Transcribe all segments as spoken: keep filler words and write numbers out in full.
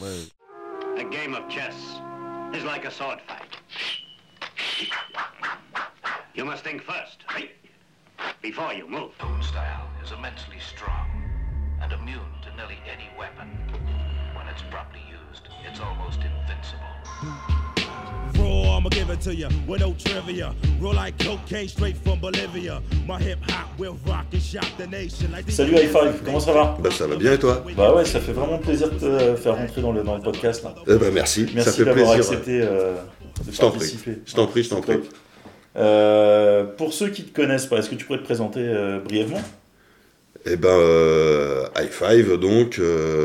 A game of chess is like a sword fight. You must think first, right? Before you move. Own style is immensely strong and immune to nearly any weapon. When it's properly used, it's almost invincible. Raw, I'ma give it to you with no trivia. Raw like cocaine straight from Bolivia. My hip hop will rock and shock the nation. Like Salut High Five, comment ça va? Bah ça va bien et toi? Bah ouais, ça fait vraiment plaisir de te faire rentrer dans le, dans le podcast là. Eh bah merci, Merci ça fait d'avoir plaisir. accepté euh, de je t'en participer. prie, je t'en prie, je t'en prie. Euh, pour ceux qui te connaissent pas, est-ce que tu pourrais te présenter euh, brièvement? Eh ben, euh, High Five, donc,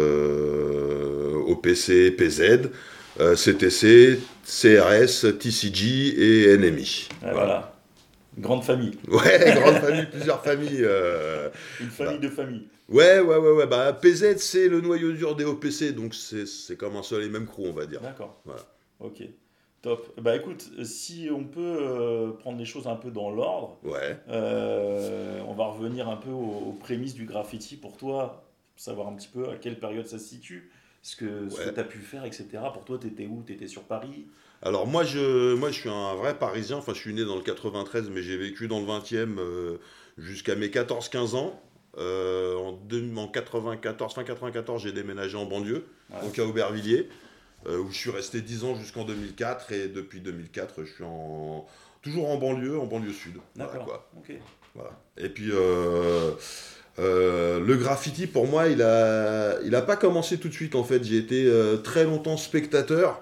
euh, O P C, P Z, euh, C T C, C R S, T C G et N M I. Ah, voilà. voilà. Grande famille. Ouais, grande famille, plusieurs familles. Euh, Une famille bah, de familles. Ouais, ouais, ouais, ouais. Bah, P Z, c'est le noyau dur des O P C, donc c'est, c'est comme un seul et même crew, on va dire. D'accord. Voilà. Ok. Top. Bah écoute, si on peut euh, prendre les choses un peu dans l'ordre, ouais. euh, on va revenir un peu aux, aux prémices du graffiti pour toi, savoir un petit peu à quelle période ça se situe, ce que, ouais. ce que tu as pu faire, et cetera. Pour toi, tu étais où? Tu étais sur Paris? Alors moi je, moi, je suis un vrai Parisien, enfin je suis né dans le quatre-vingt-treize, mais j'ai vécu dans le vingtième euh, jusqu'à mes quatorze quinze ans. Euh, en, deux, en quatre-vingt-quatorze, fin quatre-vingt-quatorze, j'ai déménagé en banlieue, ouais. donc à Aubervilliers. Euh, où je suis resté dix ans jusqu'en deux mille quatre, et depuis deux mille quatre, je suis en... toujours en banlieue, en banlieue sud. D'accord, voilà, quoi. ok. Voilà. Et puis, euh, euh, le graffiti, pour moi, il a, il a pas commencé tout de suite, en fait. J'ai été euh, très longtemps spectateur,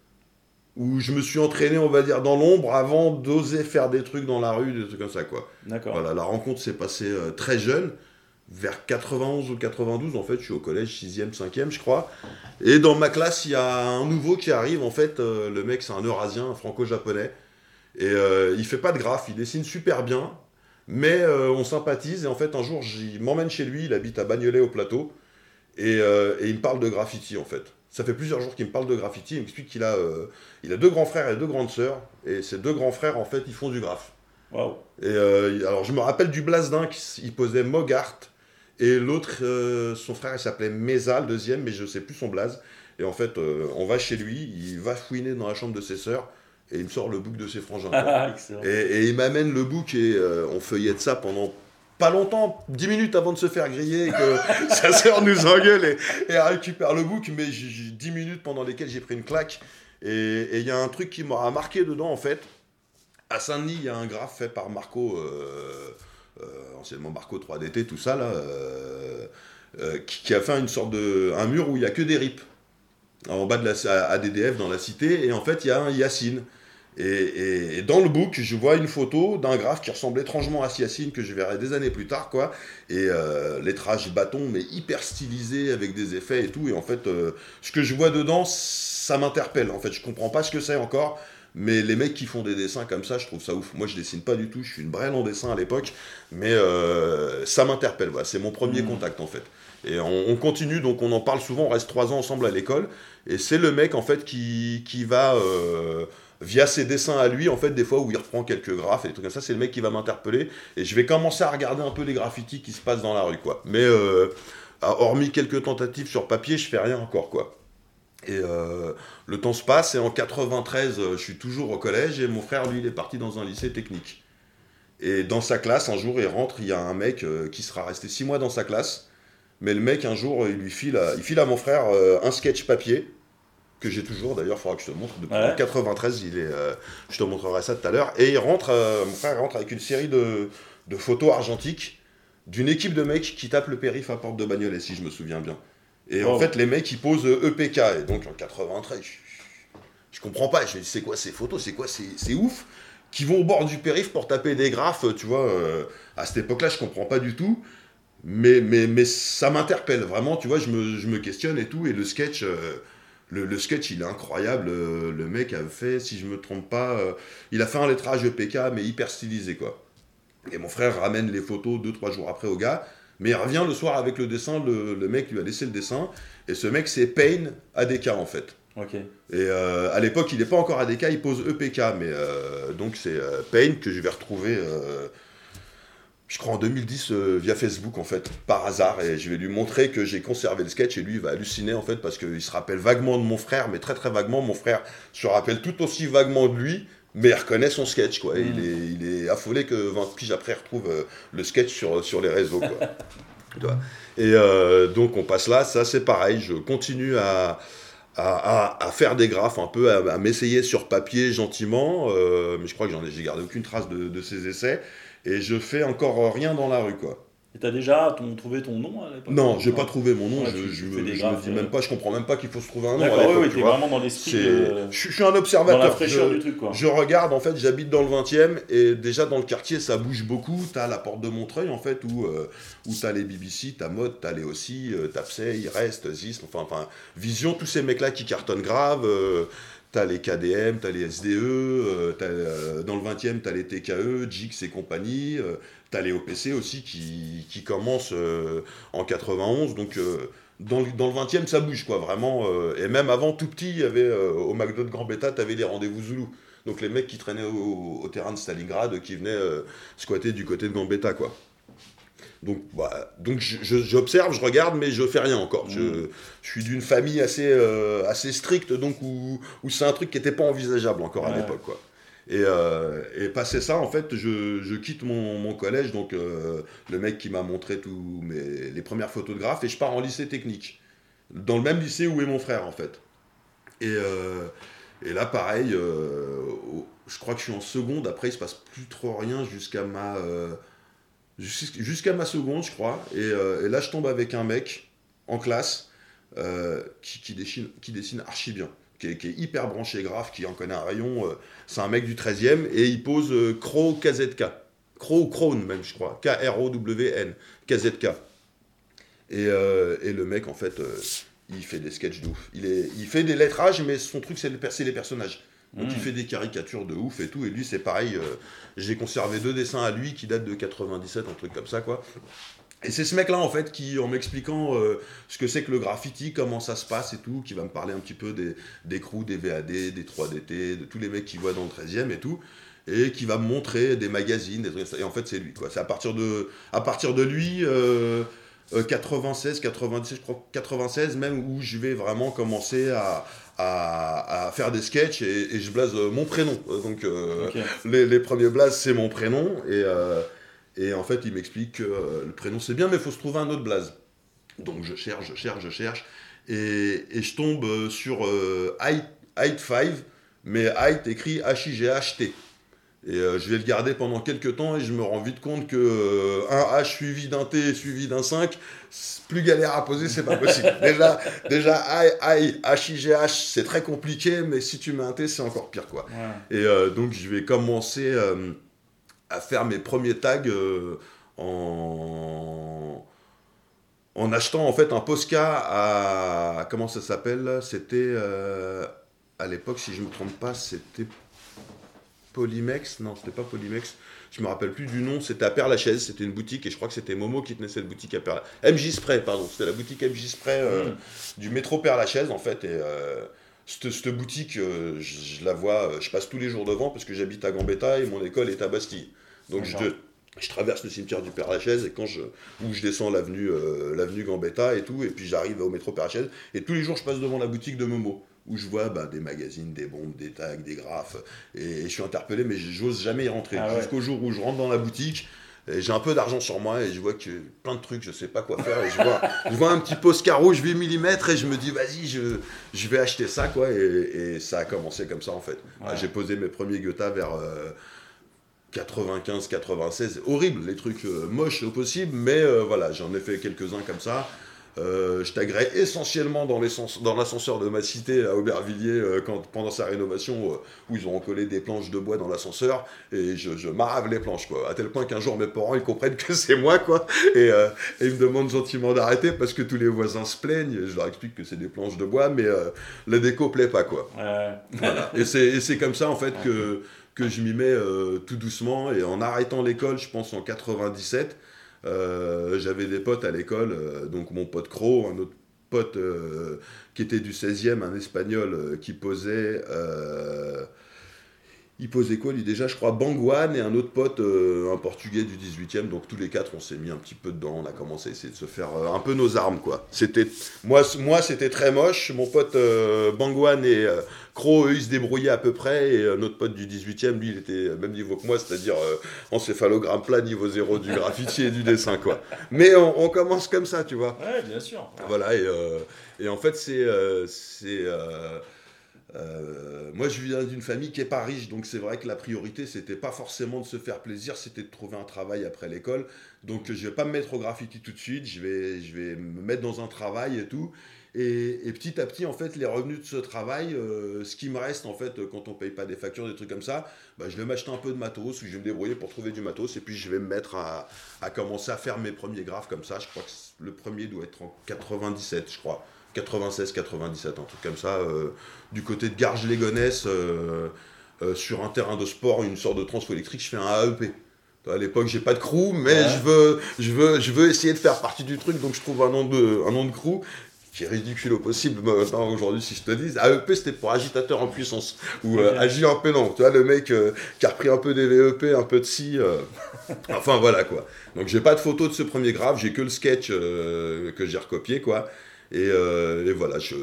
où je me suis entraîné, on va dire, dans l'ombre, avant d'oser faire des trucs dans la rue, des trucs comme ça, quoi. D'accord. Voilà, la rencontre s'est passée euh, très jeune. Vers quatre-vingt-onze ou quatre-vingt-douze, en fait, je suis au collège, sixième, cinquième, je crois. Et dans ma classe, il y a un nouveau qui arrive, en fait. Euh, le mec, c'est un Eurasien, un franco-japonais. Et euh, il fait pas de graphe, il dessine super bien. Mais euh, on sympathise. Et en fait, un jour, il m'emmène chez lui, il habite à Bagnolet, au plateau. Et, euh, et il me parle de graffiti, en fait. Ça fait plusieurs jours qu'il me parle de graffiti. Il m'explique qu'il a, euh, il a deux grands frères et deux grandes sœurs. Et ces deux grands frères, en fait, ils font du graphe. Waouh. Et euh, alors, je me rappelle du blaze d'un qui posait Mogart. Et l'autre, euh, son frère, il s'appelait Mesa, le deuxième, mais je ne sais plus son blaze. Et en fait, euh, on va chez lui, il va fouiner dans la chambre de ses sœurs, et il me sort le book de ses frangins. et, et il m'amène le book, et euh, on feuillette ça pendant pas longtemps, dix minutes avant de se faire griller, et que sa sœur nous engueule, et, et elle récupère le book, mais j'ai, j'ai dix minutes pendant lesquelles j'ai pris une claque. Et il y a un truc qui m'a marqué dedans, en fait. À Saint-Denis, il y a un graphe fait par Marco... Euh, Euh, anciennement Marco trois D T, tout ça là, euh, euh, qui, qui a fait une sorte de un mur où il y a que des rips en bas de la à D D F dans la cité, et en fait il y a un Yacine, et, et, et dans le book je vois une photo d'un graphe qui ressemble étrangement à Yacine, que je verrai des années plus tard, quoi, et euh, lettrage bâton mais hyper stylisé avec des effets et tout, et en fait euh, ce que je vois dedans, ça m'interpelle, en fait je comprends pas ce que c'est encore. Mais les mecs qui font des dessins comme ça, je trouve ça ouf. Moi, je dessine pas du tout, je suis une brêle en dessin à l'époque, mais euh, ça m'interpelle, voilà. C'est mon premier mmh. contact, en fait. Et on, on continue, donc on en parle souvent, on reste trois ans ensemble à l'école, et c'est le mec, en fait, qui, qui va, euh, via ses dessins à lui, en fait, des fois où il reprend quelques graphes et des trucs comme ça, c'est le mec qui va m'interpeller, et je vais commencer à regarder un peu les graffitis qui se passent dans la rue, quoi. Mais, euh, hormis quelques tentatives sur papier, je fais rien encore, quoi. Et euh, le temps se passe, et en quatre-vingt-treize, je suis toujours au collège, et mon frère, lui, il est parti dans un lycée technique. Et dans sa classe, un jour, il rentre, il y a un mec euh, qui sera resté six mois dans sa classe, mais le mec, un jour, il lui file à, il file à mon frère euh, un sketch papier, que j'ai toujours, d'ailleurs, il faudra que je te montre, depuis ouais. quatre-vingt-treize, il est, euh, je te montrerai ça tout à l'heure, et il rentre, euh, mon frère rentre avec une série de, de photos argentiques d'une équipe de mecs qui tapent le périph' à Porte de Bagnolet, si je me souviens bien. Et oh. en fait, les mecs, ils posent E P K. Et donc, en quatre-vingt-treize, je, je comprends pas. Je me dis, c'est quoi ces photos? C'est quoi? C'est, c'est ouf. Qui vont au bord du périph' pour taper des graphes, tu vois. Euh, à cette époque-là, je comprends pas du tout. Mais, mais, mais ça m'interpelle. Vraiment, tu vois, je me, je me questionne et tout. Et le sketch, euh, le, le sketch, il est incroyable. Euh, le mec a fait, si je me trompe pas, euh, il a fait un lettrage E P K, mais hyper stylisé, quoi. Et mon frère ramène les photos deux, trois jours après au gars. Mais il revient le soir avec le dessin, le, le mec lui a laissé le dessin, et ce mec c'est Payne A D K, en fait. Ok. Et euh, à l'époque il n'est pas encore A D K, il pose E P K, mais euh, donc c'est euh, Payne que je vais retrouver euh, je crois en deux mille dix, euh, via Facebook, en fait, par hasard, et je vais lui montrer que j'ai conservé le sketch, et lui, il va halluciner, en fait, parce qu'il se rappelle vaguement de mon frère, mais très très vaguement. Mon frère se rappelle tout aussi vaguement de lui, mais il reconnaît son sketch, quoi. Et mmh. il, est, il est affolé que vingt piges après, il retrouve euh, le sketch sur, sur les réseaux, quoi. Et euh, donc, on passe là, ça, c'est pareil, je continue à... À, à, à faire des graphes un peu, à, à m'essayer sur papier gentiment, euh, mais je crois que j'en ai, j'ai gardé aucune trace de, de ces essais, et je fais encore rien dans la rue, quoi. Et t'as déjà ton, trouvé ton nom à l'époque? Non, j'ai pas trouvé mon nom, ouais, je, tu, je, tu je, je graphes, me dis même pas, je comprends même pas qu'il faut se trouver un nom. D'accord, à l'époque, oui, tu t'es vois. vraiment dans l'esprit de... je, je suis un observateur. Dans la fraîcheur je, du truc, quoi. Je regarde, en fait, j'habite dans le vingtième, et déjà dans le quartier, ça bouge beaucoup. T'as la porte de Montreuil, en fait, où, euh, où t'as les B B C, t'as Mode, t'as les aussi, euh, t'as Psey, il reste, Zist, enfin, enfin, Vision, tous ces mecs-là qui cartonnent grave. Euh, T'as les K D M, t'as les S D E, euh, t'as, euh, dans le vingtième, t'as les T K E, Jix et compagnie, euh, t'as les O P C aussi qui, qui commencent euh, en quatre-vingt-onze, donc euh, dans, le, dans le vingtième, ça bouge, quoi, vraiment. Euh, et même avant, tout petit, il y avait, euh, au McDo de Gambetta, t'avais les rendez-vous Zoulou. Donc les mecs qui traînaient au, au terrain de Stalingrad, qui venaient euh, squatter du côté de Gambetta, quoi. Donc, bah, donc je, je, j'observe, je regarde, mais je fais rien encore. Je, je suis d'une famille assez, euh, assez stricte, donc où, où c'est un truc qui n'était pas envisageable encore ouais. à l'époque, quoi. Et, euh, et passé ça, en fait, je, je quitte mon, mon collège, donc euh, le mec qui m'a montré tous mes, les premières photographes, et je pars en lycée technique, dans le même lycée où est mon frère, en fait. Et, euh, et là, pareil, euh, je crois que je suis en seconde, après il se passe plus trop rien jusqu'à ma... Euh, Jusqu'à ma seconde, je crois, et, euh, et là je tombe avec un mec en classe euh, qui, qui, dessine, qui dessine archi bien, qui est, qui est hyper branché graphe, qui en connaît un rayon, euh, c'est un mec du treizième, et il pose euh, Crow K Z K, Crow Crown même je crois, K R O W N, K Z K. Et, euh, et le mec en fait, euh, il fait des sketchs de ouf, il, est, il fait des lettrages, mais son truc c'est, le, c'est les personnages. Donc mmh. il fait des caricatures de ouf et tout, et lui c'est pareil, euh, j'ai conservé deux dessins à lui qui datent de quatre-vingt-dix-sept, un truc comme ça, quoi. Et c'est ce mec-là, en fait, qui, en m'expliquant euh, ce que c'est que le graffiti, comment ça se passe et tout, qui va me parler un petit peu des, des crews, des V A D, des trois D T, de tous les mecs qu'il voit dans le treizième et tout, et qui va me montrer des magazines, des trucs, et en fait c'est lui, quoi. C'est à partir de, à partir de lui... Euh, Euh, quatre-vingt-seize, quatre-vingt-dix, je crois quatre-vingt-seize même, où je vais vraiment commencer à, à, à faire des sketchs et, et je blase euh, mon prénom. Donc euh, okay. les, les premiers blazes, c'est mon prénom. Et, euh, et en fait, il m'explique que euh, le prénom, c'est bien, mais il faut se trouver un autre blaze. Donc je cherche, je cherche, je cherche. Et, et je tombe sur euh, Height cinq, mais Height écrit H I G H T. Et euh, je vais le garder pendant quelques temps et je me rends vite compte que euh, un H suivi d'un T suivi d'un cinq, plus galère à poser, c'est pas possible. déjà, déjà I, I, H I G H, c'est très compliqué, mais si tu mets un T, c'est encore pire, quoi. Ouais. Et euh, donc, je vais commencer euh, à faire mes premiers tags euh, en... en achetant en fait un Posca à... Comment ça s'appelle ? C'était... Euh... À l'époque, si je ne me trompe pas, c'était... Polymex, non, c'était pas Polymex, je me rappelle plus du nom, c'était à Père-Lachaise, c'était une boutique, et je crois que c'était Momo qui tenait cette boutique à Père-Lachaise. M J Spray, pardon, c'était la boutique M J Spray euh, mmh. du métro Père-Lachaise, en fait, et euh, cette, cette boutique, euh, je, je la vois, je passe tous les jours devant, parce que j'habite à Gambetta, et mon école est à Bastille. Donc je, je traverse le cimetière du Père-Lachaise, et quand je, où je descends l'avenue, euh, l'avenue Gambetta et tout, et puis j'arrive au métro Père-Lachaise, et tous les jours je passe devant la boutique de Momo, où je vois bah, des magazines, des bombes, des tags, des graphes, et, et je suis interpellé, mais j'ose jamais y rentrer. Ah ouais. Jusqu'au jour où je rentre dans la boutique, et j'ai un peu d'argent sur moi, et je vois que plein de trucs, je sais pas quoi faire, et je vois, je vois un petit Posca rouge huit millimètres, et je me dis, vas-y, je, je vais acheter ça, quoi, et, et ça a commencé comme ça, en fait. Ouais. J'ai posé mes premiers Goethe vers euh, quatre-vingt-quinze quatre-vingt-seize, horrible, les trucs euh, moches au possible, mais euh, voilà, j'en ai fait quelques-uns comme ça. Euh, je taguerais essentiellement dans, dans l'ascenseur de ma cité à Aubervilliers euh, quand, pendant sa rénovation euh, où ils ont collé des planches de bois dans l'ascenseur et je, je marave les planches, quoi, à tel point qu'un jour mes parents ils comprennent que c'est moi, quoi, et, euh, et ils me demandent gentiment d'arrêter parce que tous les voisins se plaignent. Je leur explique que c'est des planches de bois, mais euh, la déco plaît pas, quoi. Ouais. Voilà. Et, c'est, et c'est comme ça en fait que, que je m'y mets euh, tout doucement, et en arrêtant l'école, je pense en quatre-vingt-dix-sept. Euh, j'avais des potes à l'école, euh, donc mon pote Crow, un autre pote euh, qui était du seizième, un espagnol euh, qui posait, euh, il posait quoi lui déjà, je crois Bangwan et un autre pote, euh, un portugais du dix-huitième, donc tous les quatre on s'est mis un petit peu dedans, on a commencé à essayer de se faire euh, un peu nos armes quoi. C'était, moi, moi c'était très moche, mon pote euh, Bangwan et euh, Crow, eux ils se débrouillaient à peu près, et euh, notre pote du dix-huitième, lui il était même niveau que moi, c'est-à-dire euh, encéphalogramme plat niveau zéro du graffiti et du dessin quoi. Mais on, on commence comme ça, tu vois. Ouais, bien sûr. Voilà, et, euh, et en fait c'est... Euh, c'est euh, Euh, moi je viens d'une famille qui est pas riche, donc c'est vrai que la priorité c'était pas forcément de se faire plaisir, c'était de trouver un travail après l'école. Donc je vais pas me mettre au graffiti tout de suite, je vais, je vais me mettre dans un travail et tout. Et, et petit à petit en fait les revenus de ce travail, euh, ce qui me reste en fait quand on paye pas des factures, des trucs comme ça, bah, je vais m'acheter un peu de matos, ou je vais me débrouiller pour trouver du matos, et puis je vais me mettre à, à commencer à faire mes premiers graphes comme ça. Je crois que le premier doit être en quatre-vingt-dix-sept, je crois. quatre-vingt-seize quatre-vingt-dix-sept, un truc comme ça, euh, du côté de Garges-les-Gonesse, euh, euh, sur un terrain de sport, une sorte de transfo électrique, je fais un A E P. À l'époque, j'ai pas de crew, mais ouais. je, veux, je, veux, je veux essayer de faire partie du truc, donc je trouve un nom de, un nom de crew qui est ridicule au possible maintenant aujourd'hui si je te dis. A E P c'était pour agitateur en puissance, ou euh, okay. agir en pénon. Tu vois, le mec euh, qui a repris un peu des V E P, un peu de ci, euh... enfin voilà quoi. Donc j'ai pas de photo de ce premier graphe, j'ai que le sketch euh, que j'ai recopié quoi. Et, euh, et voilà, je,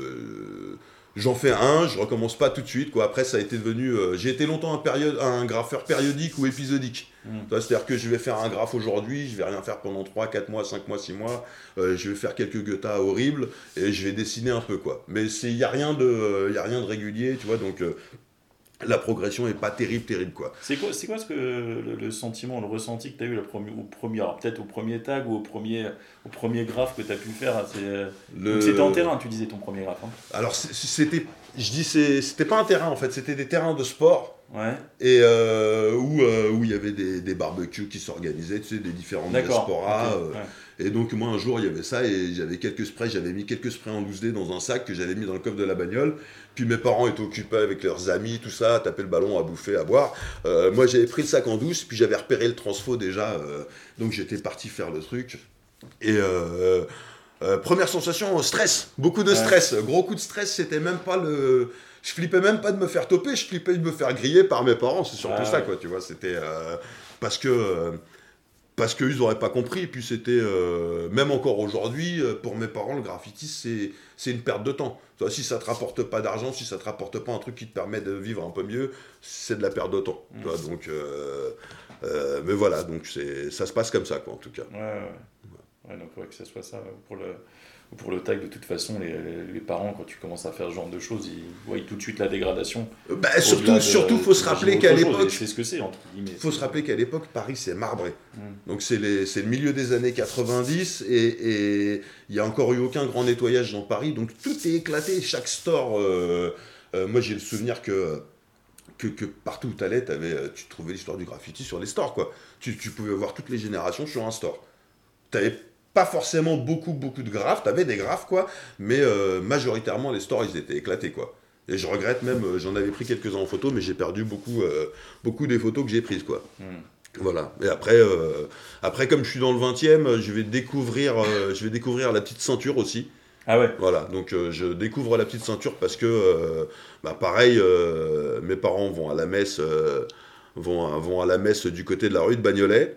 j'en fais un, je recommence pas tout de suite quoi. Après ça a été devenu, euh, j'ai été longtemps un, période, un graffeur périodique ou épisodique. Mmh. C'est-à-dire que je vais faire un graphe aujourd'hui, je vais rien faire pendant trois, quatre mois, cinq mois, six mois, euh, je vais faire quelques guettas horribles et je vais dessiner un peu quoi. Mais il n'y a, a rien de régulier, tu vois, donc euh, la progression est pas terrible, terrible quoi. C'est quoi, c'est quoi ce que le, le sentiment, le ressenti que tu as eu le premier, au premier, alors peut-être au premier tag ou au premier, au premier graphe que tu as pu faire, c'est, le... c'était en terrain, tu disais ton premier graphe. Hein. Alors c'était, je dis c'était pas un terrain en fait, c'était des terrains de sport. Ouais. Et euh, où euh, où il y avait des, des barbecues qui s'organisaient, tu sais, des différentes diasporas. Okay. Euh, ouais. Et donc moi un jour il y avait ça et j'avais quelques sprays, j'avais mis quelques sprays en douze D dans un sac que j'avais mis dans le coffre de la bagnole. Puis mes parents étaient occupés avec leurs amis, tout ça, à taper le ballon, à bouffer, à boire. Euh, moi j'avais pris le sac en douce, puis j'avais repéré le transfo déjà, euh, donc j'étais parti faire le truc. Et euh, euh, première sensation, stress, beaucoup de ouais. stress, gros coup de stress, c'était même pas le... Je flippais même pas de me faire toper, je flippais de me faire griller par mes parents, c'est surtout ah, ça, ouais. quoi, tu vois, c'était... Euh, parce que... Euh, parce qu'ils n'auraient pas compris, et puis c'était... Euh, même encore aujourd'hui, pour mes parents, le graffiti, c'est, c'est une perte de temps. Toi, si ça te rapporte pas d'argent, si ça te rapporte pas un truc qui te permet de vivre un peu mieux, c'est de la perte de temps. Mmh. Tu vois, donc... Euh, euh, mais voilà, donc c'est, ça se passe comme ça, quoi, en tout cas. Ouais, ouais. ouais. ouais donc, ouais, que ce soit ça, pour le... Pour le tag, de toute façon, les, les, les parents, quand tu commences à faire ce genre de choses, ils voient tout de suite la dégradation. Bah, surtout, surtout, faut se rappeler qu'à l'époque, c'est ce que c'est entre guillemets. Faut se rappeler qu'à l'époque, Paris c'est marbré. Mm. Donc c'est les, c'est le milieu des années quatre-vingt-dix et il y a encore eu aucun grand nettoyage dans Paris, donc tout est éclaté. Chaque store, euh, euh, moi j'ai le souvenir que que, que partout où t'allais, t'avais, tu trouvais l'histoire du graffiti sur les stores quoi. Tu, tu pouvais voir toutes les générations sur un store. T'avais pas forcément beaucoup, beaucoup de graphes, t'avais des graphes, quoi, mais euh, majoritairement, les stores, ils étaient éclatés, quoi. Et je regrette même, euh, j'en avais pris quelques-uns en photo, mais j'ai perdu beaucoup, euh, beaucoup des photos que j'ai prises, quoi. Mm. Voilà. Et après, euh, après, comme je suis dans le vingtième, je vais découvrir, euh, je vais découvrir la petite ceinture aussi. Ah ouais. Voilà, donc euh, je découvre la petite ceinture parce que, euh, bah, pareil, euh, mes parents vont à la messe, euh, vont, vont à la messe du côté de la rue de Bagnolet,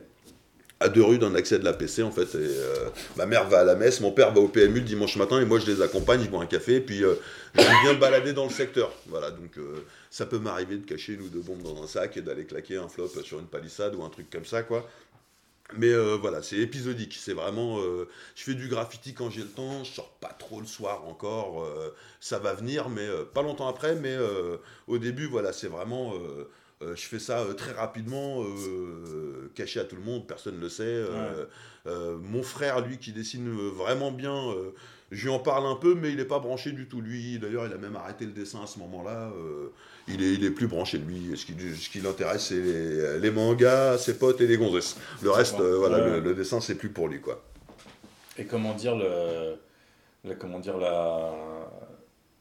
à deux rues d'un accès de l'A P C en fait, et euh, ma mère va à la messe, mon père va au P M U le dimanche matin, et moi je les accompagne, je bois un café, et puis euh, je viens me balader dans le secteur, voilà, donc euh, ça peut m'arriver de cacher une ou deux bombes dans un sac, et d'aller claquer un flop sur une palissade, ou un truc comme ça, quoi. Mais euh, voilà, c'est épisodique, c'est vraiment, euh, je fais du graffiti quand j'ai le temps, je sors pas trop le soir encore, euh, ça va venir, mais euh, pas longtemps après, mais euh, au début, voilà, c'est vraiment... Euh, Euh, je fais ça euh, très rapidement, euh, caché à tout le monde, personne ne le sait. Euh, ouais. euh, mon frère, lui, qui dessine vraiment bien, euh, je lui en parle un peu, mais il n'est pas branché du tout. Lui, d'ailleurs, il a même arrêté le dessin à ce moment-là. Euh, il, est, il est plus branché, lui. Ce qui, ce qui l'intéresse, c'est les, les mangas, ses potes et les gonzesses. Le reste, euh, voilà, ouais. le, le dessin, c'est plus pour lui, quoi. Et comment dire, le, le, comment dire la...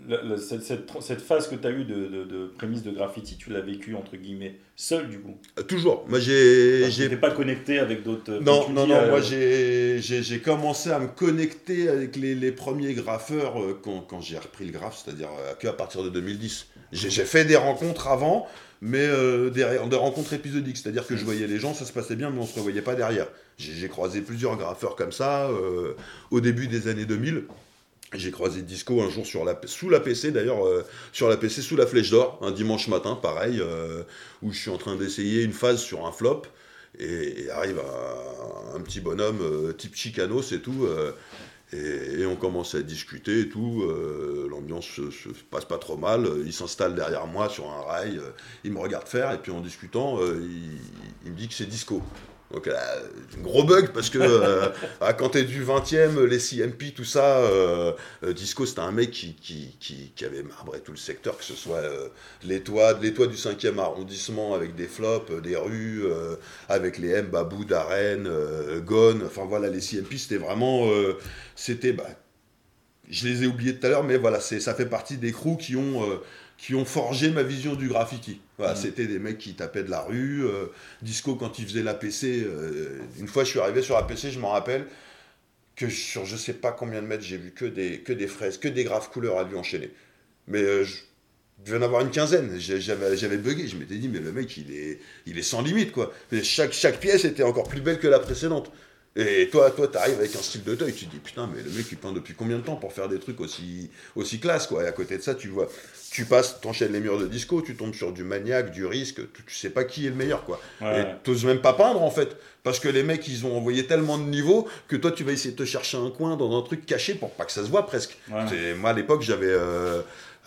la, la, cette, cette, cette phase que tu as eue de, de, de prémisse de graffiti, tu l'as vécue entre guillemets seul du coup? Euh, toujours. Moi, j'ai. Tu n'étais pas connecté avec d'autres. Non, non, dis, non. euh... Moi, j'ai, j'ai, j'ai commencé à me connecter avec les, les premiers graffeurs euh, quand, quand j'ai repris le graphe, c'est-à-dire euh, qu'à partir de deux mille dix. J'ai, j'ai fait des rencontres avant, mais euh, des, des rencontres épisodiques, c'est-à-dire que je voyais les gens, ça se passait bien, mais on ne se revoyait pas derrière. J'ai, j'ai croisé plusieurs graffeurs comme ça euh, au début des années deux mille. J'ai croisé Disco un jour sur la, sous la P C, d'ailleurs, euh, sur la P C, sous la Flèche d'Or, un dimanche matin, pareil, euh, où je suis en train d'essayer une phase sur un flop, et, et arrive un, un petit bonhomme, euh, type Chicano, c'est tout, euh, et, et on commence à discuter et tout, euh, l'ambiance se, se passe pas trop mal, il s'installe derrière moi sur un rail, euh, il me regarde faire, et puis en discutant, euh, il, il me dit que c'est Disco. Donc là, un gros bug parce que euh, quand t'es du vingtième, les C M P, tout ça, euh, euh, Disco c'était un mec qui, qui, qui, qui avait marbré tout le secteur, que ce soit euh, les, toits, les toits du cinquième arrondissement avec des flops, euh, des rues, euh, avec les M, Babou, Darren, euh, Gone, enfin voilà, les C M P c'était vraiment, euh, c'était, bah, je les ai oubliés tout à l'heure, mais voilà, c'est, ça fait partie des crews qui ont... Euh, qui ont forgé ma vision du graffiti. Voilà, mmh. C'était des mecs qui tapaient de la rue. Euh, Disco, quand il faisait la P C, euh, une fois je suis arrivé sur la P C, je m'en rappelle, que sur je sais pas combien de mètres, j'ai vu que des, que des fraises, que des graphes couleurs à lui enchaîner. Mais euh, je devais en avoir une quinzaine. J'avais, j'avais bugué, je m'étais dit, mais le mec, il est, il est sans limite, quoi. Chaque, chaque pièce était encore plus belle que la précédente. Et toi, toi, t'arrives avec un style de toy, tu te dis, putain, mais le mec, il peint depuis combien de temps pour faire des trucs aussi, aussi classe, quoi. Et à côté de ça, tu vois, tu passes, t'enchaînes les murs de Disco, tu tombes sur du Maniac, du Risque, tu, tu sais pas qui est le meilleur, quoi. Ouais. Et t'oses même pas peindre, en fait, parce que les mecs, ils ont envoyé tellement de niveaux que toi, tu vas essayer de te chercher un coin dans un truc caché pour pas que ça se voit, presque. Ouais. C'est, moi, à l'époque, j'avais... Euh,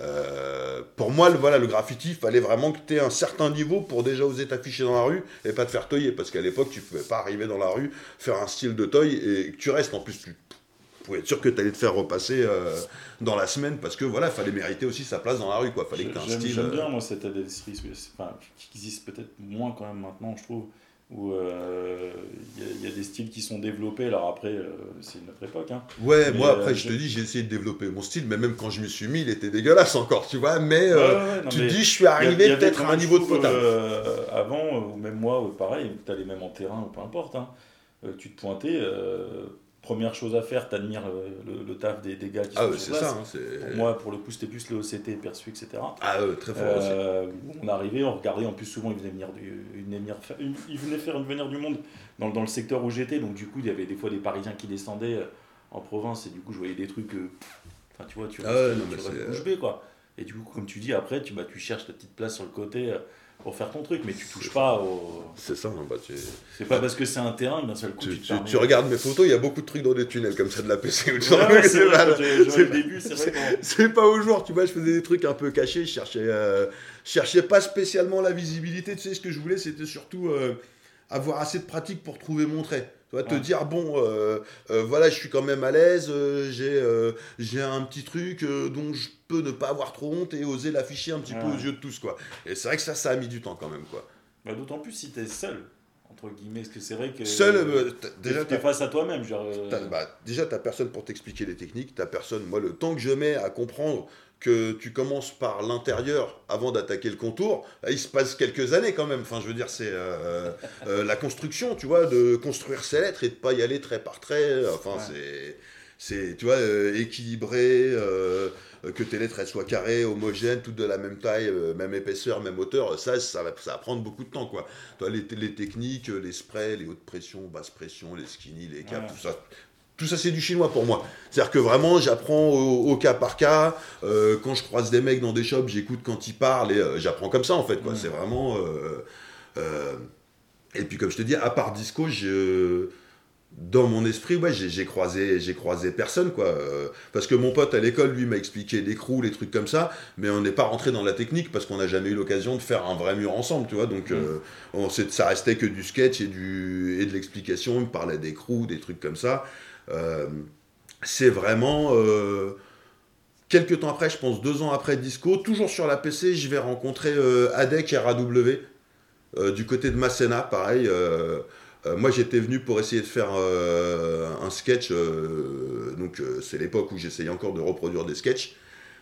Euh, pour moi, le, voilà, le graffiti, il fallait vraiment que tu aies un certain niveau pour déjà oser t'afficher dans la rue et pas te faire toyer, parce qu'à l'époque, tu pouvais pas arriver dans la rue, faire un style de toy et que tu restes. En plus, tu pouvais être sûr que tu allais te faire repasser euh, dans la semaine, parce que voilà, il fallait mériter aussi sa place dans la rue, quoi. Fallait que tu aies un j'aime, style. J'aime bien, moi, cet état d'esprit, enfin, qui existe peut-être moins quand même maintenant, je trouve, où il euh, y, y a des styles qui sont développés. Alors après, euh, c'est une autre époque. Hein. Ouais, mais moi après, euh, je te dis, j'ai essayé de développer mon style, mais même quand je m'y suis mis, il était dégueulasse encore, tu vois. Mais euh, ouais, ouais, non, tu te dis, je suis arrivé y a, y peut-être à un niveau de potable. Euh, avant, ou même moi, pareil, tu allais même en terrain, ou peu importe, hein, euh, tu te pointais. Euh, Première chose à faire, t'admires le, le, le taf des, des gars qui ah sont ouais, sur c'est place. Ça, hein, c'est... Pour moi, pour le coup, c'était plus le O C T, Perçu, et cetera. Ah ouais, très fort euh, aussi. On arrivait, on regardait, en plus souvent, ils venaient venir du, ils venaient venir faire, ils venaient faire venir du monde dans, dans le secteur où j'étais, donc du coup, il y avait des fois des Parisiens qui descendaient en province, et du coup, je voyais des trucs, enfin, euh, tu vois, tu ah ouais, restes bouche bée, quoi. Et du coup, comme tu dis, après, tu, bah, tu cherches ta petite place sur le côté... pour faire ton truc, mais tu touches c'est pas ça. Au... C'est ça, hein, bah tu... C'est pas parce que c'est un terrain, d'un seul coup, tu, tu, tu, tu regardes mes photos, il y a beaucoup de trucs dans des tunnels comme ça de la P C. Ouais, ouais, c'est vrai, c'est, c'est, le début, c'est, vrai c'est, c'est pas au jour, tu vois, je faisais des trucs un peu cachés, je cherchais, euh, je cherchais pas spécialement la visibilité, tu sais, ce que je voulais, c'était surtout euh, avoir assez de pratique pour trouver mon trait. Tu vois, te ouais. dire, bon, euh, euh, voilà, je suis quand même à l'aise, euh, j'ai, euh, j'ai un petit truc euh, dont je peux ne pas avoir trop honte et oser l'afficher un petit ouais. peu aux yeux de tous, quoi. Et c'est vrai que ça, ça a mis du temps quand même, quoi. Bah, d'autant plus si t'es seul, entre guillemets, parce que c'est vrai que... Seul, euh, déjà... T'es face à toi-même, genre... Euh... T'as, bah, déjà, t'as personne pour t'expliquer les techniques, t'as personne... Moi, le temps que je mets à comprendre que tu commences par l'intérieur avant d'attaquer le contour, il se passe quelques années quand même. Enfin, je veux dire, c'est euh, euh, la construction, tu vois, de construire ses lettres et de pas y aller trait par trait. Enfin, ouais. c'est, c'est, tu vois, euh, équilibré, euh, que tes lettres elles soient carrées, homogènes, toutes de la même taille, euh, même épaisseur, même hauteur. Ça, ça va, ça va prendre beaucoup de temps, quoi. Tu vois, les, les techniques, les sprays, les hautes pressions, basses pressions, les skinny, les caps, ouais. tout ça. Tout ça, c'est du chinois pour moi. C'est-à-dire que vraiment, j'apprends au, au cas par cas. Euh, quand je croise des mecs dans des shops, j'écoute quand ils parlent et euh, j'apprends comme ça, en fait, quoi. Mmh. C'est vraiment... Euh, euh... Et puis, comme je te dis, à part Disco, je... dans mon esprit, ouais, j'ai, j'ai, croisé, j'ai croisé personne, quoi. Euh, parce que mon pote à l'école, lui, m'a expliqué les crews, les trucs comme ça, mais on n'est pas rentré dans la technique parce qu'on n'a jamais eu l'occasion de faire un vrai mur ensemble, tu vois. Donc, mmh. euh, on, ça restait que du sketch et, du, et de l'explication. On me parlait des crews, des trucs comme ça. Euh, c'est vraiment euh, quelques temps après, je pense deux ans après Disco, toujours sur la P C, je vais rencontrer euh, Adek R A W euh, du côté de Masséna, pareil. Euh, euh, moi, j'étais venu pour essayer de faire euh, un sketch. Euh, donc, euh, c'est l'époque où j'essayais encore de reproduire des sketchs.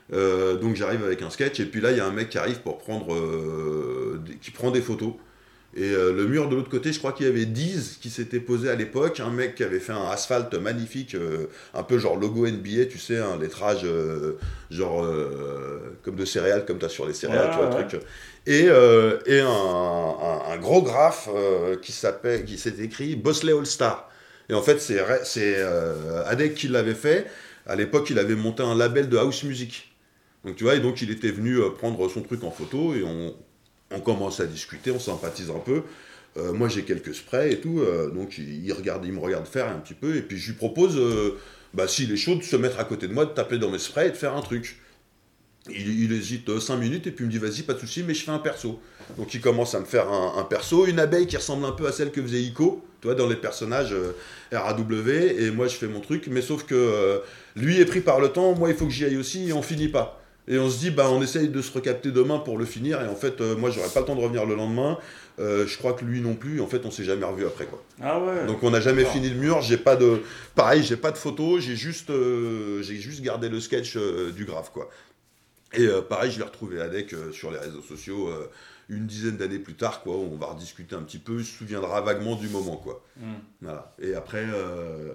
Euh, donc j'arrive avec un sketch, et puis là il y a un mec qui arrive pour prendre, euh, des, qui prend des photos. Et euh, le mur de l'autre côté, je crois qu'il y avait Deez qui s'était posé à l'époque, un mec qui avait fait un asphalte magnifique, euh, un peu genre logo N B A, tu sais, un lettrage euh, genre euh, comme de céréales, comme tu as sur les céréales, Ouais, tu vois, ouais. le truc. Et, euh, et un, un, un gros graphe euh, qui s'appelle, qui s'est écrit Bosley All Star. Et en fait, c'est, c'est euh, Adek qui l'avait fait. À l'époque, il avait monté un label de house music. Donc tu vois, et donc il était venu euh, prendre son truc en photo, et on, on commence à discuter, on sympathise un peu. Euh, moi j'ai quelques sprays et tout, euh, donc il, il, regarde, il me regarde faire un petit peu, et puis je lui propose, euh, bah, s'il est chaud, de se mettre à côté de moi, de taper dans mes sprays et de faire un truc. Il, il hésite cinq minutes, et puis il me dit vas-y, pas de souci, mais je fais un perso. Donc il commence à me faire un, un perso, une abeille qui ressemble un peu à celle que faisait Ico, tu vois, dans les personnages euh, R A W, et moi je fais mon truc, mais sauf que euh, lui est pris par le temps, moi il faut que j'y aille aussi, et on finit pas. Et on se dit, bah, on essaye de se recapter demain pour le finir. Et en fait, euh, moi, j'aurais pas le temps de revenir le lendemain. Euh, je crois que lui non plus. En fait, on s'est jamais revu après, quoi. Ah ouais. Donc, on n'a jamais D'accord. fini le mur. J'ai pas de, pareil, j'ai pas de photos. J'ai juste, euh, j'ai juste gardé le sketch euh, du graphe, quoi. Et euh, pareil, je l'ai retrouvé Adek euh, sur les réseaux sociaux euh, une dizaine d'années plus tard, quoi. On va rediscuter un petit peu. Il se souviendra vaguement du moment, quoi. Mm. Voilà. Et après. Euh,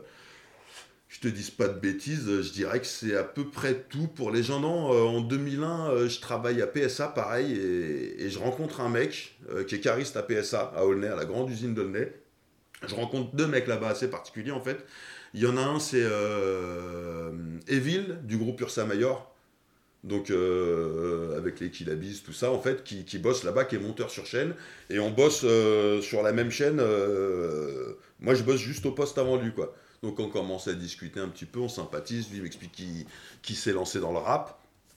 je te dise pas de bêtises, je dirais que c'est à peu près tout pour les gens. Non, euh, en deux mille un, euh, je travaille à P S A, pareil, et, et je rencontre un mec euh, qui est cariste à P S A, à Aulnay, à la grande usine d'Aulnay. Je rencontre deux mecs là-bas assez particuliers, en fait. Il y en a un, c'est euh, Evil, du groupe Ursa Major, donc euh, avec les Killabis, tout ça, en fait, qui, qui bosse là-bas, qui est monteur sur chaîne, et on bosse euh, sur la même chaîne. Euh, moi, je bosse juste au poste avant lui, quoi. Donc on commence à discuter un petit peu, on sympathise, lui il m'explique qu'il, qu'il s'est lancé dans le rap,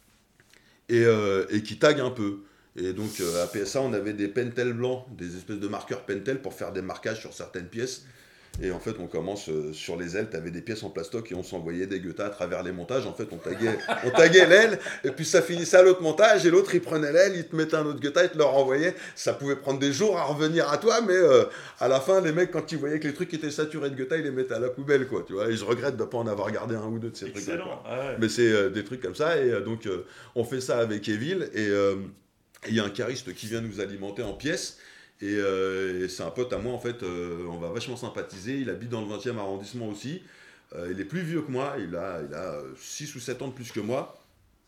et, euh, et qui tag un peu. Et donc euh, à P S A, on avait des Pentel blancs, des espèces de marqueurs Pentel pour faire des marquages sur certaines pièces. Et en fait, on commence euh, sur les ailes, t'avais des pièces en plastoc et on s'envoyait des guettas à travers les montages. En fait, on taguait, on taguait l'aile, et puis ça finissait à l'autre montage, et l'autre il prenait l'aile, il te mettait un autre guetta, il te le renvoyait. Ça pouvait prendre des jours à revenir à toi, mais euh, à la fin, les mecs, quand ils voyaient que les trucs étaient saturés de guetta, ils les mettaient à la poubelle, quoi. Tu vois, et je regrette de ne pas en avoir gardé un ou deux de ces trucs-là. Excellent. Ah ouais. Mais c'est euh, des trucs comme ça, et euh, donc euh, on fait ça avec Evil, et il euh, y a un cariste qui vient nous alimenter en pièces. Et, euh, et c'est un pote à moi, en fait, euh, on va vachement sympathiser. Il habite dans le vingtième arrondissement aussi. Euh, il est plus vieux que moi, il a, il a six ou sept ans de plus que moi.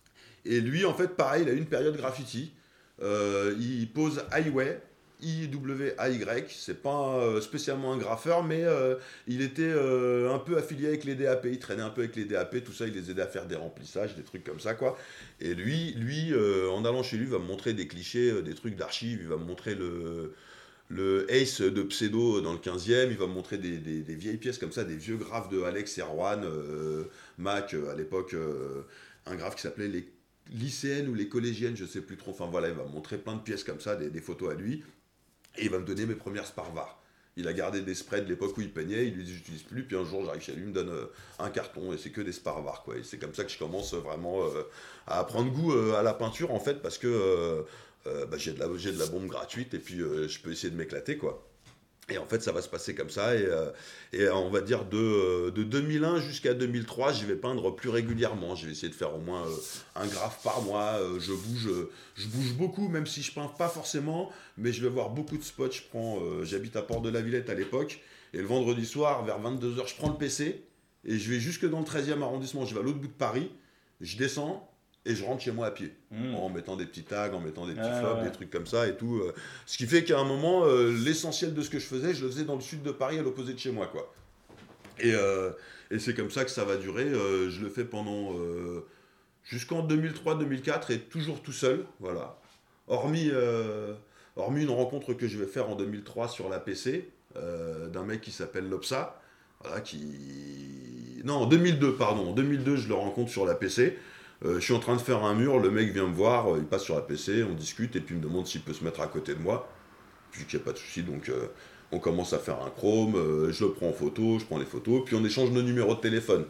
Et lui, en fait, pareil, il a eu une période graffiti. Euh, il pose Highway, I W A Y. C'est pas euh, spécialement un graffeur, mais euh, il était euh, un peu affilié avec les D A P. Il traînait un peu avec les D A P, tout ça, il les aidait à faire des remplissages, des trucs comme ça, quoi. Et lui, lui euh, en allant chez lui, il va me montrer des clichés, euh, des trucs d'archives. Il va me montrer le, le Ace de Pseudo dans le quinzième. Il va me montrer des, des, des vieilles pièces comme ça, des vieux graphes de Alex Erwan, euh, Mac, euh, à l'époque, euh, un graphe qui s'appelait les lycéennes ou les collégiennes, je sais plus trop. Enfin voilà, il va me montrer plein de pièces comme ça, des, des photos à lui. Et il va me donner mes premières Sparvar. Il a gardé des sprays de l'époque où il peignait, il lui dit j'utilise plus, puis un jour j'arrive chez lui, il me donne euh, un carton, et c'est que des Sparvar, quoi. Et c'est comme ça que je commence vraiment euh, à prendre goût euh, à la peinture, en fait, parce que euh, euh, bah, j'ai, de la, j'ai de la bombe gratuite, et puis euh, je peux essayer de m'éclater, quoi. Et en fait, ça va se passer comme ça, et, euh, et on va dire de, de deux mille un jusqu'à deux mille trois, je vais peindre plus régulièrement. Je vais essayer de faire au moins euh, un graphe par mois. Euh, je bouge, euh, je bouge beaucoup, même si je peins pas forcément, mais je vais voir beaucoup de spots. Je prends, euh, j'habite à Port-de-la-Villette à l'époque, et le vendredi soir, vers vingt-deux heures, je prends le P C, et je vais jusque dans le treizième arrondissement. Je vais à l'autre bout de Paris, je descends, et je rentre chez moi à pied, mmh. en mettant des petits tags, en mettant des petits ah, flops, ouais. des trucs comme ça et tout. Euh, ce qui fait qu'à un moment, euh, l'essentiel de ce que je faisais, je le faisais dans le sud de Paris, à l'opposé de chez moi, quoi. Et, euh, et c'est comme ça que ça va durer. Euh, je le fais pendant euh, jusqu'en deux mille trois deux mille quatre, et toujours tout seul, voilà. Hormis, euh, hormis une rencontre que je vais faire en deux mille trois sur la P C, euh, d'un mec qui s'appelle Lopsa, voilà, qui... Non, en deux mille deux, pardon. En deux mille deux, je le rencontre sur la P C. Euh, je suis en train de faire un mur, le mec vient me voir, euh, il passe sur la P C, on discute, et puis il me demande s'il peut se mettre à côté de moi. Puis qu'il n'y a pas de souci, donc euh, on commence à faire un chrome, euh, je le prends en photo, je prends les photos, puis on échange nos numéros de téléphone.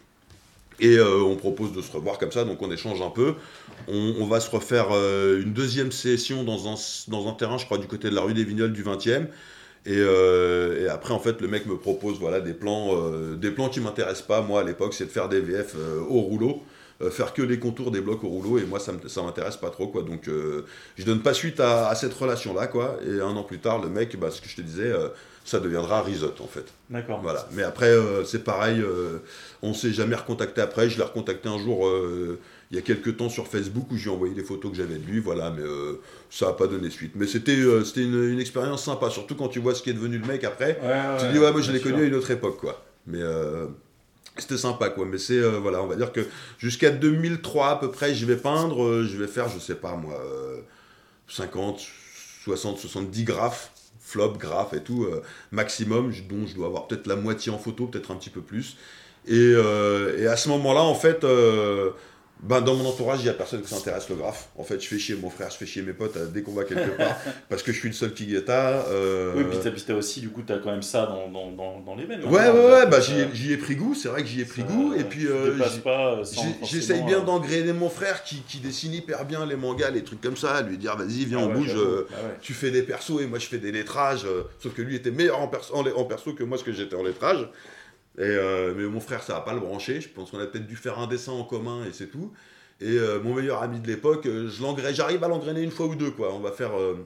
Et euh, on propose de se revoir comme ça, donc on échange un peu. On, on va se refaire euh, une deuxième session dans un, dans un terrain, je crois, du côté de la rue des Vignoles du vingtième. Et, euh, et après, en fait, le mec me propose voilà, des plans, euh, des plans qui ne m'intéressent pas. Moi, à l'époque, c'est de faire des V F euh, au rouleau. euh, faire que les contours des blocs au rouleau, et moi ça, me, ça m'intéresse pas trop, quoi. Donc euh, je donne pas suite à, à cette relation-là, quoi. Et un an plus tard, le mec, bah, ce que je te disais, euh, ça deviendra Risotte, en fait. D'accord. Voilà. Mais après, euh, c'est pareil, euh, on s'est jamais recontacté après. Je l'ai recontacté un jour, euh, il y a quelques temps sur Facebook, où j'ai envoyé des photos que j'avais de lui, voilà, mais euh, ça n'a pas donné suite. Mais c'était, euh, c'était une, une expérience sympa, surtout quand tu vois ce qui est devenu le mec après. Ouais, ouais, tu te dis, ouais, moi je bien l'ai sûr. connu à une autre époque, quoi. Mais euh, c'était sympa, quoi. Mais c'est, euh, voilà, on va dire que jusqu'à deux mille trois à peu près, je vais peindre, euh, je vais faire, je sais pas moi, euh, cinquante, soixante, soixante-dix graphes, flop, graphes et tout, euh, maximum, je- dont je dois avoir peut-être la moitié en photo, peut-être un petit peu plus. Et, euh, et à ce moment-là, en fait, euh, ben, dans mon entourage, il n'y a personne qui s'intéresse le graphe. En fait, je fais chier mon frère, je fais chier mes potes euh, dès qu'on va quelque part, parce que je suis le seul qui guetta. Euh... Oui, puis t'as, puis t'as aussi, du coup, t'as quand même ça dans, dans, dans, dans les veines. Ouais, ouais, maintenant, ouais, donc, bah, euh, j'y, ai- j'y ai pris goût, c'est vrai que j'y ai pris ça- goût. Et puis, tu euh, dépasses j'y- pas sans j'ai- forcément, j'essaye bien euh, d'engrainer mon frère qui, qui dessine hyper bien les mangas, les trucs comme ça, lui dire vas-y, viens, ah on ouais, bouge. j'avoue. euh, Ah ouais. Tu fais des persos et moi je fais des lettrages, euh, sauf que lui était meilleur en, perso, en, en perso que moi, ce que j'étais en lettrage. Et, euh, mais mon frère, ça va pas le brancher. Je pense qu'on a peut-être dû faire un dessin en commun et c'est tout. Et euh, mon meilleur ami de l'époque, euh, je l'engraine, j'arrive à l'engrainer une fois ou deux, quoi. On va faire, euh,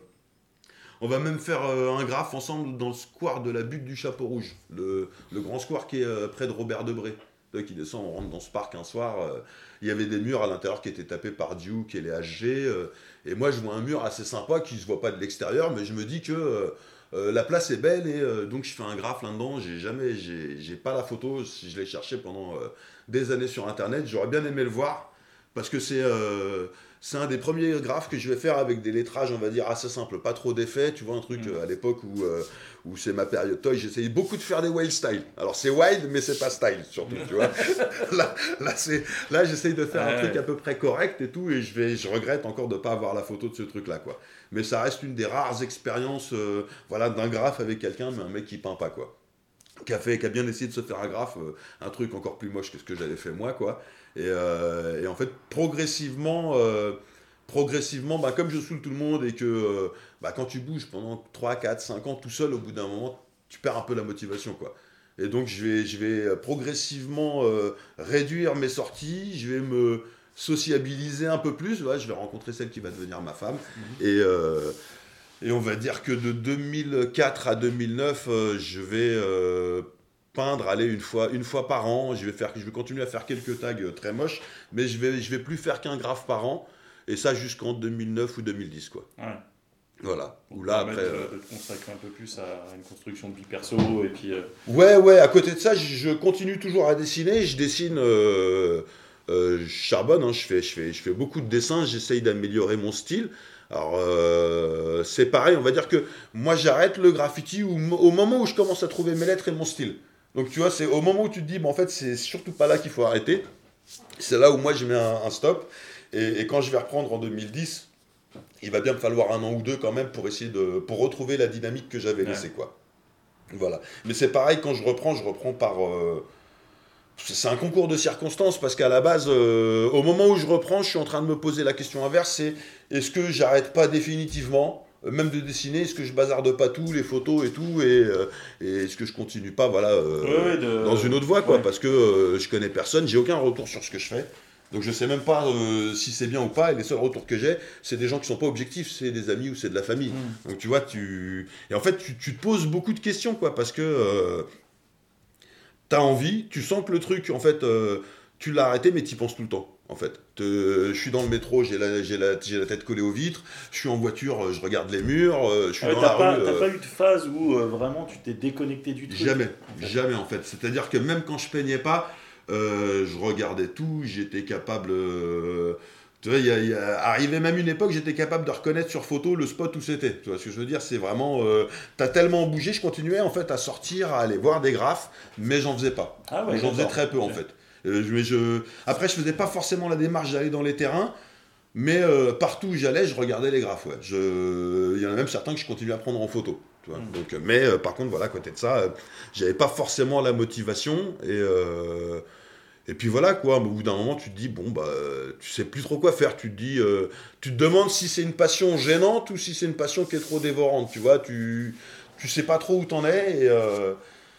on va même faire euh, un graphe ensemble dans le square de la butte du Chapeau Rouge, le, le grand square qui est euh, près de Robert Debré. Là, qui descend, on rentre dans ce parc un soir. euh, Il y avait des murs à l'intérieur qui étaient tapés par Duke et les H G. euh, et moi, je vois un mur assez sympa qui se voit pas de l'extérieur, mais je me dis que euh, euh, la place est belle et euh, donc je fais un graphe là-dedans. J'ai jamais, j'ai, j'ai pas la photo. Si je l'ai cherché pendant euh, des années sur Internet, j'aurais bien aimé le voir parce que c'est euh, c'est un des premiers graphes que je vais faire avec des lettrages, on va dire assez simples, pas trop d'effets. Tu vois un truc Mm. euh, à l'époque où euh, où c'est ma période toy, j'essayais beaucoup de faire des wild style. Alors c'est wild, mais c'est pas style surtout, tu vois. là, là, c'est, là, j'essaye de faire un Ouais. truc à peu près correct et tout, et je vais, je regrette encore de pas avoir la photo de ce truc-là, quoi. Mais ça reste une des rares expériences, euh, voilà, d'un graphe avec quelqu'un, mais un mec qui peint pas, quoi. Qui a fait, qui a bien essayé de se faire un graphe, euh, un truc encore plus moche que ce que j'avais fait moi, quoi. Et, euh, et en fait, progressivement. Euh, progressivement, bah, comme je saoule tout le monde et que euh, bah, quand tu bouges pendant trois, quatre, cinq ans tout seul, au bout d'un moment, tu perds un peu la motivation, quoi. Et donc, je vais, je vais progressivement euh, réduire mes sorties, je vais me sociabiliser un peu plus, ouais, je vais rencontrer celle qui va devenir ma femme. Mhm. Et, euh, et on va dire que de deux mille quatre à deux mille neuf, euh, je vais euh, peindre, aller une fois, une fois par an. Je vais, faire, je vais continuer à faire quelques tags euh, très moches, mais je vais, je vais plus faire qu'un graphe par an. Et ça jusqu'en deux mille neuf ou deux mille dix, quoi. Ouais. Voilà. Où Pour là, permettre après... de, euh, de te consacrer un peu plus à une construction de vie perso et puis. euh, Ouais, ouais, à côté de ça, je je continue toujours à dessiner. Je dessine... Euh, euh, je charbonne, hein, je, fais, je, fais, je fais beaucoup de dessins, j'essaye d'améliorer mon style. Alors, euh, c'est pareil, on va dire que moi, j'arrête le graffiti au, au moment où je commence à trouver mes lettres et mon style. Donc, tu vois, c'est au moment où tu te dis, bon, en fait, c'est surtout pas là qu'il faut arrêter. C'est là où moi, je mets un, un stop. Et, et quand je vais reprendre en deux mille dix, il va bien me falloir un an ou deux quand même pour essayer de pour retrouver la dynamique que j'avais Ouais. laissée, quoi. Voilà. Mais c'est pareil, quand je reprends, je reprends par... euh, c'est un concours de circonstances parce qu'à la base, euh, au moment où je reprends, je suis en train de me poser la question inverse, c'est est-ce que j'arrête pas définitivement, euh, même de dessiner, est-ce que je bazarde pas tout, les photos et tout, et, euh, et est-ce que je continue pas, voilà, euh, Ouais, ouais, de- dans une autre voie, quoi, ouais. parce que euh, je connais personne, j'ai aucun retour sur ce que je fais. Donc je sais même pas euh, si c'est bien ou pas, et les seuls retours que j'ai, c'est des gens qui sont pas objectifs, c'est des amis ou c'est de la famille. Mm. Donc tu vois, tu... Et en fait, tu, tu te poses beaucoup de questions, quoi, parce que euh, t'as envie, tu sens que le truc, en fait, euh, tu l'as arrêté, mais t'y penses tout le temps, en fait. Te- je suis dans le métro, j'ai la, j'ai, la, j'ai la tête collée aux vitres, je suis en voiture, euh, je regarde les murs, euh, je suis Ouais, dans t'as la pas, rue... t'as euh, pas eu de phase où euh, vraiment tu t'es déconnecté du truc. Jamais, en fait. jamais en fait. C'est-à-dire que même quand je peignais pas, euh, je regardais tout, j'étais capable... euh, tu vois, il y a, il y a- arrivé même une époque, j'étais capable de reconnaître sur photo le spot où c'était. Tu vois ce que je veux dire? C'est vraiment... Euh, t'as tellement bougé, je continuais en fait à sortir, à aller voir des graphes, mais j'en faisais pas. Ah ouais, j'en faisais d'accord. très peu en Ok. fait. Euh, je, mais je... Après, je faisais pas forcément la démarche d'aller dans les terrains, mais euh, partout où j'allais, je regardais les graphes. Ouais. Je... Il y en a même certains que je continuais à prendre en photo. Tu vois. Mm. Donc, euh, mais euh, par contre, voilà, à côté de ça, euh, j'avais pas forcément la motivation. Et, euh, et puis voilà, quoi. Au bout d'un moment, tu te dis, bon, bah, euh, tu sais plus trop quoi faire. Tu te dis, euh, tu te demandes si c'est une passion gênante ou si c'est une passion qui est trop dévorante. Tu vois, tu, tu sais pas trop où t'en es. Et, euh,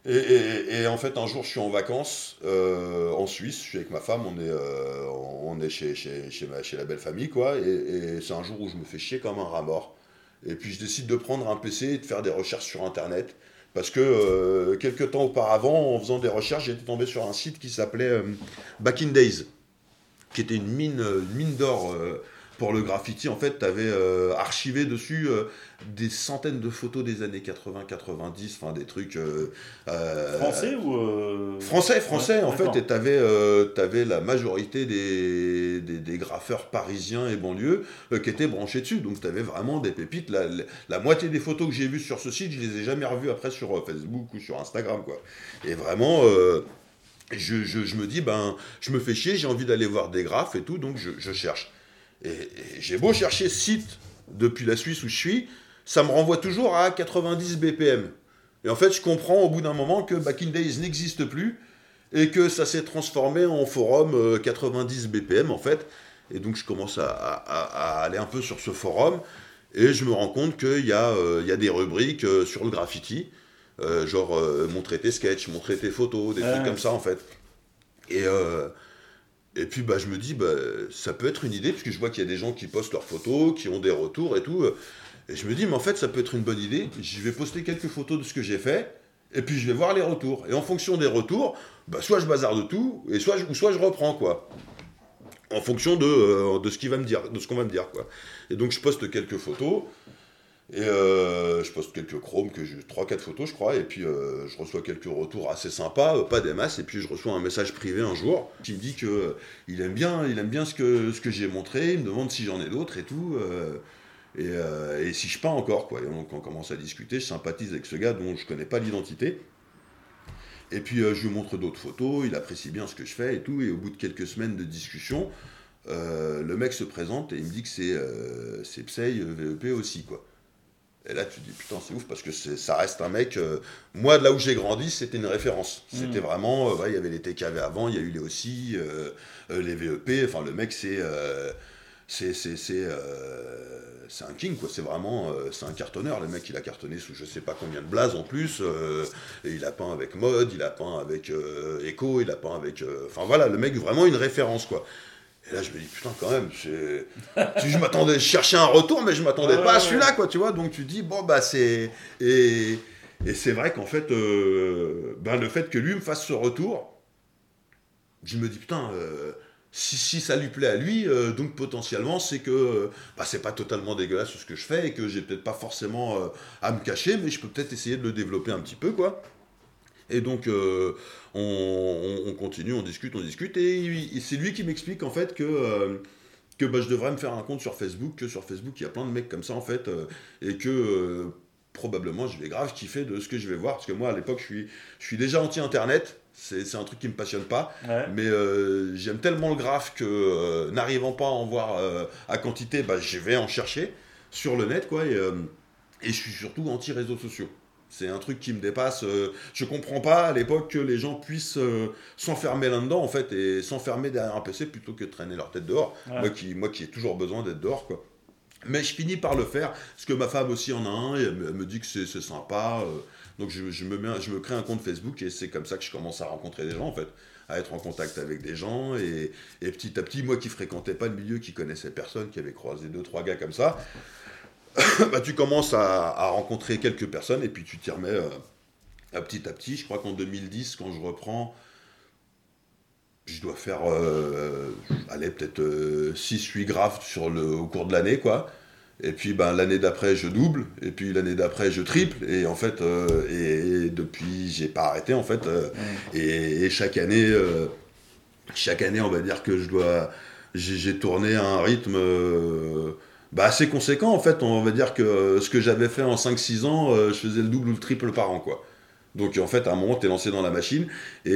Et, et, et en fait, un jour, je suis en vacances euh, en Suisse, je suis avec ma femme, on est, euh, on est chez, chez, chez, ma, chez la belle famille, quoi, et, et c'est un jour où je me fais chier comme un rat mort. Et puis je décide de prendre un P C et de faire des recherches sur Internet, parce que euh, quelques temps auparavant, en faisant des recherches, j'étais tombé sur un site qui s'appelait euh, Back in Days, qui était une mine, une mine d'or euh, pour le graffiti. En fait, tu avais euh, archivé dessus euh, des centaines de photos des années quatre-vingts quatre-vingt-dix, enfin des trucs... Euh, euh, Français ou... Euh... Français, français, ouais, en d'accord. fait, et tu avais euh, la majorité des, des, des graffeurs parisiens et banlieues euh, qui étaient branchés dessus. Donc tu avais vraiment des pépites. La, la, la moitié des photos que j'ai vues sur ce site, je les ai jamais revues après sur euh, Facebook ou sur Instagram, quoi. Et vraiment... Euh, Je, je, je me dis, ben, je me fais chier, j'ai envie d'aller voir des graphes et tout, donc je, je cherche. Et, et j'ai beau chercher ce site depuis la Suisse où je suis, ça me renvoie toujours à quatre-vingt-dix B P M. Et en fait, je comprends au bout d'un moment que Back in Days n'existe plus et que ça s'est transformé en forum euh, quatre-vingt-dix B P M, en fait. Et donc, je commence à, à, à aller un peu sur ce forum et je me rends compte qu'il y, euh, y a des rubriques euh, sur le graffiti. Euh, genre euh, montrer tes sketchs, montrer tes photos, des ouais. trucs comme ça en fait. Et, euh, et puis bah, je me dis, bah, ça peut être une idée, parce que je vois qu'il y a des gens qui postent leurs photos, qui ont des retours et tout. Et je me dis, mais en fait, ça peut être une bonne idée. Je vais poster quelques photos de ce que j'ai fait, et puis je vais voir les retours. Et en fonction des retours, bah, soit je bazarde de tout, et soit je, ou soit je reprends, quoi. En fonction de, euh, de ce qu'il va me dire, de ce qu'on va me dire, quoi. Et donc je poste quelques photos. Et euh, je poste quelques chromes, que j'ai trois quatre photos je crois, et puis euh, je reçois quelques retours assez sympas, euh, pas des masses, et puis je reçois un message privé un jour qui me dit que euh, il aime bien, il aime bien ce que, ce que j'ai montré, il me demande si j'en ai d'autres et tout, euh, et, euh, et si je peins encore, quoi. Et donc on commence à discuter, je sympathise avec ce gars dont je connais pas l'identité, et puis euh, je lui montre d'autres photos, il apprécie bien ce que je fais et tout, et au bout de quelques semaines de discussion, euh, le mec se présente et il me dit que c'est euh, c'est Psy V E P aussi, quoi. Et là, tu te dis, putain, c'est ouf, parce que c'est, ça reste un mec... Euh, moi, de là où j'ai grandi, c'était une référence. C'était mmh. vraiment... Euh, ouais, il y avait les T K V avant, il y a eu les aussi, euh, euh, les V E P. Enfin, le mec, c'est... Euh, c'est, c'est, c'est, euh, c'est un king, quoi. C'est vraiment... Euh, c'est un cartonneur. Le mec, il a cartonné sous je sais pas combien de blazes, en plus. Euh, et il a peint avec Mode, il a peint avec euh, Echo, il a peint avec... Enfin, euh, voilà, le mec, vraiment une référence, quoi. Et là, je me dis, putain, quand même, c'est... je m'attendais, je cherchais un retour, mais je m'attendais ouais, pas à celui-là, quoi, tu vois. Donc, tu dis, bon, bah, c'est... Et, et c'est vrai qu'en fait, euh, ben, le fait que lui me fasse ce retour, je me dis, putain, euh, si, si ça lui plaît à lui, euh, donc potentiellement, c'est que bah, c'est pas totalement dégueulasse ce que je fais et que j'ai peut-être pas forcément euh, à me cacher, mais je peux peut-être essayer de le développer un petit peu, quoi. Et donc, euh, on, on, on continue, on discute, on discute, et, et c'est lui qui m'explique en fait que, euh, que bah, je devrais me faire un compte sur Facebook, que sur Facebook, il y a plein de mecs comme ça en fait, euh, et que euh, probablement je vais grave kiffer de ce que je vais voir, parce que moi à l'époque, je suis, je suis déjà anti-internet, c'est, c'est un truc qui me passionne pas, ouais. mais euh, j'aime tellement le graphe que, euh, n'arrivant pas à en voir euh, à quantité, bah, je vais en chercher sur le net, quoi, et, euh, et je suis surtout anti-réseaux sociaux. C'est un truc qui me dépasse. Euh, je comprends pas à l'époque que les gens puissent euh, s'enfermer là-dedans, en fait, et s'enfermer derrière un P C plutôt que de traîner leur tête dehors. Ouais. Moi, qui, moi qui ai toujours besoin d'être dehors, quoi. Mais je finis par le faire, parce que ma femme aussi en a un, et elle me, elle me dit que c'est, c'est sympa. Euh, donc je, je, me mets, je me crée un compte Facebook, et c'est comme ça que je commence à rencontrer des gens, en fait. À être en contact avec des gens, et, et petit à petit, moi qui fréquentais pas le milieu, qui connaissait personne, qui avait croisé deux, trois gars comme ça, bah, tu commences à, à rencontrer quelques personnes et puis tu t'y remets euh, à petit à petit. Je crois qu'en deux mille dix, quand je reprends, je dois faire euh, allez, peut-être euh, six huit graphes sur le, au cours de l'année, quoi. Et puis ben, l'année d'après, je double. Et puis l'année d'après, je triple. Et en fait, euh, et, et depuis, j'ai pas arrêté, en fait. Euh, mmh. et, et chaque année, euh, chaque année, on va dire que je dois... J'ai, j'ai tourné à un rythme... Euh, Bah assez conséquent en fait, on va dire que euh, ce que j'avais fait en cinq six ans, euh, je faisais le double ou le triple par an, quoi. Donc en fait à un moment t'es lancé dans la machine et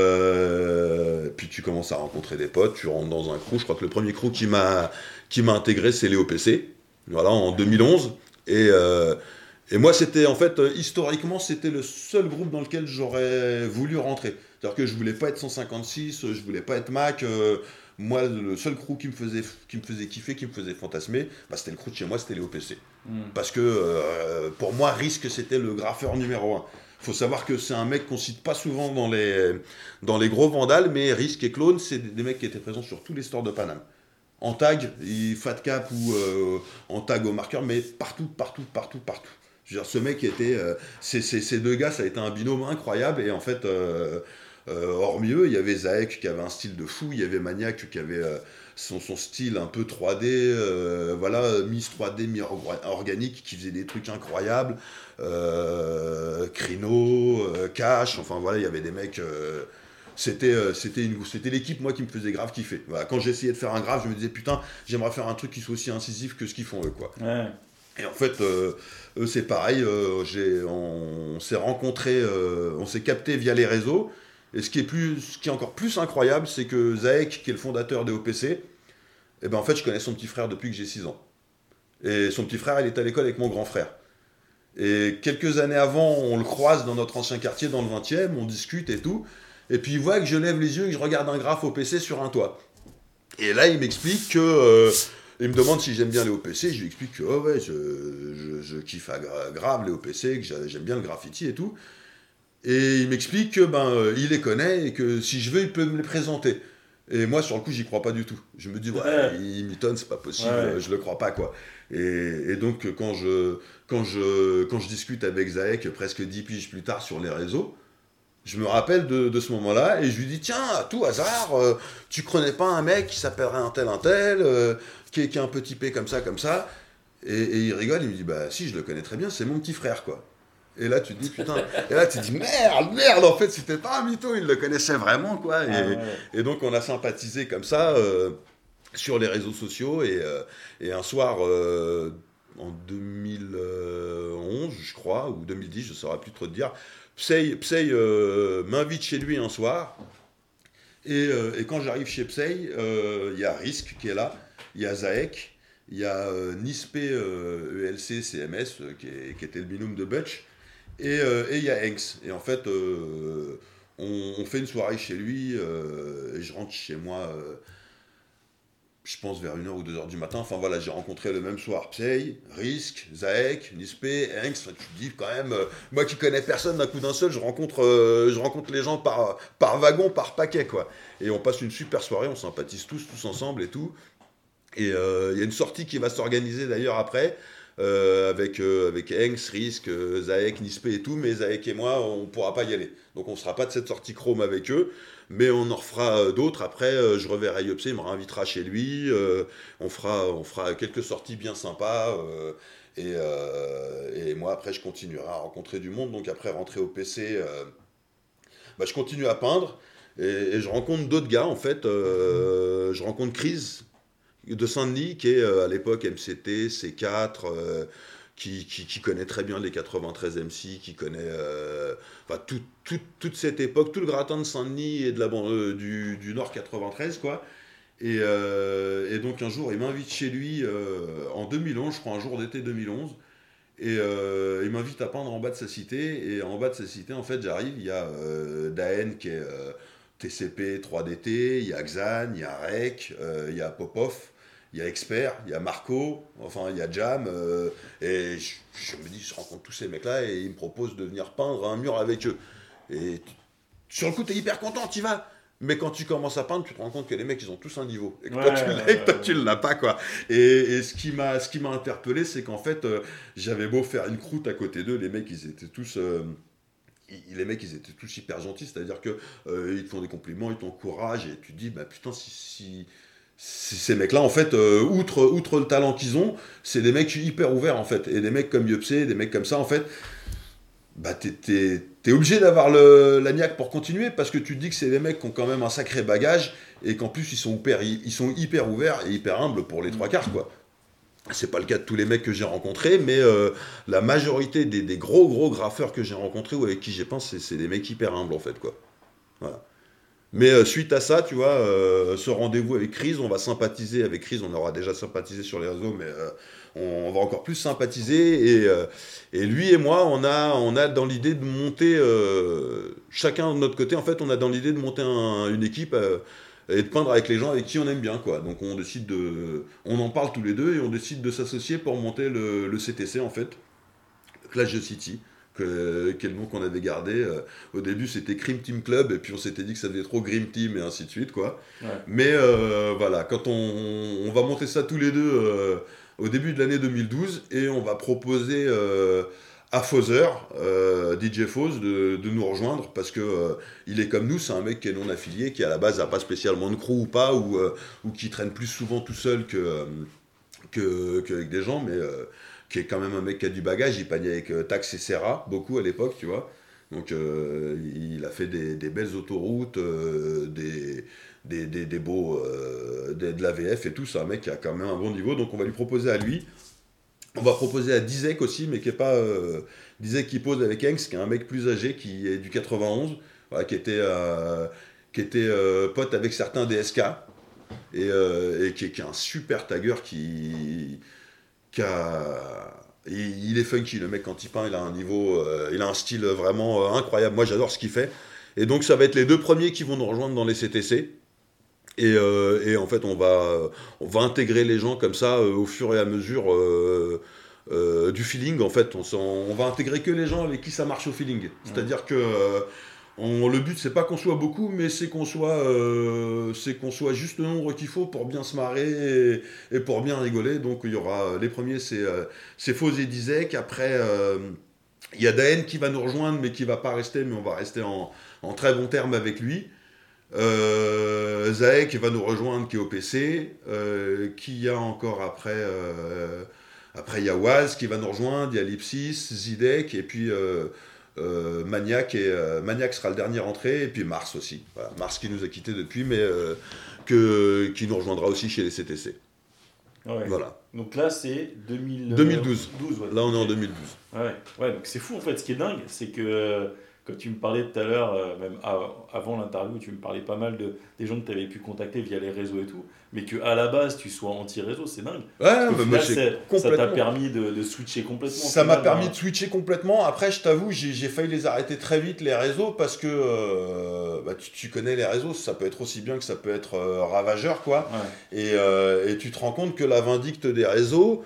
euh, puis tu commences à rencontrer des potes, tu rentres dans un crew. Je crois que le premier crew qui m'a, qui m'a intégré c'est Léo P C, voilà, en deux mille onze, et, euh, et moi c'était en fait historiquement c'était le seul groupe dans lequel j'aurais voulu rentrer. C'est-à-dire que je voulais pas être cent cinquante-six, je voulais pas être Mac. Euh, Moi, le seul crew qui me faisait, qui me faisait kiffer, qui me faisait fantasmer, bah, c'était le crew de chez moi, c'était Léo P C. Mm. Parce que, euh, pour moi, Risque, c'était le graffeur numéro un. faut savoir que c'est un mec qu'on cite pas souvent dans les, dans les gros vandales, mais Risk et Clone, c'est des, des mecs qui étaient présents sur tous les stores de Paname. En tag, fat cap ou euh, en tag au marqueur, mais partout, partout, partout, partout. Je veux dire, ce mec était... Euh, c'est, c'est, ces deux gars, ça a été un binôme incroyable, et en fait... Euh, Euh, hormis eux, il y avait Zaek qui avait un style de fou, il y avait Maniac qui avait euh, son, son style un peu trois D, euh, voilà, Miss trois D, mi-organique, qui faisait des trucs incroyables, euh, Crino, euh, Cash, enfin voilà, il y avait des mecs... Euh, c'était, euh, c'était, une, c'était l'équipe, moi, qui me faisait grave kiffer. Voilà, quand j'essayais de faire un grave, je me disais, putain, j'aimerais faire un truc qui soit aussi incisif que ce qu'ils font eux, quoi. Ouais. Et en fait, euh, eux, c'est pareil, euh, j'ai, on, on s'est rencontrés, euh, on s'est captés via les réseaux. Et ce qui est, plus, ce qui est encore plus incroyable, c'est que Zaek, qui est le fondateur des O P C, eh ben en fait, je connais son petit frère depuis que j'ai six ans. Et son petit frère, il est à l'école avec mon grand frère. Et quelques années avant, on le croise dans notre ancien quartier, dans le vingtième, on discute et tout. Et puis il voit que je lève les yeux et que je regarde un graphe O P C sur un toit. Et là, il m'explique que... Euh, il me demande si j'aime bien les O P C. Je lui explique que oh ouais, je, je, je kiffe grave les O P C, que j'aime bien le graffiti et tout. Et il m'explique que ben euh, il les connaît et que si je veux, il peut me les présenter. Et moi, sur le coup, j'y crois pas du tout. Je me dis, ouais, ouais. il mitonne, c'est pas possible, ouais. je le crois pas, quoi. Et, et donc, quand je, quand, je, quand je discute avec Zaek, presque dix piges plus tard sur les réseaux, je me rappelle de, de ce moment-là et je lui dis, tiens, à tout hasard, euh, tu connais pas un mec qui s'appellerait un tel, un tel, euh, qui, est, qui est un peu typé comme ça, comme ça. Et, et il rigole, il me dit, bah si, je le connais très bien, c'est mon petit frère, quoi. Et là, tu te dis, putain, et là, tu te dis, merde, merde, en fait, c'était pas un mytho, il le connaissait vraiment, quoi. Et, ah ouais. et donc, on a sympathisé comme ça euh, sur les réseaux sociaux. Et, euh, et un soir, euh, en deux mille onze, je crois, ou deux mille dix, je ne saurais plus trop te dire, Psy, Psy euh, m'invite chez lui un soir. Et, euh, et quand j'arrive chez Psy, il euh, y a Risk qui est là, il y a Zaek, il y a euh, Nispe euh, E L C C M S, euh, qui, est, qui était le binôme de Butch. Et il euh, y a Hanks. Et en fait, euh, on, on fait une soirée chez lui, euh, et je rentre chez moi, euh, je pense vers une heure ou deux heures du matin. Enfin voilà, j'ai rencontré le même soir Psy, Risk, Zaek, Nispe, Hanks. Enfin, tu te dis quand même, euh, moi qui connais personne d'un coup d'un seul, je rencontre, euh, je rencontre les gens par, par wagon, par paquet, quoi. Et on passe une super soirée, on sympathise tous, tous ensemble et tout. Et il euh, y a une sortie qui va s'organiser d'ailleurs après. Euh, avec, euh, avec Hanks, Risk, euh, Zaek, Nispe et tout, mais Zaek et moi, on ne pourra pas y aller. Donc on ne sera pas de cette sortie chrome avec eux, mais on en refera euh, d'autres. Après, euh, je reverrai Yopsé, il me réinvitera chez lui, euh, on, fera, on fera quelques sorties bien sympas, euh, et, euh, et moi, après, je continuerai à rencontrer du monde. Donc après, rentrer au P C, euh, bah, je continue à peindre, et, et je rencontre d'autres gars, en fait. Euh, je rencontre Chris de Saint-Denis, qui est euh, à l'époque M C T, C quatre, euh, qui, qui, qui connaît très bien les quatre-vingt-treize M C, qui connaît euh, enfin, tout, tout, toute cette époque, tout le gratin de Saint-Denis et de la, euh, du, du Nord quatre-vingt-treize, quoi. Et, euh, et donc un jour, il m'invite chez lui, euh, en deux mille onze, je crois, un jour d'été deux mille onze, et euh, il m'invite à peindre en bas de sa cité, et en bas de sa cité, en fait, j'arrive, il y a euh, Daen, qui est euh, T C P trois D T, il y a Xan, il y a Rek, euh, il y a Popov, il y a Expert, il y a Marco, enfin il y a Jam, euh, et je, je me dis, je rencontre tous ces mecs-là et ils me proposent de venir peindre un mur avec eux. Et tu, sur le coup, t'es hyper content, t'y vas. Mais quand tu commences à peindre, tu te rends compte que les mecs, ils ont tous un niveau. Et que ouais, toi, tu l'as, ouais, toi, tu l'as pas, quoi. Et, et ce, qui m'a, ce qui m'a interpellé, c'est qu'en fait, euh, j'avais beau faire une croûte à côté d'eux, les mecs, ils étaient tous... Euh, les mecs, ils étaient tous hyper gentils, c'est-à-dire qu'ils euh, te font des compliments, ils t'encouragent, et tu te dis, bah putain, si... si ces mecs-là, en fait, euh, outre, outre le talent qu'ils ont, c'est des mecs hyper ouverts, en fait. Et des mecs comme Yopsé, des mecs comme ça, en fait, bah, t'es, t'es, t'es obligé d'avoir le, la niaque pour continuer, parce que tu te dis que c'est des mecs qui ont quand même un sacré bagage, et qu'en plus, ils sont hyper, ils sont hyper ouverts et hyper humbles pour les trois quarts, quoi. C'est pas le cas de tous les mecs que j'ai rencontrés, mais euh, la majorité des, des gros, gros graffeurs que j'ai rencontrés ou avec qui j'ai peint, c'est, c'est des mecs hyper humbles, en fait, quoi. Voilà. Mais euh, suite à ça, tu vois, euh, ce rendez-vous avec Chris, on va sympathiser avec Chris, on aura déjà sympathisé sur les réseaux, mais euh, on, on va encore plus sympathiser. Et, euh, et lui et moi, on a, on a dans l'idée de monter, euh, chacun de notre côté, en fait, on a dans l'idée de monter un, une équipe euh, et de peindre avec les gens avec qui on aime bien, quoi. Donc on décide de, on en parle tous les deux et on décide de s'associer pour monter le, le C T C, en fait, Clash the City. que, quel nom qu'on avait gardé. Euh, au début, c'était Cream Team Club, et puis on s'était dit que ça faisait trop Grim Team, et ainsi de suite, quoi. Ouais. Mais euh, voilà, quand on, on va monter ça tous les deux euh, au début de l'année deux mille douze, et on va proposer euh, à Fozzer, euh, D J Foz, de, de nous rejoindre, parce que euh, il est comme nous, c'est un mec qui est non affilié, qui à la base n'a pas spécialement de crew ou pas, ou, euh, ou qui traîne plus souvent tout seul que, euh, que, qu'avec des gens, mais euh, qui est quand même un mec qui a du bagage. Il paniait avec euh, Tax et Serra, beaucoup à l'époque, tu vois. Donc euh, il a fait des, des belles autoroutes, euh, des, des, des, des beaux, euh, des, de l'A V F et tout. C'est un mec qui a quand même un bon niveau, donc on va lui proposer à lui. On va proposer à Dizek aussi, mais qui est pas euh, Dizek qui pose avec Engs, qui est un mec plus âgé, qui est du quatre-vingt-onze, voilà, qui était, euh, qui était euh, pote avec certains D S K, et, euh, et qui, est, qui est un super tagger qui, qui a... Il, il est funky, le mec, quand il peint, il a un niveau, euh, il a un style vraiment euh, incroyable. Moi, j'adore ce qu'il fait. Et donc, ça va être les deux premiers qui vont nous rejoindre dans les C T C. Et, euh, et en fait, on va, on va intégrer les gens comme ça euh, au fur et à mesure euh, euh, du feeling. En fait, on, on va intégrer que les gens avec qui ça marche au feeling. C'est-à-dire que euh, on, le but, c'est pas qu'on soit beaucoup, mais c'est qu'on soit, euh, c'est qu'on soit juste le nombre qu'il faut pour bien se marrer et, et pour bien rigoler. Donc, il y aura les premiers, c'est, euh, c'est Foz et Dizek. Après, euh, il y a Daen qui va nous rejoindre, mais qui va pas rester, mais on va rester en, en très bon terme avec lui. Euh, Zaek va nous rejoindre, qui est au P C. Euh, qui y a encore après euh, après il y a Waz qui va nous rejoindre, il y a Lipsis, Zidek, et puis euh, euh, Maniac, et euh, Maniac sera le dernier entré, et puis Mars aussi. Voilà, Mars qui nous a quittés depuis, mais euh, que, qui nous rejoindra aussi chez les C T C. Ouais. Voilà. Donc là, c'est deux mille... deux mille douze. douze, ouais. Là, on est en Ok. deux mille douze. Ouais, ouais, donc c'est fou en fait. Ce qui est dingue, c'est que euh, quand tu me parlais tout à l'heure, euh, même av- avant l'interview, tu me parlais pas mal de, des gens que tu avais pu contacter via les réseaux et tout, mais qu'à la base tu sois anti-réseau, c'est dingue. Ouais, Parce qu'au bah, moi, final, c'est c'est- ça complètement. t'a permis de, de switcher complètement. au Ça m'a final, permis hein. de switcher complètement. Après, je t'avoue, j'ai, j'ai failli les arrêter très vite, les réseaux, parce que euh, bah, tu, tu connais les réseaux, ça peut être aussi bien que ça peut être euh, ravageur, quoi. Ouais. Et, euh, et tu te rends compte que la vindicte des réseaux,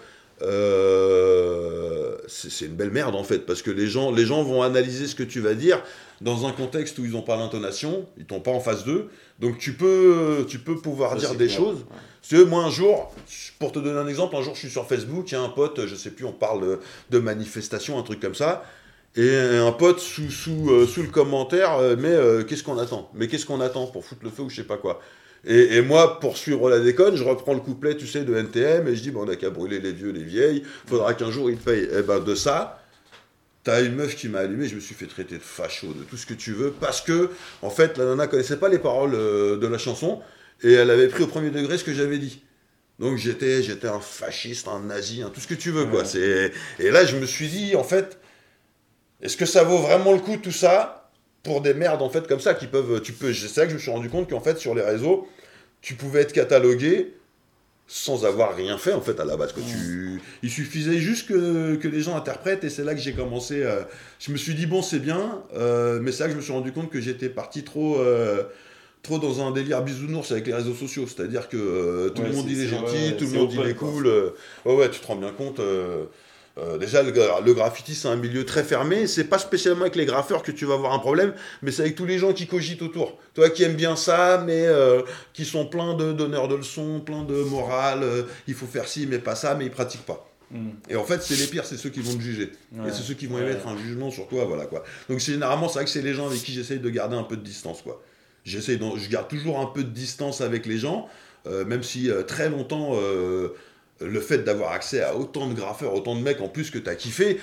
euh, c'est, c'est une belle merde, en fait, parce que les gens, les gens vont analyser ce que tu vas dire dans un contexte où ils n'ont pas l'intonation, ils t'ont pas en face d'eux, donc tu peux, tu peux pouvoir Ça, dire c'est des clair. choses. Ouais. Parce que moi, un jour, pour te donner un exemple, un jour je suis sur Facebook, il y a un pote, je sais plus, on parle de, de manifestation, un truc comme ça, et un pote sous, sous, euh, sous le commentaire, euh, mais euh, qu'est-ce qu'on attend Mais qu'est-ce qu'on attend pour foutre le feu ou je sais pas quoi. Et, et moi, pour suivre la déconne, je reprends le couplet, tu sais, de N T M, et je dis, bon, on n'a qu'à brûler les vieux, les vieilles, faudra qu'un jour ils payent. Et ben de ça, t'as une meuf qui m'a allumé, je me suis fait traiter de facho, de tout ce que tu veux, parce que, en fait, la nana connaissait pas les paroles euh, de la chanson, et elle avait pris au premier degré ce que j'avais dit. Donc j'étais, j'étais un fasciste, un nazi, un tout ce que tu veux, quoi. Ouais. C'est... Et là, je me suis dit, en fait, est-ce que ça vaut vraiment le coup, tout ça, pour des merdes, en fait, comme ça, qui peuvent... Tu peux... C'est là que je me suis rendu compte qu'en fait, sur les réseaux, tu pouvais être catalogué sans avoir rien fait, en fait, à la base. Quoi. Tu... Il suffisait juste que, que les gens interprètent, et c'est là que j'ai commencé... euh, Je me suis dit, bon, c'est bien, euh, mais c'est là que je me suis rendu compte que j'étais parti trop... euh, trop dans un délire bisounours avec les réseaux sociaux, c'est-à-dire que euh, tout Ouais, le monde c'est- il est c'est- gentil, ouais, tout le c'est monde il open, est quoi. cool, euh, ouais ouais, tu te rends bien compte, euh, euh, déjà le, gra- le graffiti c'est un milieu très fermé, c'est pas spécialement avec les graffeurs que tu vas avoir un problème, mais c'est avec tous les gens qui cogitent autour, toi qui aimes bien ça, mais euh, qui sont pleins de donneurs de leçons, pleins de morale, euh, il faut faire ci mais pas ça, mais ils pratiquent pas. Mm. Et en fait, c'est les pires, c'est ceux qui vont te juger. Ouais. Et c'est ceux qui vont Ouais. émettre un jugement sur toi, voilà quoi. Donc c'est généralement, c'est vrai que c'est les gens avec qui j'essaye de garder un peu de distance, quoi. J'essaye, d'en- je garde toujours un peu de distance avec les gens, euh, même si euh, très longtemps, euh, le fait d'avoir accès à autant de graffeurs, autant de mecs en plus que t'as kiffé,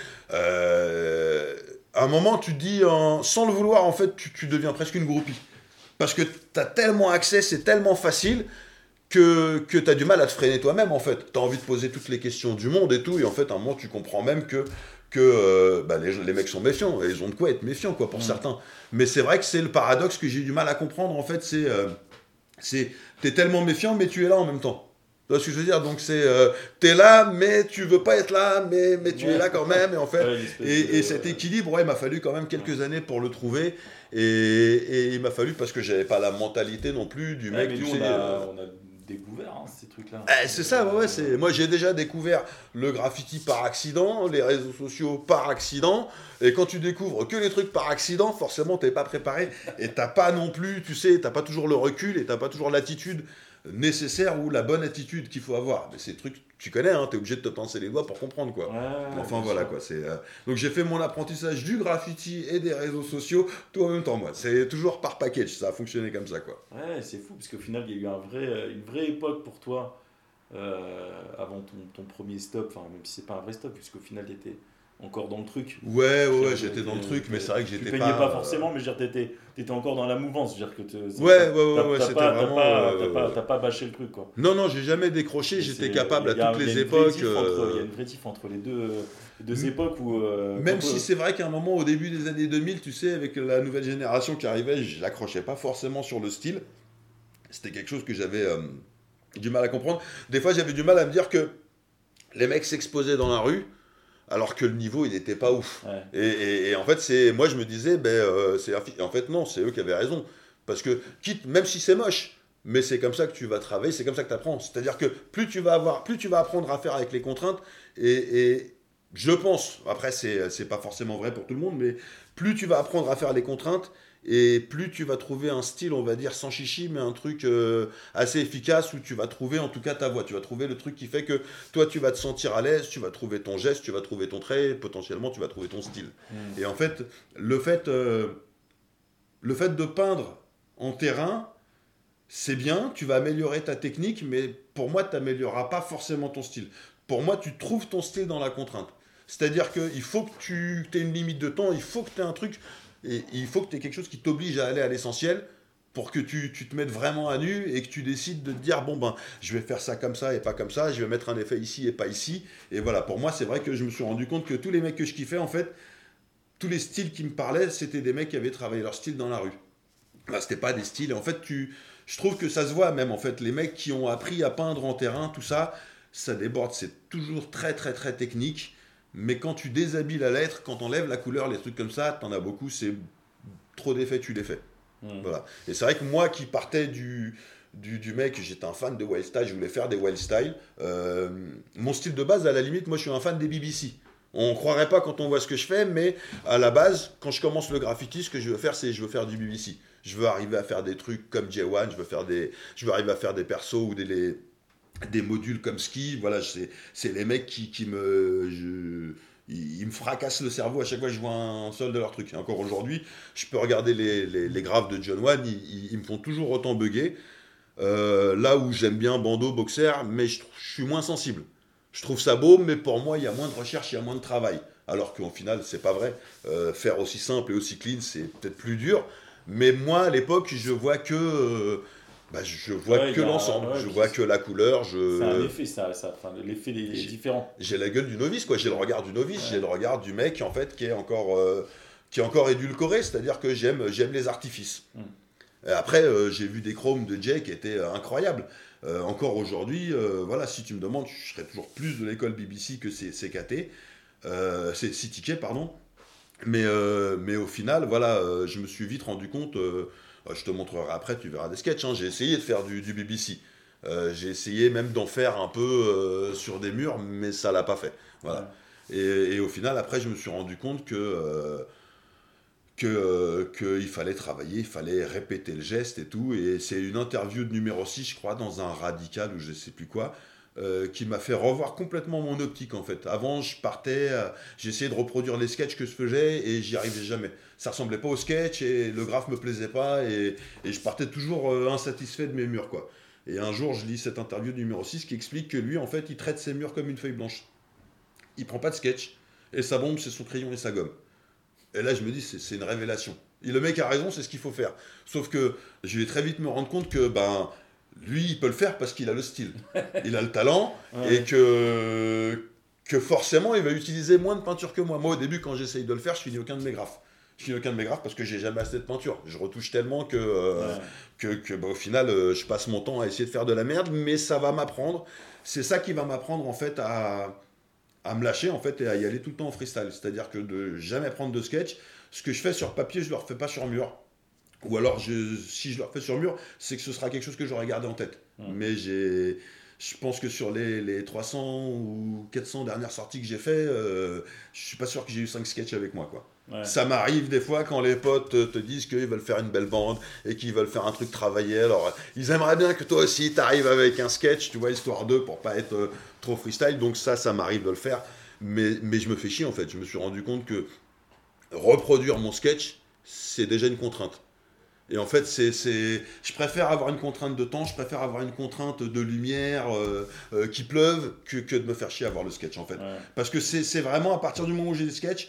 euh, à un moment, tu te dis, en- sans le vouloir, en fait, tu, tu deviens presque une groupie. Parce que t'as tellement accès, c'est tellement facile que, que tu as du mal à te freiner toi-même, en fait. Tu as envie de poser toutes les questions du monde et tout, et en fait, à un moment, tu comprends même que, que euh, bah, les, les mecs sont méfiants, et ils ont de quoi être méfiants, quoi, pour Mm. certains. Mais c'est vrai que c'est le paradoxe que j'ai eu du mal à comprendre, en fait, c'est... Euh, c'est t'es tellement méfiant, mais tu es là en même temps. Tu vois ce que je veux dire? Donc, c'est... Euh, t'es là, mais tu veux pas être là, mais, mais tu Ouais. es là quand même, et en fait... Ouais, l'espèce Et, de- et cet équilibre, ouais, il m'a fallu quand même quelques années pour le trouver. Et, et il m'a fallu parce que j'avais pas la mentalité non plus du Ouais, mec, mais tu nous, sais... on a, euh, on a découvert, hein, ces trucs-là. Eh, c'est ça, ouais, ouais, c'est... Moi j'ai déjà découvert le graffiti par accident, les réseaux sociaux par accident, et quand tu découvres que les trucs par accident, forcément t'es pas préparé, et t'as pas non plus, tu sais, t'as pas toujours le recul, et t'as pas toujours l'attitude nécessaire ou la bonne attitude qu'il faut avoir. Mais ces trucs, tu connais, hein, t'es obligé de te pincer les doigts pour comprendre, quoi. Ouais, enfin voilà, sûr. quoi. C'est, euh... Donc j'ai fait mon apprentissage du graffiti et des réseaux sociaux tout en même temps, moi. C'est toujours par package, ça a fonctionné comme ça, quoi. Ouais, c'est fou, parce qu'au final, il y a eu un vrai, une vraie époque pour toi euh, avant ton, ton premier stop, enfin, même si c'est pas un vrai stop, puisqu'au final, t'étais encore dans le truc. Ouais, ouais, ouais, j'étais dans le truc, mais c'est vrai que j'étais pas... Tu peignais pas forcément, mais je veux dire, t'étais, t'étais encore dans la mouvance, je veux dire que... Te, ouais, ouais, ouais, ouais, c'était pas, vraiment... T'as pas, euh... t'as pas, t'as pas bâché le truc, quoi. Non, non, j'ai jamais décroché, j'étais capable à toutes les époques... Il y a une vraie diff entre les deux, deux époques où... Euh, Même si c'est vrai qu'à un moment, au début des années deux mille, tu sais, avec la nouvelle génération qui arrivait, je l'accrochais pas forcément sur le style. C'était quelque chose que j'avais euh, du mal à comprendre. Des fois, j'avais du mal à me dire que les mecs s'exposaient dans la rue, alors que le niveau il n'était pas ouf. Ouais. Et, et, et en fait, c'est, moi je me disais, ben, euh, c'est, en fait non, c'est eux qui avaient raison. Parce que, quitte, même si c'est moche, mais c'est comme ça que tu vas travailler, c'est comme ça que tu apprends. C'est-à-dire que plus tu vas avoir, plus tu vas apprendre à faire avec les contraintes, et, et je pense, après c'est, c'est pas forcément vrai pour tout le monde, mais plus tu vas apprendre à faire les contraintes, et plus tu vas trouver un style, on va dire, sans chichi, mais un truc euh, assez efficace où tu vas trouver en tout cas ta voix. Tu vas trouver le truc qui fait que toi, tu vas te sentir à l'aise, tu vas trouver ton geste, tu vas trouver ton trait, potentiellement, tu vas trouver ton style. Mmh. Et en fait, le fait, euh, le fait de peindre en terrain, c'est bien, tu vas améliorer ta technique, mais pour moi, tu n'amélioreras pas forcément ton style. Pour moi, tu trouves ton style dans la contrainte. C'est-à-dire qu'il faut que tu aies une limite de temps, il faut que tu aies un truc... Et il faut que tu aies quelque chose qui t'oblige à aller à l'essentiel pour que tu, tu te mettes vraiment à nu et que tu décides de te dire bon ben je vais faire ça comme ça et pas comme ça, je vais mettre un effet ici et pas ici. Et voilà, pour moi c'est vrai que je me suis rendu compte que tous les mecs que je kiffais en fait, tous les styles qui me parlaient, c'était des mecs qui avaient travaillé leur style dans la rue. Là, c'était pas des styles. En fait, tu, je trouve que ça se voit même en fait, les mecs qui ont appris à peindre en terrain, tout ça, ça déborde, c'est toujours très très très technique. Mais quand tu déshabilles la lettre, quand on enlève la couleur, les trucs comme ça, t'en as beaucoup, c'est trop d'effets, tu les fais. Mmh. Voilà. Et c'est vrai que moi qui partais du, du, du mec, j'étais un fan de wild style, je voulais faire des wild style. Euh, mon style de base, à la limite, moi je suis un fan des B B C. On ne croirait pas quand on voit ce que je fais, mais à la base, quand je commence le graffiti, ce que je veux faire, c'est je veux faire du B B C. Je veux arriver à faire des trucs comme J un, je veux, faire des, je veux arriver à faire des persos ou des... Les, des modules comme ski, voilà, c'est, c'est les mecs qui, qui me... Je, ils, ils me fracassent le cerveau à chaque fois que je vois un seul de leurs trucs. Et encore aujourd'hui, je peux regarder les, les, les graphes de John One, ils, ils, ils me font toujours autant bugger. Euh, là où j'aime bien Bando, Boxer, mais je, je suis moins sensible. Je trouve ça beau, mais pour moi, il y a moins de recherche, il y a moins de travail. Alors qu'au final, c'est pas vrai. Euh, faire aussi simple et aussi clean, c'est peut-être plus dur. Mais moi, à l'époque, je vois que... Euh, Bah, je vois ouais, que a, l'ensemble, ouais, je vois que la couleur. Je... C'est un effet, ça, ça, enfin, l'effet est j'ai, différent. J'ai la gueule du novice, quoi. J'ai le regard du novice, ouais. J'ai le regard du mec en fait qui est encore, euh, qui est encore édulcoré, c'est-à-dire que j'aime, j'aime les artifices. Mm. Et après, euh, j'ai vu des chromes de Jay qui étaient euh, incroyables. Euh, encore aujourd'hui, euh, voilà, si tu me demandes, je serais toujours plus de l'école B B C que C K T, euh, c'est C T K, pardon. Mais, euh, mais au final, voilà, euh, je me suis vite rendu compte. Euh, Je te montrerai après, tu verras des sketchs. Hein. J'ai essayé de faire du, du B B C. Euh, j'ai essayé même d'en faire un peu euh, sur des murs, mais ça l'a pas fait. Voilà. Ouais. Et, et au final, après, je me suis rendu compte que, euh, que, euh, que il fallait travailler, il fallait répéter le geste et tout. Et c'est une interview de numéro six, je crois, dans un Radical ou je sais plus quoi, Euh, qui m'a fait revoir complètement mon optique en fait. Avant je partais, euh, j'essayais de reproduire les sketchs que je faisais et j'y arrivais jamais. Ça ressemblait pas au sketch et le graphe me plaisait pas et, et je partais toujours euh, insatisfait de mes murs quoi. Et un jour je lis cette interview du numéro six qui explique que lui en fait il traite ses murs comme une feuille blanche. Il prend pas de sketch et sa bombe c'est son crayon et sa gomme. Et là je me dis c'est, c'est une révélation. Et le mec a raison, c'est ce qu'il faut faire. Sauf que je vais très vite me rendre compte que ben lui, il peut le faire parce qu'il a le style, il a le talent, ouais. Et que, que forcément, il va utiliser moins de peinture que moi. Moi, au début, quand j'essaye de le faire, je finis aucun de mes graphes. Je finis aucun de mes graphes parce que j'ai jamais assez de peinture. Je retouche tellement que, euh, ouais. que, que bah, au final, euh, je passe mon temps à essayer de faire de la merde, mais ça va m'apprendre. C'est ça qui va m'apprendre, en fait, à, à me lâcher, en fait, et à y aller tout le temps en freestyle. C'est-à-dire que de jamais prendre de sketch. Ce que je fais sur papier, je ne le refais pas sur mur. Ou alors, je, si je le refais sur mur, c'est que ce sera quelque chose que j'aurais gardé en tête. Mmh. Mais j'ai, je pense que sur les, les trois cents ou quatre cents dernières sorties que j'ai fait, euh, je suis pas sûr que j'ai eu cinq sketchs avec moi, quoi. Ouais. Ça m'arrive des fois quand les potes te disent qu'ils veulent faire une belle bande et qu'ils veulent faire un truc travaillé. Alors, ils aimeraient bien que toi aussi t'arrives avec un sketch, tu vois, histoire d'eux, pour pas être euh, trop freestyle. Donc ça, ça m'arrive de le faire. Mais, mais je me fais chier, en fait. Je me suis rendu compte que reproduire mon sketch, c'est déjà une contrainte. Et en fait, c'est, c'est, je préfère avoir une contrainte de temps, je préfère avoir une contrainte de lumière, euh, euh, qu'il pleuve, que, que de me faire chier à voir le sketch, en fait. Ouais. Parce que c'est, c'est vraiment à partir du moment où j'ai des sketchs,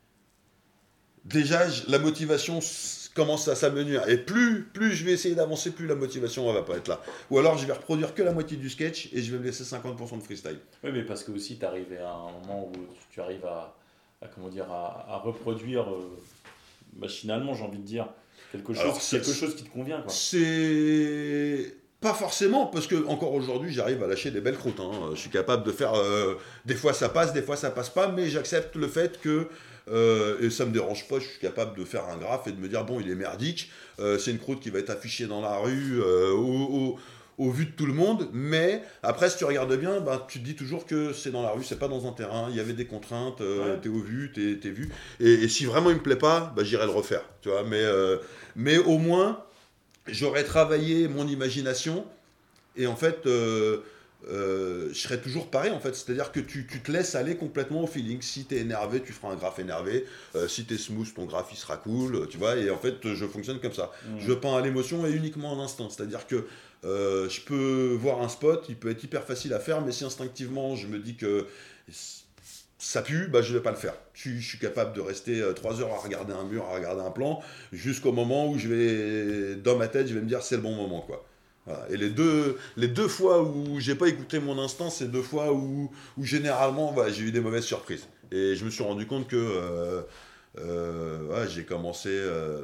déjà, je- la motivation s- commence à s'amenuire. Et plus, plus je vais essayer d'avancer, plus la motivation ne va pas être là. Ou alors, je vais reproduire que la moitié du sketch et je vais me laisser cinquante pour cent de freestyle. Oui, mais parce que aussi, tu arrives à un moment où tu arrives à, à, comment dire, à, à reproduire euh, machinalement, j'ai envie de dire, quelque chose, Alors, c'est- quelque chose qui te convient. Quoi. C'est pas forcément, parce que encore aujourd'hui, j'arrive à lâcher des belles croûtes. Hein. Je suis capable de faire. euh, des fois ça passe, des fois ça passe pas, mais j'accepte le fait que. euh, et ça me dérange pas, je suis capable de faire un graphe et de me dire bon, il est merdique, euh, c'est une croûte qui va être affichée dans la rue euh, au, au- au vu de tout le monde, mais après, si tu regardes bien, bah, tu te dis toujours que c'est dans la rue, c'est pas dans un terrain, il y avait des contraintes, euh, Ouais. t'es au vu, t'es, t'es vu, et, et si vraiment il me plaît pas, bah, j'irai le refaire, tu vois, mais, euh, mais au moins, j'aurais travaillé mon imagination, et en fait, euh, euh, je serais toujours pareil, en fait, c'est-à-dire que tu, tu te laisses aller complètement au feeling, si t'es énervé, tu feras un graphe énervé, euh, si t'es smooth, ton graphe il sera cool, tu vois, et en fait, je fonctionne comme ça. Mmh. Je peins à l'émotion et uniquement en instinct. C'est-à-dire que euh, je peux voir un spot, il peut être hyper facile à faire, mais si instinctivement je me dis que ça pue, bah, je ne vais pas le faire. Je, je suis capable de rester euh, trois heures à regarder un mur, à regarder un plan, jusqu'au moment où je vais, dans ma tête, je vais me dire c'est le bon moment, quoi. Voilà. Et les deux, les deux fois où j'ai pas écouté mon instinct, c'est deux fois où, où généralement voilà, j'ai eu des mauvaises surprises. Et je me suis rendu compte que euh, euh, ouais, j'ai commencé euh,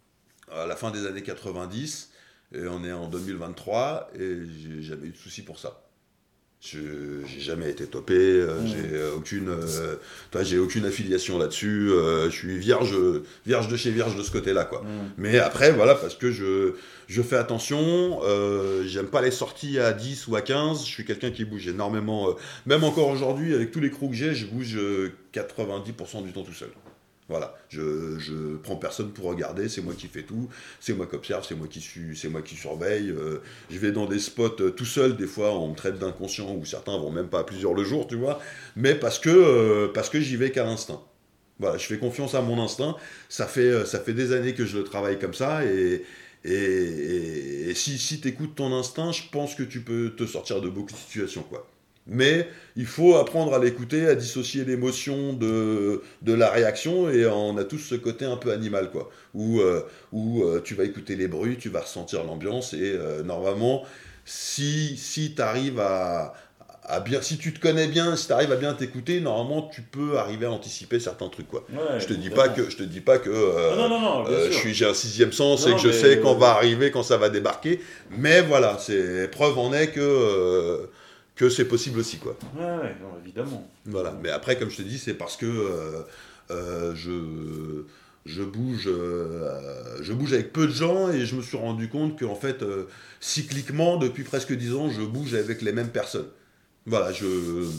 à la fin des années quatre-vingt-dix, et on est en deux mille vingt-trois, et j'ai jamais eu de soucis pour ça. Je j'ai jamais été topé, euh, Mmh. j'ai euh, aucune, euh, toi, j'ai aucune affiliation là-dessus. euh, je suis vierge, vierge de chez vierge de ce côté-là, quoi. Mmh. Mais après, voilà, parce que je, je fais attention, euh, j'aime pas les sorties à dix ou à quinze, je suis quelqu'un qui bouge énormément. euh, même encore aujourd'hui, avec tous les crews que j'ai, je bouge euh, quatre-vingt-dix pour cent du temps tout seul. Voilà, je, je prends personne pour regarder, c'est moi qui fais tout, c'est moi qui observe, c'est moi qui suis, c'est moi qui surveille. euh, je vais dans des spots euh, tout seul, des fois on me traite d'inconscient, ou certains vont même pas à plusieurs le jour, tu vois, mais parce que, euh, parce que j'y vais qu'à l'instinct. Voilà, je fais confiance à mon instinct, ça fait, euh, ça fait des années que je le travaille comme ça, et, et, et, et si, si tu écoutes ton instinct, je pense que tu peux te sortir de beaucoup de situations, quoi. Mais il faut apprendre à l'écouter, à dissocier l'émotion de, de la réaction, et on a tous ce côté un peu animal, quoi, où, euh, où euh, tu vas écouter les bruits, tu vas ressentir l'ambiance, et euh, normalement, si, si tu arrives à, à bien, si tu te connais bien, si tu arrives à bien t'écouter, normalement tu peux arriver à anticiper certains trucs, quoi. Ouais, Je te dis évidemment. pas que, je te dis pas que euh, Ah non, non, non, bien euh, sûr. je suis, j'ai un sixième sens Non, et que je mais, sais quand euh, va arriver, quand ça va débarquer, mais voilà, c'est preuve en est que euh, que c'est possible aussi, quoi. Ouais, ouais, non, évidemment. Voilà. Mais après, comme je te dis, c'est parce que euh, euh, je, je, bouge, euh, je bouge avec peu de gens, et je me suis rendu compte qu'en fait, euh, cycliquement, depuis presque dix ans, je bouge avec les mêmes personnes. Voilà, je...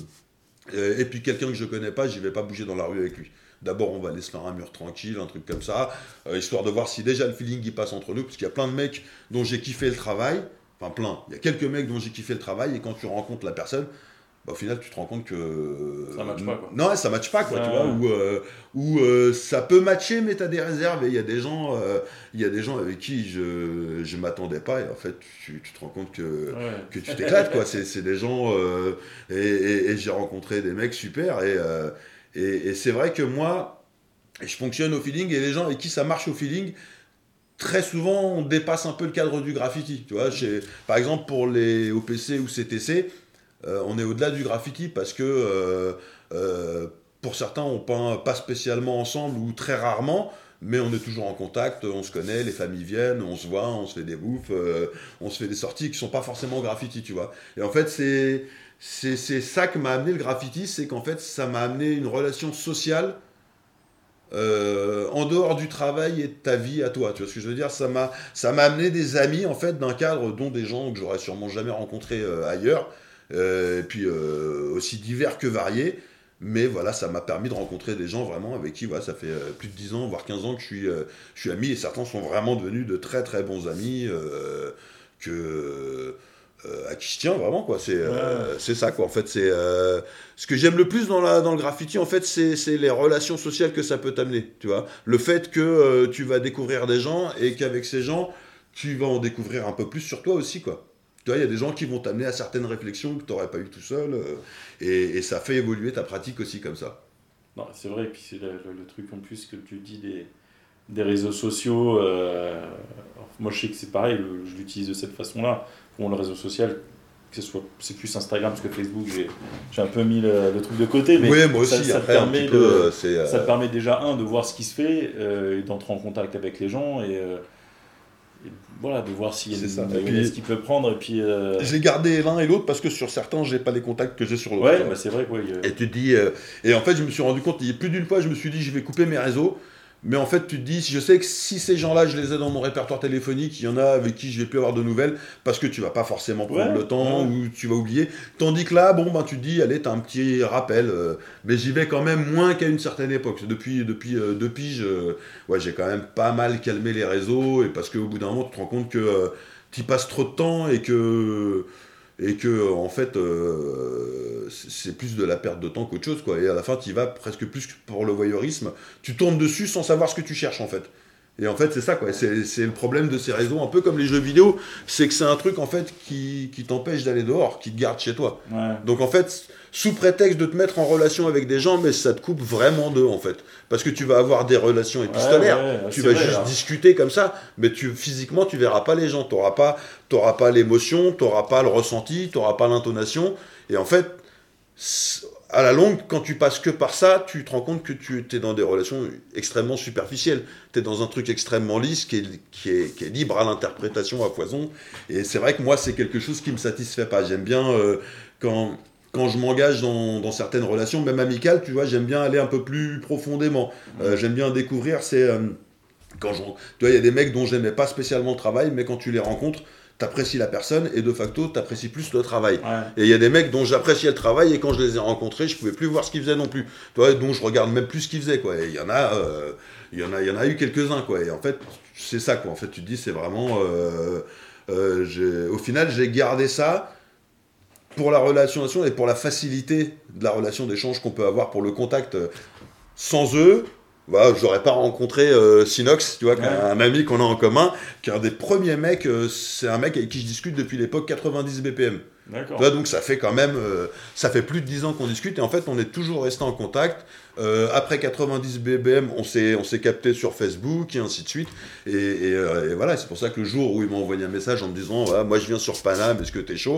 euh, Et puis quelqu'un que je connais pas, j'y vais pas bouger dans la rue avec lui. D'abord, on va aller se faire un mur tranquille, un truc comme ça, euh, histoire de voir si déjà le feeling il passe entre nous, parce qu'il y a plein de mecs dont j'ai kiffé le travail. Enfin, plein. Il y a quelques mecs dont j'ai kiffé le travail, et quand tu rencontres la personne, bah, au final, tu te rends compte que. Ça matche pas, quoi. Non, ça matche pas, quoi, Ouais, tu vois. ouais. Ou euh, ou, euh, ça peut matcher, mais tu as des réserves, et il y a des gens, euh, il y a des gens avec qui je je m'attendais pas, et en fait, tu, tu te rends compte que. Ouais. que tu t'éclates, quoi. C'est, c'est des gens. euh, et, et- et j'ai rencontré des mecs super, et, euh, et, et c'est vrai que moi, je fonctionne au feeling, et les gens avec qui ça marche au feeling, très souvent, on dépasse un peu le cadre du graffiti. Tu vois, chez, par exemple, pour les O P C ou C T C, euh, on est au-delà du graffiti, parce que euh, euh, pour certains, on peint pas spécialement ensemble, ou très rarement, mais on est toujours en contact, on se connaît, les familles viennent, on se voit, on se fait des bouffes, euh, on se fait des sorties qui sont pas forcément graffiti, tu vois. Et en fait, c'est, c'est, c'est ça que m'a amené le graffiti, c'est qu'en fait, ça m'a amené une relation sociale euh, en dehors du travail et de ta vie à toi. Tu vois ce que je veux dire? Ça m'a, ça m'a amené des amis, en fait, d'un cadre dont des gens que j'aurais sûrement jamais rencontrés euh, ailleurs, euh, et puis euh, aussi divers que variés. Mais voilà, ça m'a permis de rencontrer des gens vraiment avec qui, voilà, ça fait euh, plus de dix ans, voire quinze ans que je suis, euh, je suis ami, et certains sont vraiment devenus de très très bons amis, euh, que... Euh, à qui je tiens vraiment quoi, c'est, euh, ouais. c'est ça quoi en fait, c'est euh, ce que j'aime le plus dans, la, dans le graffiti en fait, c'est, c'est les relations sociales que ça peut t'amener, tu vois, le fait que euh, tu vas découvrir des gens et qu'avec ces gens tu vas en découvrir un peu plus sur toi aussi quoi, tu vois, il y a des gens qui vont t'amener à certaines réflexions que tu n'aurais pas eu tout seul, euh, et, et ça fait évoluer ta pratique aussi comme ça. Non, c'est vrai, et puis c'est le, le, le truc en plus que tu dis des, des réseaux sociaux, euh, moi je sais que c'est pareil, je l'utilise de cette façon là. Bon, le réseau social, que ce soit, c'est plus Instagram parce que Facebook, j'ai, j'ai un peu mis le, le truc de côté, mais oui, moi aussi, ça, ça, après, te permet de, peu, c'est, euh... ça te permet déjà, un, de voir ce qui se fait, euh, et d'entrer en contact avec les gens, et, euh, et voilà, de voir s'il y a des mayonnaise qui peut prendre, et puis... Euh... J'ai gardé l'un et l'autre parce que sur certains, j'ai pas les contacts que j'ai sur l'autre. Ouais, bah c'est vrai, ouais. Et tu te dis... Euh, et en fait, je me suis rendu compte, il y a plus d'une fois, je me suis dit, je vais couper mes réseaux. Mais en fait, tu te dis, je sais que si ces gens-là, je les ai dans mon répertoire téléphonique, il y en a avec qui je vais plus avoir de nouvelles, parce que tu vas pas forcément prendre ouais, le temps, ouais. ou tu vas oublier. Tandis que là, bon, ben, tu te dis, allez, t'as un petit rappel, euh, mais j'y vais quand même moins qu'à une certaine époque. Depuis, depuis euh, deux piges, euh, ouais, j'ai quand même pas mal calmé les réseaux, et parce qu'au bout d'un moment, tu te rends compte que euh, tu y passes trop de temps, et que... et que en fait euh, c'est plus de la perte de temps qu'autre chose quoi, et à la fin tu y vas presque plus pour le voyeurisme, tu tournes dessus sans savoir ce que tu cherches en fait, et en fait c'est ça quoi, c'est, c'est le problème de ces réseaux, un peu comme les jeux vidéo, c'est que c'est un truc en fait qui, qui t'empêche d'aller dehors, qui te garde chez toi, ouais. Donc en fait sous prétexte de te mettre en relation avec des gens, mais ça te coupe vraiment d'eux en fait, parce que tu vas avoir des relations épistolaires, ouais, ouais, tu vas vrai, juste là. discuter comme ça, mais tu, physiquement tu verras pas les gens, tu n'auras pas, t'auras pas l'émotion, tu n'auras pas le ressenti, tu n'auras pas l'intonation, et en fait à la longue, quand tu passes que par ça, tu te rends compte que tu es dans des relations extrêmement superficielles, tu es dans un truc extrêmement lisse qui est, qui est, qui est libre à l'interprétation à foison, et c'est vrai que moi c'est quelque chose qui me satisfait pas, j'aime bien euh, quand... Quand je m'engage dans, dans certaines relations, même amicales, tu vois, j'aime bien aller un peu plus profondément. Euh, j'aime bien découvrir, c'est... Euh, quand je, tu vois, il y a des mecs dont j'aimais pas spécialement le travail, mais quand tu les rencontres, t'apprécies la personne, et de facto, t'apprécies plus le travail. Ouais. Et il y a des mecs dont j'appréciais le travail, et quand je les ai rencontrés, je pouvais plus voir ce qu'ils faisaient non plus. Tu vois, dont je regarde même plus ce qu'ils faisaient, quoi. Et il y en a... Euh, il y en a, il y en a eu quelques-uns, quoi. Et en fait, c'est ça, quoi. En fait, tu te dis, c'est vraiment... Euh, euh, j'ai, au final, j'ai gardé ça... pour la relation et pour la facilité de la relation d'échange qu'on peut avoir, pour le contact. Sans eux, bah, je n'aurais pas rencontré euh, Sinox, tu vois, ouais. un ami qu'on a en commun, qui est un des premiers mecs, euh, c'est un mec avec qui je discute depuis l'époque quatre-vingt-dix B P M. D'accord. Tu vois, donc ça fait quand même, euh, ça fait plus de dix ans qu'on discute, et en fait on est toujours resté en contact. Euh, après quatre-vingt-dix B P M, on s'est, on s'est capté sur Facebook, et ainsi de suite. Et, et, euh, et voilà, c'est pour ça que le jour où il m'a envoyé un message en me disant ah, « Moi je viens sur Paname, est-ce que t'es chaud ?»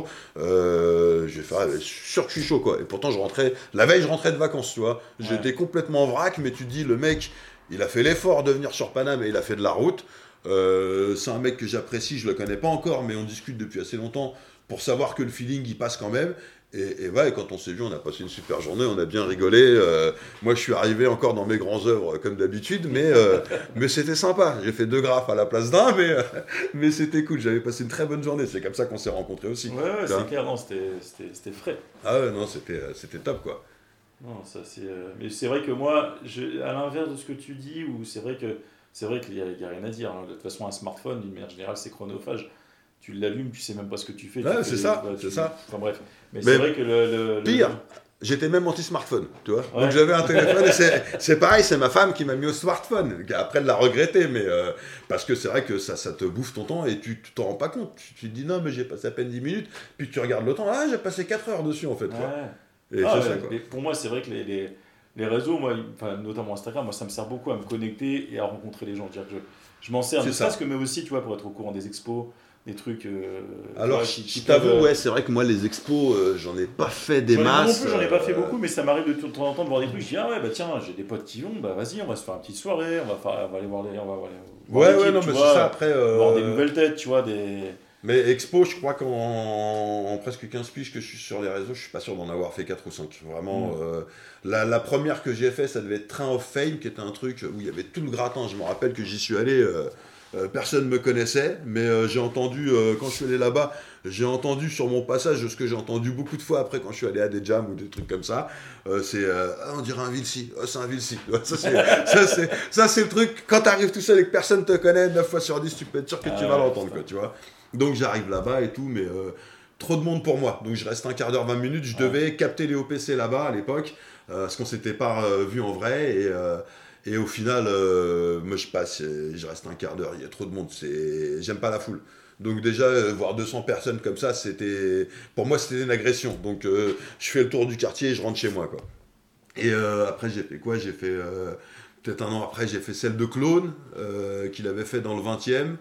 euh, Je vais faire « Sûr que je suis chaud, quoi. » Et pourtant, je rentrais, la veille, je rentrais de vacances, tu vois. Ouais. J'étais complètement en vrac, mais tu te dis, le mec, il a fait l'effort de venir sur Paname, et il a fait de la route. Euh, c'est un mec que j'apprécie, je le connais pas encore, mais on discute depuis assez longtemps, pour savoir que le feeling il passe quand même, et, et, ouais, et quand on s'est vu, on a passé une super journée, on a bien rigolé, euh, moi je suis arrivé encore dans mes grands œuvres comme d'habitude, mais, euh, mais c'était sympa, j'ai fait deux graphes à la place d'un, mais, euh, mais c'était cool, j'avais passé une très bonne journée, c'est comme ça qu'on s'est rencontrés aussi. Ouais, ouais c'est clair, non, c'était, c'était, c'était frais. Ah ouais, non, c'était, c'était top quoi. Non, ça c'est... Euh... Mais c'est vrai que moi, je, à l'inverse de ce que tu dis, où c'est vrai que c'est vrai qu'il n'y a, a rien à dire, hein. De toute façon un smartphone, d'une manière générale, c'est chronophage. Tu l'allumes, tu sais même pas ce que tu fais. Ouais, tu c'est fais, ça, bah, c'est tu... ça. Enfin bref. Mais, mais c'est vrai que le... le pire, le... j'étais même anti-smartphone, tu vois. Ouais. Donc j'avais un téléphone, et c'est, c'est pareil, c'est ma femme qui m'a mis au smartphone. Après, elle l'a regretté, mais euh, parce que c'est vrai que ça, ça te bouffe ton temps, et tu, tu t'en rends pas compte. Tu, tu te dis non, mais j'ai passé à peine dix minutes, puis tu regardes le temps, ah, j'ai passé quatre heures dessus en fait. Ouais. Et ah, c'est ouais, ça, quoi. Pour moi, c'est vrai que les, les, les réseaux, moi, enfin, notamment Instagram, moi, ça me sert beaucoup à me connecter et à rencontrer les gens. Je, je m'en sers, ne serait-ce que, mais aussi, tu vois, pour être au courant des expos, des trucs. Euh, Alors, vois, je, qui, qui je t'avoue, peuvent, ouais, c'est vrai que moi, les expos, euh, j'en ai pas fait des j'en masses. Moi non plus, j'en ai pas fait euh... beaucoup, mais ça m'arrive de temps en temps de voir des trucs. Je dis, ah ouais, bah tiens, j'ai des potes qui vont, bah vas-y, on va se faire une petite soirée, on va, faire, on va aller voir les. On va, voir les ouais, ouais, non, mais c'est ça après. Euh... Voir des nouvelles têtes, tu vois, des. Mais Expo, je crois qu'en en presque quinze piges que je suis sur les réseaux, je suis pas sûr d'en avoir fait quatre ou cinq. Vraiment, mmh. euh, la, la première que j'ai fait, ça devait être Train of Fame, qui était un truc où il y avait tout le gratin. Je me rappelle que j'y suis allé, euh, euh, personne ne me connaissait, mais euh, j'ai entendu, euh, quand je suis allé là-bas, j'ai entendu sur mon passage ce que j'ai entendu beaucoup de fois après quand je suis allé à des jams ou des trucs comme ça. Euh, c'est, euh, ah, on dirait un Vilsi, oh, c'est un Vilsi. Ça c'est, ça, c'est, ça, c'est le truc, quand tu arrives tout seul et que personne te connaît, neuf fois sur dix, tu peux être sûr que ah, tu vas ouais, l'entendre, quoi, tu vois. Donc j'arrive là-bas et tout, mais euh, trop de monde pour moi. Donc je reste un quart d'heure, vingt minutes. Je devais ouais. capter les O P C là-bas à l'époque, euh, parce qu'on s'était pas euh, vu en vrai. Et, euh, et au final, euh, moi je passe, je reste un quart d'heure. Il y a trop de monde. C'est... J'aime pas la foule. Donc déjà, euh, voir deux cents personnes comme ça, c'était... pour moi c'était une agression. Donc euh, je fais le tour du quartier et je rentre chez moi, quoi. Et euh, après j'ai fait quoi ? J'ai fait, euh, peut-être un an après, j'ai fait celle de Clone, euh, qu'il avait fait dans le vingtième.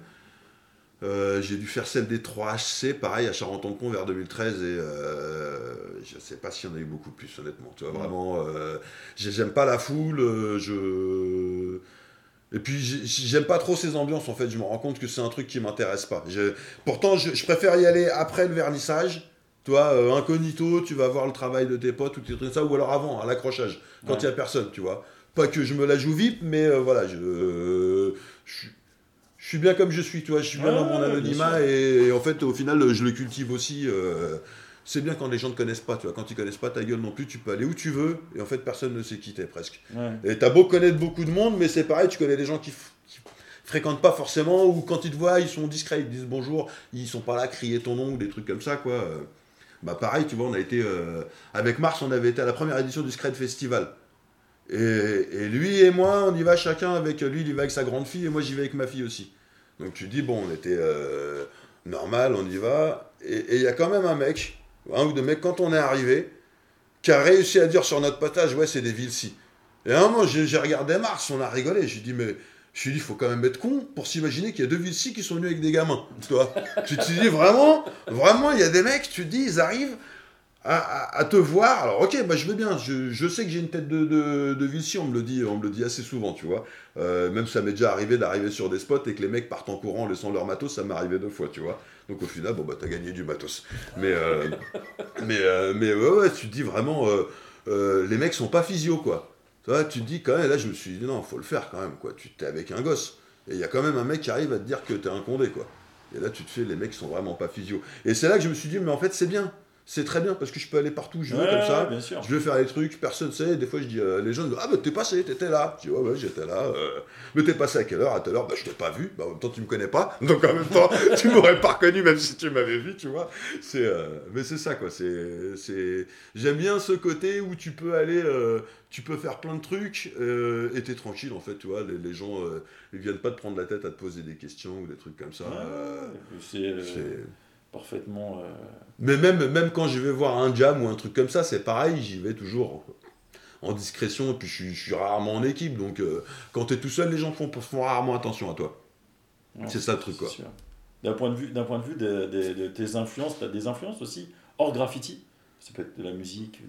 Euh, j'ai dû faire celle des trois H C, pareil, à Charenton-de-Pont vers deux mille treize, et euh, je ne sais pas s'il y en a eu beaucoup plus, honnêtement. Tu vois, vraiment, euh, j'aime pas la foule, euh, je... Et puis, j'aime pas trop ces ambiances, en fait. Je me rends compte que c'est un truc qui m'intéresse pas. Je... Pourtant, je, je préfère y aller après le vernissage, tu vois, euh, incognito, tu vas voir le travail de tes potes, ou tes trucs ça, ou alors avant, à l'accrochage, quand il ouais. y a personne, tu vois. Pas que je me la joue V I P, mais euh, voilà, je... Euh, je... Je suis bien comme je suis, tu vois, je suis bien ah, dans mon anonymat et, et en fait, au final, je le cultive aussi. Euh, c'est bien quand les gens ne te connaissent pas, tu vois, quand ils ne connaissent pas ta gueule non plus, tu peux aller où tu veux et en fait, personne ne sait qui t'es presque. Ouais. Et t'as beau connaître beaucoup de monde, mais c'est pareil, tu connais des gens qui, f- qui fréquentent pas forcément ou quand ils te voient, ils sont discrets, ils te disent bonjour, ils sont pas là à crier ton nom ou des trucs comme ça, quoi. Bah, pareil, tu vois, on a été, euh, avec Mars, on avait été à la première édition du Scred Festival. Et, et lui et moi, on y va chacun avec lui, il y va avec sa grande fille et moi j'y vais avec ma fille aussi. Donc tu dis, bon, on était euh, normal, on y va. Et il y a quand même un mec, un ou deux mecs, quand on est arrivé, qui a réussi à dire sur notre passage, ouais, c'est des Vilsi. Et à un moment, j'ai, j'ai regardé Mars, on a rigolé. J'ai dit, mais je suis dit, il faut quand même être con pour s'imaginer qu'il y a deux Vilsi qui sont venus avec des gamins. Tu vois, tu te dis, vraiment, vraiment, il y a des mecs, tu te dis, ils arrivent. À, à, à te voir, alors ok, bah je veux bien, je, je sais que j'ai une tête de, de, de Vilsi, on me le dit, on me le dit assez souvent, tu vois. Euh, même ça m'est déjà arrivé d'arriver sur des spots et que les mecs partent en courant en laissant leur matos, ça m'est arrivé deux fois, tu vois. Donc au final, bon bah t'as gagné du matos. Mais, euh, mais, euh, mais ouais, ouais, tu te dis vraiment, euh, euh, les mecs sont pas physio, quoi. Tu vois, tu te dis quand même, là je me suis dit, non, faut le faire quand même, quoi. Tu t'es avec un gosse. Et il y a quand même un mec qui arrive à te dire que t'es un condé, quoi. Et là tu te fais, les mecs sont vraiment pas physio. Et c'est là que je me suis dit, mais en fait c'est bien. C'est très bien parce que je peux aller partout où je veux, ouais, comme ça. Bien sûr. Je veux faire les trucs, personne ne sait. Des fois, je dis, euh, les gens disent, ah, bah t'es passé, t'étais là. Je dis, ouais, ouais, j'étais là. Euh... Mais t'es passé à quelle heure ? À telle heure ? Bah, je t'ai pas vu. Bah, en même temps, tu me connais pas. Donc, en même temps, tu m'aurais pas reconnu, même si tu m'avais vu, tu vois. C'est, euh... Mais c'est ça, quoi. C'est, c'est... J'aime bien ce côté où tu peux aller, euh... tu peux faire plein de trucs euh... et t'es tranquille, en fait, tu vois. Les, les gens, euh... ils viennent pas te prendre la tête à te poser des questions ou des trucs comme ça. Ouais, euh... c'est. Euh... c'est... parfaitement... Euh... Mais même, même quand je vais voir un jam ou un truc comme ça, c'est pareil, j'y vais toujours en, en discrétion, et puis je suis, je suis rarement en équipe, donc euh, quand t'es tout seul, les gens font, font rarement attention à toi. Ouais, c'est ça le truc, quoi. Sûr. D'un point de vue, d'un point de, vue de, de, de tes influences, t'as des influences aussi hors graffiti ? Ça peut être de la musique,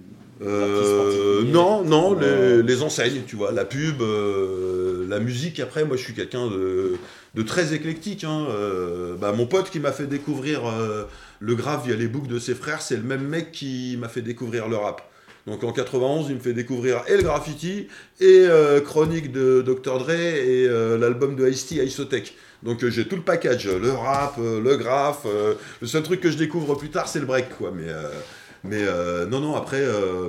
euh, non, non, les, les enseignes, tu vois, la pub, euh, la musique. Après, moi, je suis quelqu'un de, de très éclectique. Hein. Euh, bah, mon pote qui m'a fait découvrir euh, le graphe via les books de ses frères, c'est le même mec qui m'a fait découvrir le rap. Donc en quatre-vingt-onze, il me fait découvrir et le graffiti, et euh, Chronique de docteur Dre, et euh, l'album de Ice-T, Isotech. Donc euh, j'ai tout le package, le rap, euh, le graphe. Euh, le seul truc que je découvre plus tard, c'est le break, quoi. Mais... Euh, Mais euh, non, non, après, euh,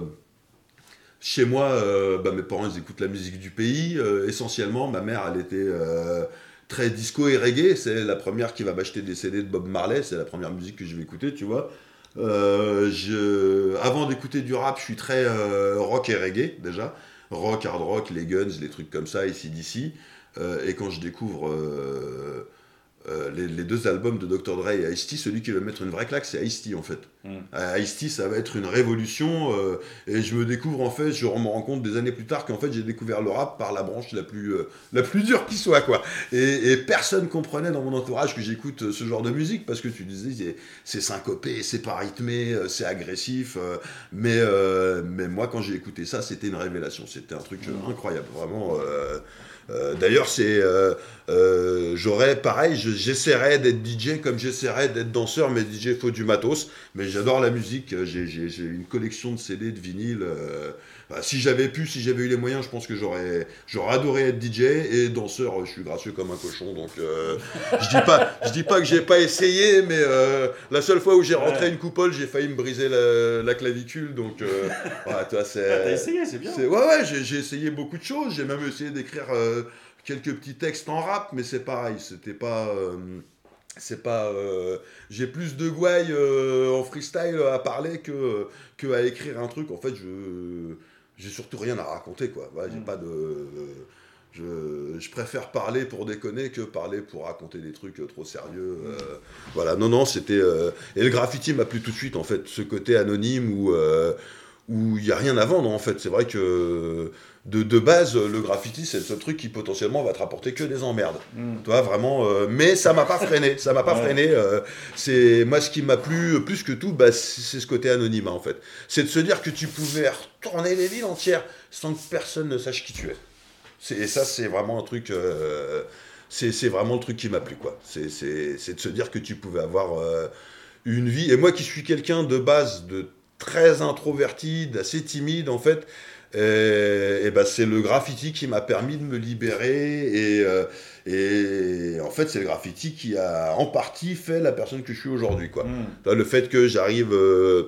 chez moi, euh, bah, mes parents, ils écoutent la musique du pays. Euh, essentiellement, ma mère, elle était euh, très disco et reggae. C'est la première qui va m'acheter des C D de Bob Marley. C'est la première musique que je vais écouter, tu vois. Euh, je, avant d'écouter du rap, je suis très euh, rock et reggae, déjà. Rock, hard rock, les Guns, les trucs comme ça, A C D C. Euh, et quand je découvre... Euh, Euh, les, les deux albums de docteur Dre et Ice-T, celui qui va mettre une vraie claque, c'est Ice-T en fait. Mm. Euh, Ice-T, ça va être une révolution euh, et je me découvre en fait, je me rends compte des années plus tard qu'en fait j'ai découvert le rap par la branche la plus, euh, la plus dure qui soit, quoi. Et, et personne comprenait dans mon entourage que j'écoute ce genre de musique parce que tu disais c'est, c'est syncopé, c'est pas rythmé, c'est agressif. Euh, mais, euh, mais moi quand j'ai écouté ça, c'était une révélation, c'était un truc mm. incroyable, vraiment. Euh, Euh, d'ailleurs, c'est, euh, euh, j'aurais pareil, je, j'essaierais d'être D J comme j'essaierais d'être danseur, mais D J, il faut du matos. Mais j'adore la musique, j'ai, j'ai, j'ai une collection de C D, de vinyles. Euh, bah, si j'avais pu, si j'avais eu les moyens, je pense que j'aurais, j'aurais adoré être D J et danseur. Je suis gracieux comme un cochon, donc euh, je dis pas, je dis pas que j'ai pas essayé, mais euh, la seule fois où j'ai rentré ouais. une coupole, j'ai failli me briser la, la clavicule, donc euh, voilà, toi, c'est. Ah, t'as essayé, c'est bien. C'est, ouais, ouais, j'ai, j'ai essayé beaucoup de choses. J'ai même essayé d'écrire euh, quelques petits textes en rap, mais c'est pareil, c'était pas. Euh, c'est pas. Euh, j'ai plus de gouaille euh, en freestyle à parler que, que à écrire un truc. En fait, je. J'ai surtout rien à raconter, quoi. Ouais, j'ai mmh. pas de. Je, je préfère parler pour déconner que parler pour raconter des trucs trop sérieux. Euh, voilà, non, non, c'était. Euh, et le graffiti m'a plu tout de suite, en fait, ce côté anonyme où. Euh, où il n'y a rien à vendre en fait. C'est vrai que de, de base, le graffiti, c'est le seul truc qui potentiellement va te rapporter que des emmerdes. Mm. Tu vois, vraiment. Euh, mais ça m'a pas freiné. Ça m'a pas ouais. freiné. Euh, c'est, moi, ce qui m'a plu plus que tout, bah, c'est, c'est ce côté anonyme en fait. C'est de se dire que tu pouvais retourner les villes entières sans que personne ne sache qui tu es. C'est, et ça, c'est vraiment un truc. Euh, c'est, c'est vraiment le truc qui m'a plu, quoi. C'est, c'est, c'est de se dire que tu pouvais avoir euh, une vie. Et moi qui suis quelqu'un de base de très introverti, assez timide en fait, et, et ben c'est le graffiti qui m'a permis de me libérer et, euh, et en fait c'est le graffiti qui a en partie fait la personne que je suis aujourd'hui, quoi. Mmh. Le fait que j'arrive euh,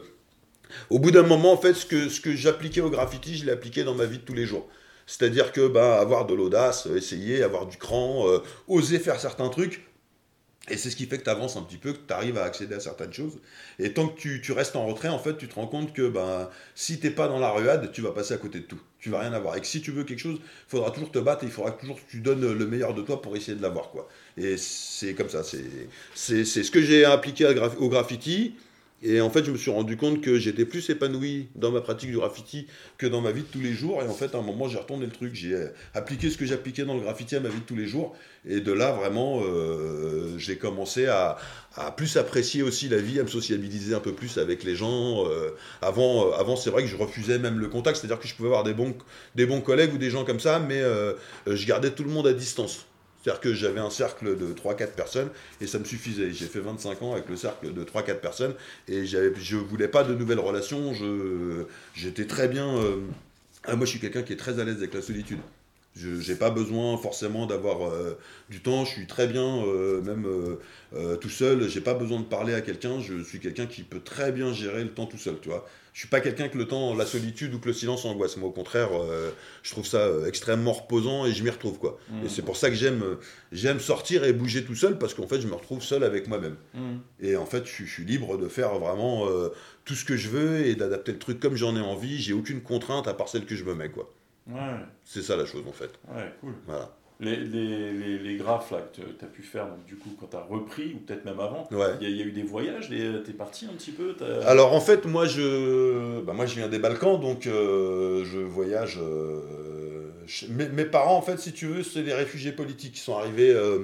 au bout d'un moment en fait ce que, ce que j'appliquais au graffiti je l'ai appliqué dans ma vie de tous les jours, c'est-à-dire que bah, avoir de l'audace, essayer, avoir du cran, euh, oser faire certains trucs. Et c'est ce qui fait que tu avances un petit peu, que tu arrives à accéder à certaines choses. Et tant que tu, tu restes en retrait, en fait, tu te rends compte que ben, si tu n'es pas dans la ruade, tu vas passer à côté de tout. Tu vas rien avoir. Et que si tu veux quelque chose, il faudra toujours te battre et il faudra toujours que tu donnes le meilleur de toi pour essayer de l'avoir, quoi. Et c'est comme ça. C'est, c'est, c'est ce que j'ai appliqué au graffiti. Et en fait, je me suis rendu compte que j'étais plus épanoui dans ma pratique du graffiti que dans ma vie de tous les jours. Et en fait, à un moment, j'ai retourné le truc. J'ai appliqué ce que j'appliquais dans le graffiti à ma vie de tous les jours. Et de là, vraiment, euh, j'ai commencé à, à plus apprécier aussi la vie, à me sociabiliser un peu plus avec les gens. Euh, avant, euh, avant, c'est vrai que je refusais même le contact. C'est-à-dire que je pouvais avoir des bons, des bons collègues ou des gens comme ça, mais euh, je gardais tout le monde à distance. C'est-à-dire que j'avais un cercle de trois quatre personnes et ça me suffisait. J'ai fait vingt-cinq ans avec le cercle de trois quatre personnes et j'avais, je ne voulais pas de nouvelles relations. Je, j'étais très bien... Euh, ah, moi, je suis quelqu'un qui est très à l'aise avec la solitude. Je n'ai pas besoin forcément d'avoir euh, du temps. Je suis très bien, euh, même euh, euh, tout seul. Je n'ai pas besoin de parler à quelqu'un. Je suis quelqu'un qui peut très bien gérer le temps tout seul, tu vois. Je suis pas quelqu'un que le temps, la solitude ou que le silence angoisse. Moi, au contraire, euh, je trouve ça euh, extrêmement reposant et je m'y retrouve, quoi. Mmh. Et c'est pour ça que j'aime, euh, j'aime sortir et bouger tout seul parce qu'en fait, je me retrouve seul avec moi-même. Mmh. Et en fait, je, je suis libre de faire vraiment euh, tout ce que je veux et d'adapter le truc comme j'en ai envie. J'ai aucune contrainte à part celle que je me mets, quoi. Ouais. C'est ça la chose, en fait. Ouais, cool. Voilà. Les, les, les, les graphes là, que tu as pu faire, donc, du coup, quand tu as repris, ou peut-être même avant, il ouais. y, y a eu des voyages, tu es parti un petit peu t'as... Alors en fait, moi je, bah, moi je viens des Balkans, donc euh, je voyage. Euh, je... mes, mes parents, en fait, si tu veux, c'est des réfugiés politiques qui sont arrivés euh,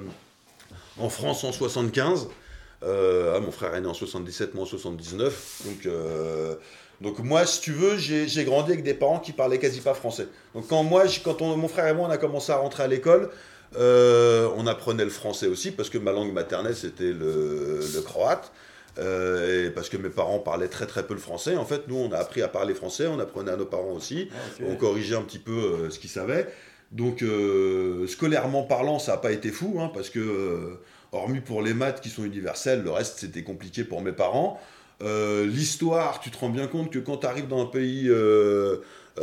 en France en soixante-quinze. Euh, ah, mon frère est né en soixante-dix-sept, moi en soixante-dix-neuf. Donc, euh, donc moi, si tu veux, j'ai, j'ai grandi avec des parents qui parlaient quasi pas français. Donc quand, moi, quand on, mon frère et moi, on a commencé à rentrer à l'école, Euh, on apprenait le français aussi parce que ma langue maternelle c'était le, le croate euh, et parce que mes parents parlaient très très peu le français. En fait, nous on a appris à parler français, on apprenait à nos parents aussi, ah, okay. On corrigeait un petit peu euh, ce qu'ils savaient. Donc euh, scolairement parlant, ça n'a pas été fou hein, parce que euh, hormis pour les maths qui sont universelles, le reste c'était compliqué pour mes parents. Euh, l'histoire, tu te rends bien compte que quand tu arrives dans un pays euh,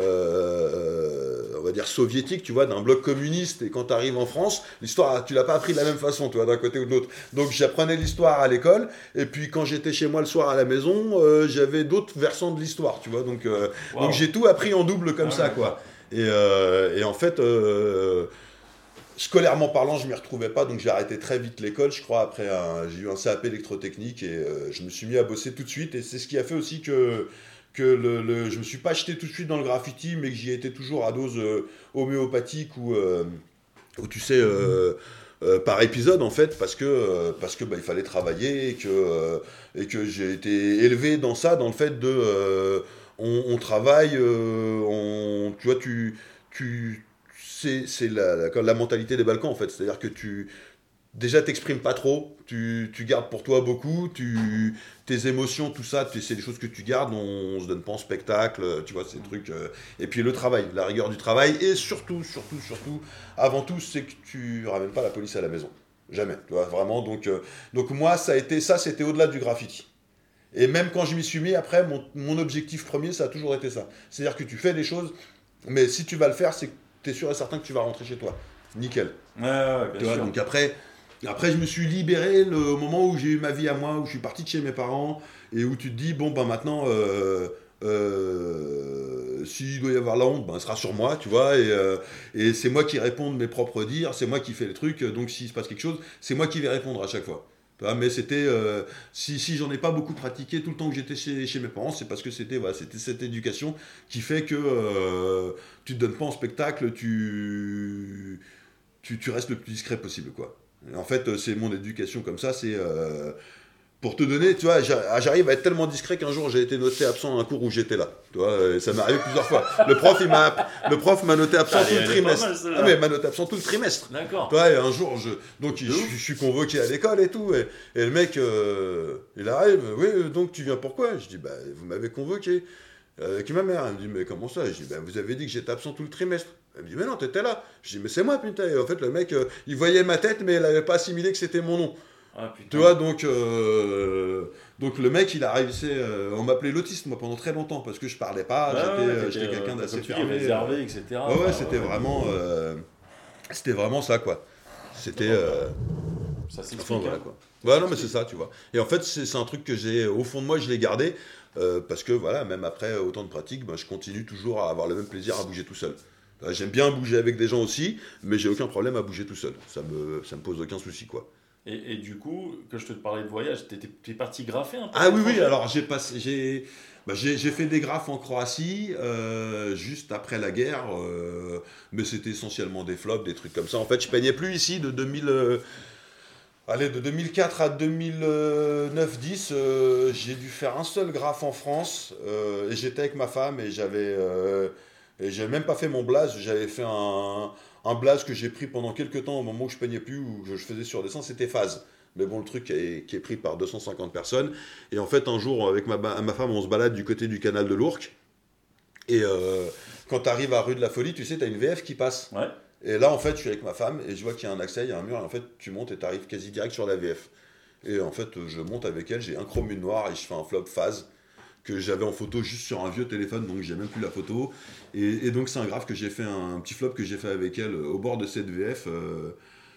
Euh, on va dire soviétique, tu vois, d'un bloc communiste, et quand tu arrives en France, l'histoire, tu l'as pas appris de la même façon, tu vois, d'un côté ou de l'autre. Donc j'apprenais l'histoire à l'école, et puis quand j'étais chez moi le soir à la maison, euh, j'avais d'autres versants de l'histoire, tu vois, donc, euh, wow. donc j'ai tout appris en double comme ah, ça, quoi. Et, euh, et en fait, euh, scolairement parlant, je m'y retrouvais pas, donc j'ai arrêté très vite l'école, je crois, après un, j'ai eu un C A P électrotechnique, et euh, je me suis mis à bosser tout de suite, et c'est ce qui a fait aussi que que le, le, je ne me suis pas jeté tout de suite dans le graffiti, mais que j'y étais toujours à dose euh, homéopathique ou, euh, ou tu sais, euh, euh, par épisode en fait, parce que, euh, parce que bah, il fallait travailler et que, euh, et que j'ai été élevé dans ça, dans le fait de, euh, on, on travaille, euh, on, tu vois, tu, tu, c'est, c'est la, la, la mentalité des Balkans en fait. C'est-à-dire que tu déjà t'exprimes pas trop, tu, tu gardes pour toi beaucoup, tu, tes émotions, tout ça, c'est des choses que tu gardes, on, on se donne pas en spectacle, tu vois, ces trucs. Euh, et puis le travail, la rigueur du travail, et surtout, surtout, surtout, avant tout, c'est que tu ramènes pas la police à la maison. Jamais, tu vois, vraiment. Donc, euh, donc moi, ça a été, ça, c'était au-delà du graffiti. Et même quand je m'y suis mis, après, mon, mon objectif premier, ça a toujours été ça. C'est-à-dire que tu fais des choses, mais si tu vas le faire, c'est que tu es sûr et certain que tu vas rentrer chez toi. Nickel. Ouais, ouais, bien tu sûr. vois, donc après, après, je me suis libéré le, au moment où j'ai eu ma vie à moi, où je suis parti de chez mes parents, et où tu te dis, bon, ben maintenant, euh, euh, s'il doit y avoir la honte, ben, elle sera sur moi, tu vois, et, euh, et c'est moi qui réponds de mes propres dires, c'est moi qui fais les trucs, donc s'il se passe quelque chose, c'est moi qui vais répondre à chaque fois. Mais c'était, euh, si, si j'en ai pas beaucoup pratiqué tout le temps que j'étais chez, chez mes parents, c'est parce que c'était, voilà, c'était cette éducation qui fait que euh, tu te donnes pas en spectacle, tu, tu, tu restes le plus discret possible, quoi. Et en fait, c'est mon éducation comme ça, c'est... Euh, pour te donner, tu vois, j'arrive à être tellement discret qu'un jour j'ai été noté absent à un cours où j'étais là. Tu vois, ça m'est arrivé plusieurs fois. Le prof, il m'a, le prof m'a noté absent Allez, tout le trimestre. Mal, ah mais il m'a noté absent tout le trimestre. D'accord. Tu vois, et un jour, je, donc je, je suis convoqué à l'école et tout, et, et le mec, euh, il arrive, oui, donc tu viens pourquoi? Je dis, bah, vous m'avez convoqué. Avec ma mère, elle me dit, mais comment ça? Je dis, bah, vous avez dit que j'étais absent tout le trimestre. Elle me dit, mais non, t'étais là. Je dis, mais c'est moi, putain. Et en fait, le mec, euh, il voyait ma tête, mais il n'avait pas assimilé que c'était mon nom. Ah, putain. Tu vois, donc, euh, donc le mec, il a réussi. Euh, on m'appelait l'autiste, moi, pendant très longtemps, parce que je parlais pas, Ouais, j'étais, ouais, euh, j'étais quelqu'un euh, d'assez comme tu dis, fermé. réservé, et cetera. Ouais, ouais, Enfin, c'était ouais, vraiment. Euh, c'était vraiment ça, quoi. C'était. Euh, ça s'explique. enfin, voilà, hein. quoi. Ouais, non, mais c'est ça, tu vois. Et en fait, c'est, c'est un truc que j'ai, au fond de moi, je l'ai gardé, euh, parce que, voilà, même après autant de pratiques, ben, je continue toujours à avoir le même plaisir à bouger tout seul. J'aime bien bouger avec des gens aussi, mais j'ai aucun problème à bouger tout seul. Ça me, ça me pose aucun souci, quoi. Et, et du coup, que je te parlais de voyage, t'étais, t'es parti graffer un peu? Ah oui, oui, alors j'ai passé, j'ai, bah, j'ai, j'ai fait des graphes en Croatie, euh, juste après la guerre, euh, mais c'était essentiellement des flops, des trucs comme ça. En fait, je peignais plus ici de deux mille, euh, allez, de deux mille quatre à deux mille neuf dix, euh, j'ai dû faire un seul graphe en France, euh, et j'étais avec ma femme, et j'avais, euh, et j'avais même pas fait mon blaze, j'avais fait un... Un blaze que j'ai pris pendant quelques temps au moment où je peignais plus, où je faisais sur dessin, c'était Phase. Mais bon, le truc est, qui est pris par deux cent cinquante personnes. Et en fait, un jour, avec ma, ma femme, on se balade du côté du canal de l'Ourcq. Et euh, quand tu arrives à rue de la Folie, tu sais, tu as une V F qui passe. Ouais. Et là, en fait, je suis avec ma femme et je vois qu'il y a un accès, il y a un mur. Et en fait, tu montes et tu arrives quasi direct sur la V F. Et en fait, je monte avec elle, j'ai un chrome, une noire et je fais un flop Phase que j'avais en photo juste sur un vieux téléphone, donc j'ai même plus la photo. Et, et donc c'est un graphe que j'ai fait, un, un petit flop que j'ai fait avec elle au bord de cette V F, euh,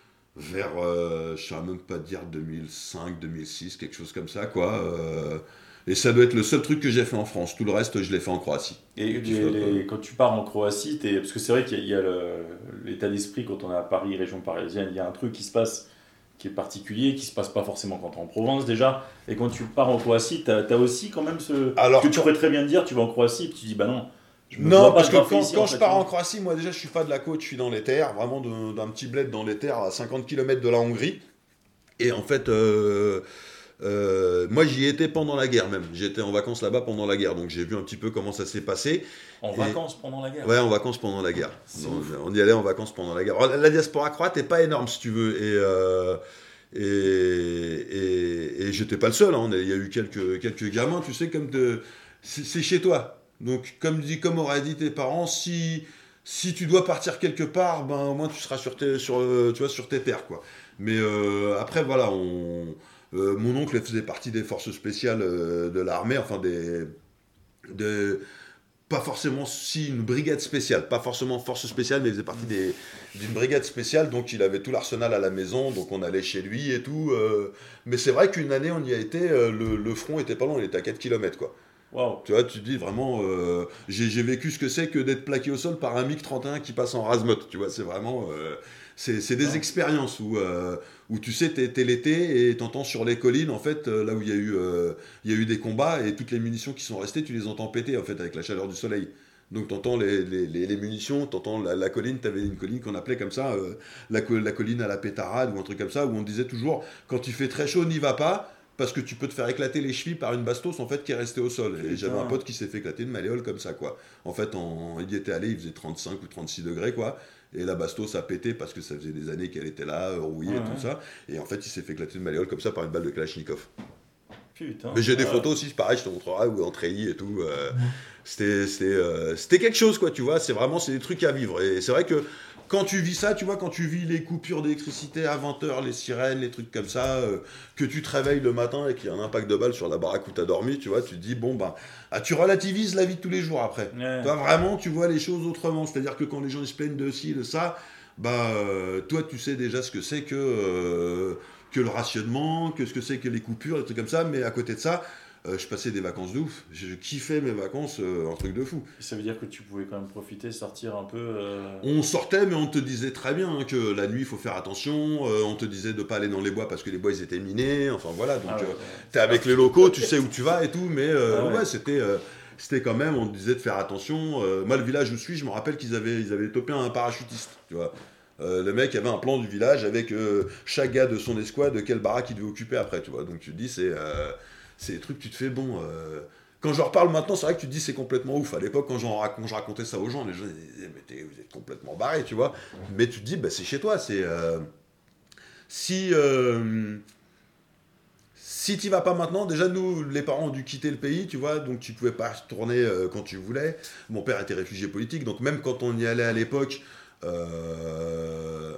vers, euh, je ne saurais même pas dire deux mille cinq, deux mille six, quelque chose comme ça, quoi. Euh, et ça doit être le seul truc que j'ai fait en France. Tout le reste, je l'ai fait en Croatie. Et les, flop, les, euh. quand tu pars en Croatie, t'es, parce que c'est vrai qu'il y a, il y a le, l'état d'esprit quand on est à Paris, région parisienne, il y a un truc qui se passe qui est particulier, qui se passe pas forcément quand tu es en Provence déjà, et quand tu pars en Croatie, tu as aussi quand même ce... Alors, que tu pourrais très bien te dire, tu vas en Croatie, puis tu dis, bah non, je me non, vois pas parce que graffer quand, ici, quand en je fait, pars hein. en Croatie, moi déjà je suis pas de la côte, je suis dans les terres, vraiment de, d'un petit bled dans les terres à cinquante kilomètres de la Hongrie. Et en fait, euh, euh, moi j'y étais pendant la guerre même, j'étais en vacances là-bas pendant la guerre, donc j'ai vu un petit peu comment ça s'est passé. En et... vacances pendant la guerre. Ouais, en vacances pendant la guerre. Donc, on y allait en vacances pendant la guerre. Alors, la diaspora croate n'est pas énorme si tu veux, et... Euh, Et, et, et j'étais pas le seul, hein. Il y a eu quelques, quelques gamins, tu sais, comme de, c'est, c'est chez toi. Donc, comme, dit, comme auraient dit tes parents, si, si tu dois partir quelque part, ben, au moins tu seras sur tes, sur, tu vois, sur tes terres, quoi. Mais euh, après, voilà, on, euh, mon oncle faisait partie des forces spéciales euh, de l'armée, enfin des... des pas forcément si une brigade spéciale, pas forcément force spéciale, mais il faisait partie des, d'une brigade spéciale, donc il avait tout l'arsenal à la maison, donc on allait chez lui et tout. Euh, mais c'est vrai qu'une année on y a été, euh, le, le front était pas loin, il était à quatre kilomètres, quoi. Wow. Tu vois, tu te dis vraiment, euh, j'ai, j'ai vécu ce que c'est que d'être plaqué au sol par un MiG trente et un qui passe en razmotte, tu vois, c'est vraiment... Euh, c'est, c'est des ah. expériences où, euh, où tu sais, t'es, t'es l'été et t'entends sur les collines, en fait, euh, là où il y a eu, euh, il y a eu des combats, et toutes les munitions qui sont restées, tu les entends péter, en fait, avec la chaleur du soleil. Donc t'entends les, les, les, les munitions, t'entends la, la colline, t'avais une colline qu'on appelait comme ça, euh, la, la colline à la pétarade, ou un truc comme ça, où on disait toujours, quand il fait très chaud, n'y va pas, parce que tu peux te faire éclater les chevilles par une bastos en fait qui est restée au sol. Et Putain. j'avais un pote qui s'est fait éclater une malléole comme ça, quoi. En fait, en... il y était allé, il faisait trente-cinq ou trente-six degrés, quoi. Et la bastos a pété parce que ça faisait des années qu'elle était là, rouillée Ouais, et tout ouais. ça. Et en fait, il s'est fait éclater une malléole comme ça par une balle de Kalachnikov. Putain. Mais j'ai des Ouais. photos aussi, c'est pareil, je te montrerai, où en treillis et tout. euh, c'était, c'était, euh, c'était quelque chose, quoi, tu vois. C'est vraiment, c'est des trucs à vivre. Et c'est vrai que quand tu vis ça, tu vois, quand tu vis les coupures d'électricité à vingt heures, les sirènes, les trucs comme ça, euh, que tu te réveilles le matin et qu'il y a un impact de balle sur la baraque où t'as dormi, tu vois, tu te dis, bon, bah, ah, tu relativises la vie de tous les jours après. Ouais. Toi, vraiment, tu vois les choses autrement. C'est-à-dire que quand les gens ils se plaignent de ci, de ça, bah, euh, toi, tu sais déjà ce que c'est que, euh, que le rationnement, que ce que c'est que les coupures, des trucs comme ça. Mais à côté de ça, euh, je passais des vacances de ouf. Je kiffais mes vacances, euh, un truc de fou. Ça veut dire que tu pouvais quand même profiter, sortir un peu. euh, On sortait, mais on te disait très bien hein, que la nuit, il faut faire attention. Euh, on te disait de ne pas aller dans les bois parce que les bois, ils étaient minés. Enfin, voilà. Donc, Ah ouais, euh, ouais. t'es avec les locaux, tu sais où tu vas et tout. Mais euh, Ah ouais. ouais, c'était... euh, C'était quand même, on te disait de faire attention. Euh, moi, le village où je suis, je me rappelle qu'ils avaient, ils avaient topé un parachutiste, tu vois. Euh, le mec avait un plan du village avec euh, chaque gars de son escouade, de quelle baraque il devait occuper après, tu vois. Donc tu te dis, c'est, euh, c'est des trucs que tu te fais, bon... Euh... Quand j'en reparle maintenant, c'est vrai que tu te dis, c'est complètement ouf. À l'époque, quand, j'en rac- quand je racontais ça aux gens, les gens ils disaient, mais t'es- vous êtes complètement barrés, tu vois. Mais tu te dis, bah, c'est chez toi, c'est... euh, Si... Euh... Si tu vas pas maintenant, déjà nous, les parents ont dû quitter le pays, tu vois, donc tu pouvais pas retourner euh, quand tu voulais. Mon père était réfugié politique, donc même quand on y allait à l'époque, euh,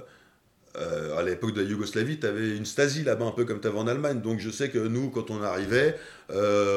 euh, à l'époque de la Yougoslavie, tu avais une Stasi là-bas, un peu comme tu avais en Allemagne. Donc je sais que nous, quand on arrivait, euh,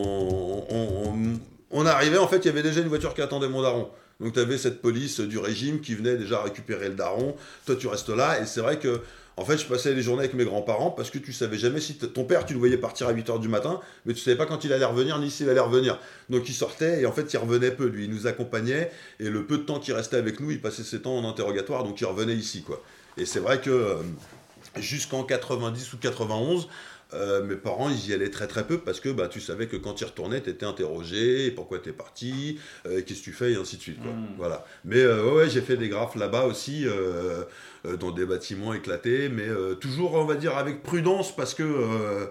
on, on, on, on arrivait, en fait, il y avait déjà une voiture qui attendait mon daron. Donc tu avais cette police du régime qui venait déjà récupérer le daron. Toi, tu restes là, et c'est vrai que en fait, je passais les journées avec mes grands-parents parce que tu savais jamais si t- ton père, tu le voyais partir à huit heures du matin, mais tu savais pas quand il allait revenir ni s'il allait revenir. Donc il sortait et en fait, il revenait peu. Lui, il nous accompagnait et le peu de temps qu'il restait avec nous, il passait ses temps en interrogatoire, donc il revenait ici, quoi. Et c'est vrai que euh, jusqu'en quatre-vingt-dix ou quatre-vingt-onze, euh, mes parents, ils y allaient très très peu parce que bah, tu savais que quand ils retournaient, tu étais interrogé, et pourquoi tu es parti, euh, qu'est-ce que tu fais, et ainsi de suite, quoi. Mm. Voilà. Mais euh, ouais, ouais, j'ai fait des graphes là-bas aussi. Euh, Euh, dans des bâtiments éclatés, mais euh, toujours, on va dire, avec prudence, parce que euh,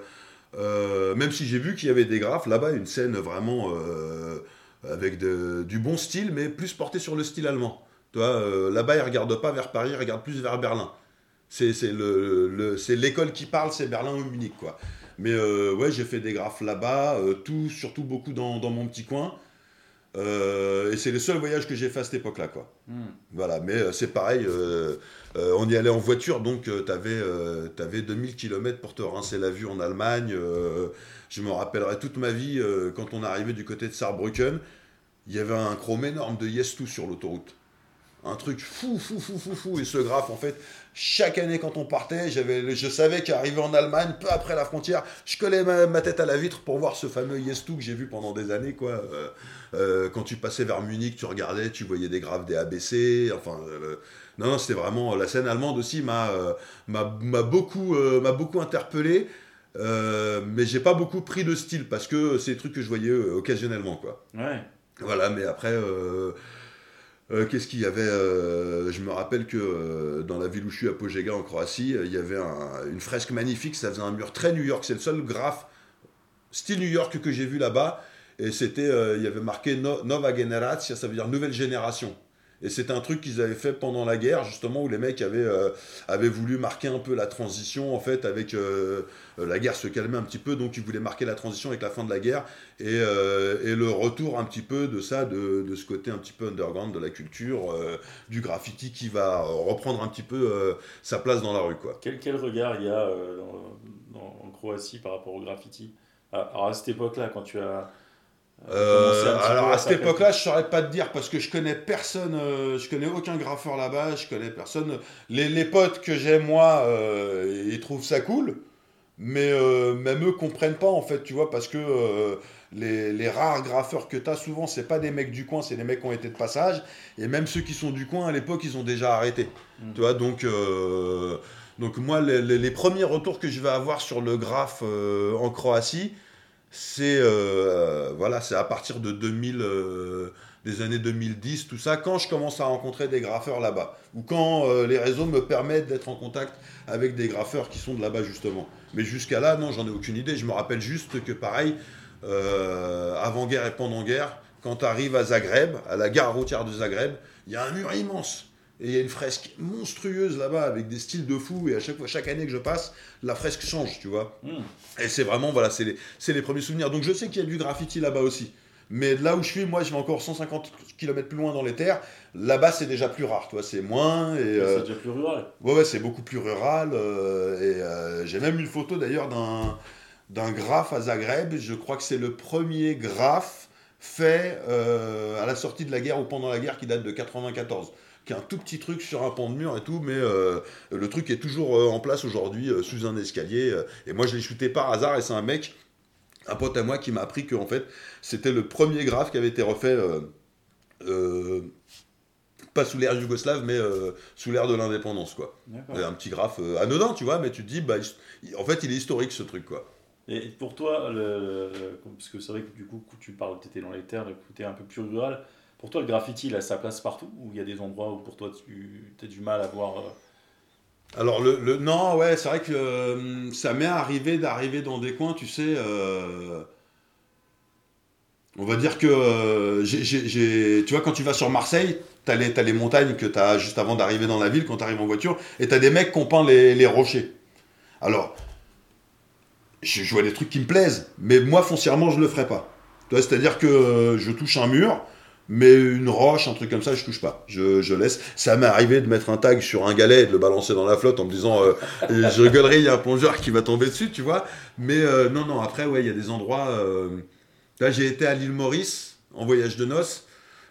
euh, même si j'ai vu qu'il y avait des graphes, là-bas, une scène vraiment euh, avec de- du bon style, mais plus porté sur le style allemand. Tu vois, euh, là-bas, ils ne regardent pas vers Paris, ils regardent plus vers Berlin. C'est, c'est, le, le- c'est l'école qui parle, c'est Berlin ou Munich, quoi. Mais euh, ouais, j'ai fait des graphes là-bas, euh, tout, surtout beaucoup dans, dans mon petit coin. Euh, et c'est les seuls voyages que j'ai fait à cette époque-là, quoi. Mm. Voilà, mais euh, c'est pareil, euh, euh, on y allait en voiture, donc euh, t'avais, euh, t'avais deux mille kilomètres pour te rincer la vue en Allemagne. Euh, je me rappellerai toute ma vie, euh, quand on arrivait du côté de Saarbrücken, il y avait un chrome énorme de Yes deux sur l'autoroute. Un truc fou, fou, fou, fou, fou. Et ce graphe, en fait, chaque année quand on partait, j'avais, je savais qu'arrivé en Allemagne, peu après la frontière, je collais ma, ma tête à la vitre pour voir ce fameux Yes deux que j'ai vu pendant des années, quoi. Euh, euh, quand tu passais vers Munich, tu regardais, tu voyais des graphes des A B C. Enfin, euh, non, non, c'était vraiment... La scène allemande aussi m'a, euh, m'a, m'a, beaucoup, euh, m'a beaucoup interpellé. Euh, mais j'ai pas beaucoup pris de style parce que c'est des trucs que je voyais euh, occasionnellement, quoi. Ouais. Voilà, mais après... Euh, Euh, qu'est-ce qu'il y avait euh, Je me rappelle que euh, dans la ville où je suis, à Požega, en Croatie, euh, il y avait un- une fresque magnifique, ça faisait un mur très New York, c'est le seul graphe style New York que j'ai vu là-bas, et c'était, euh, il y avait marqué no, Nova Generacja, ça veut dire nouvelle génération. Et c'était un truc qu'ils avaient fait pendant la guerre, justement, où les mecs avaient, euh, avaient voulu marquer un peu la transition, en fait, avec euh, la guerre se calmait un petit peu, donc ils voulaient marquer la transition avec la fin de la guerre, et, euh, et le retour un petit peu de ça, de, de ce côté un petit peu underground de la culture, euh, du graffiti qui va reprendre un petit peu euh, sa place dans la rue, quoi. Quel, quel regard il y a euh, dans- dans- en Croatie par rapport au graffiti? Ah, alors à cette époque-là, quand tu as Euh, commencé un petit alors peu à cette s'apprêter- époque-là, je saurais pas te dire parce que je connais personne, euh, je connais aucun graffeur là-bas, je connais personne. Les, les potes que j'ai moi, euh, ils trouvent ça cool, mais euh, même eux comprennent pas en fait, tu vois, parce que euh, les, les rares graffeurs que t'as souvent, c'est pas des mecs du coin, c'est des mecs qui ont été de passage, et même ceux qui sont du coin à l'époque, ils ont déjà arrêté, Mm. tu vois, donc. Euh, donc moi, les, les- les premiers retours que je vais avoir sur le graphe euh, en Croatie, c'est euh, voilà, c'est à partir de deux mille, euh, des années deux mille dix, tout ça, quand je commence à rencontrer des graffeurs là-bas, ou quand euh, les réseaux me permettent d'être en contact avec des graffeurs qui sont de là-bas justement. Mais jusqu'à là, non, j'en ai aucune idée. Je me rappelle juste que pareil, euh, avant-guerre et pendant-guerre, quand tu arrives à Zagreb, à la gare routière de Zagreb, il y a un mur immense. Et il y a une fresque monstrueuse là-bas avec des styles de fou. Et à chaque fois, chaque année que je passe, la fresque change, tu vois. Mm. Et c'est vraiment, voilà, c'est les, c'est les premiers souvenirs. Donc je sais qu'il y a du graffiti là-bas aussi. Mais là où je suis, moi, je vais encore cent cinquante kilomètres plus loin dans les terres. Là-bas, c'est déjà plus rare, tu vois, c'est moins. Et, euh... c'est déjà plus rural. Ouais, ouais, c'est beaucoup plus rural. Euh, et euh, j'ai même une photo d'ailleurs d'un, d'un graphe à Zagreb. Je crois que c'est le premier graphe fait euh, à la sortie de la guerre ou pendant la guerre qui date de quatre-vingt-quatorze. Qui est un tout petit truc sur un pan de mur et tout, mais euh, le truc est toujours euh, en place aujourd'hui euh, sous un escalier. Euh, et moi, je l'ai shooté par hasard et c'est un mec, un pote à moi, qui m'a appris que en fait, c'était le premier graphe qui avait été refait, euh, euh, pas sous l'ère yougoslave, mais euh, sous l'ère de l'indépendance, quoi. Un petit graphe euh, anodin, tu vois, mais tu te dis, bah, il, en fait, il est historique ce truc, quoi. Et pour toi, le, le, parce que c'est vrai que du coup, tu parles, tu étais dans les terres, tu es un peu plus rural. Pour toi, le graffiti, il a sa place partout? Ou il y a des endroits où pour toi, tu as du mal à voir euh... Alors, le, le, non, ouais, c'est vrai que euh, ça m'est arrivé d'arriver dans des coins, tu sais... Euh, on va dire que... Euh, j'ai, j'ai, j'ai, tu vois, quand tu vas sur Marseille, t'as les, t'as les montagnes que t'as juste avant d'arriver dans la ville, quand t'arrives en voiture, et t'as des mecs qui ont peint les, les rochers. Alors, je, je vois des trucs qui me plaisent, mais moi, foncièrement, je le ferai pas. Tu vois, c'est-à-dire que euh, je touche un mur... Mais une roche, un truc comme ça, je touche pas. Je, je laisse. Ça m'est arrivé de mettre un tag sur un galet et de le balancer dans la flotte en me disant euh, je rigolerai, il y a un plongeur qui va tomber dessus, tu vois. Mais euh, non, non, après, ouais, il y a des endroits. Euh... Là, j'ai été à l'île Maurice en voyage de noces.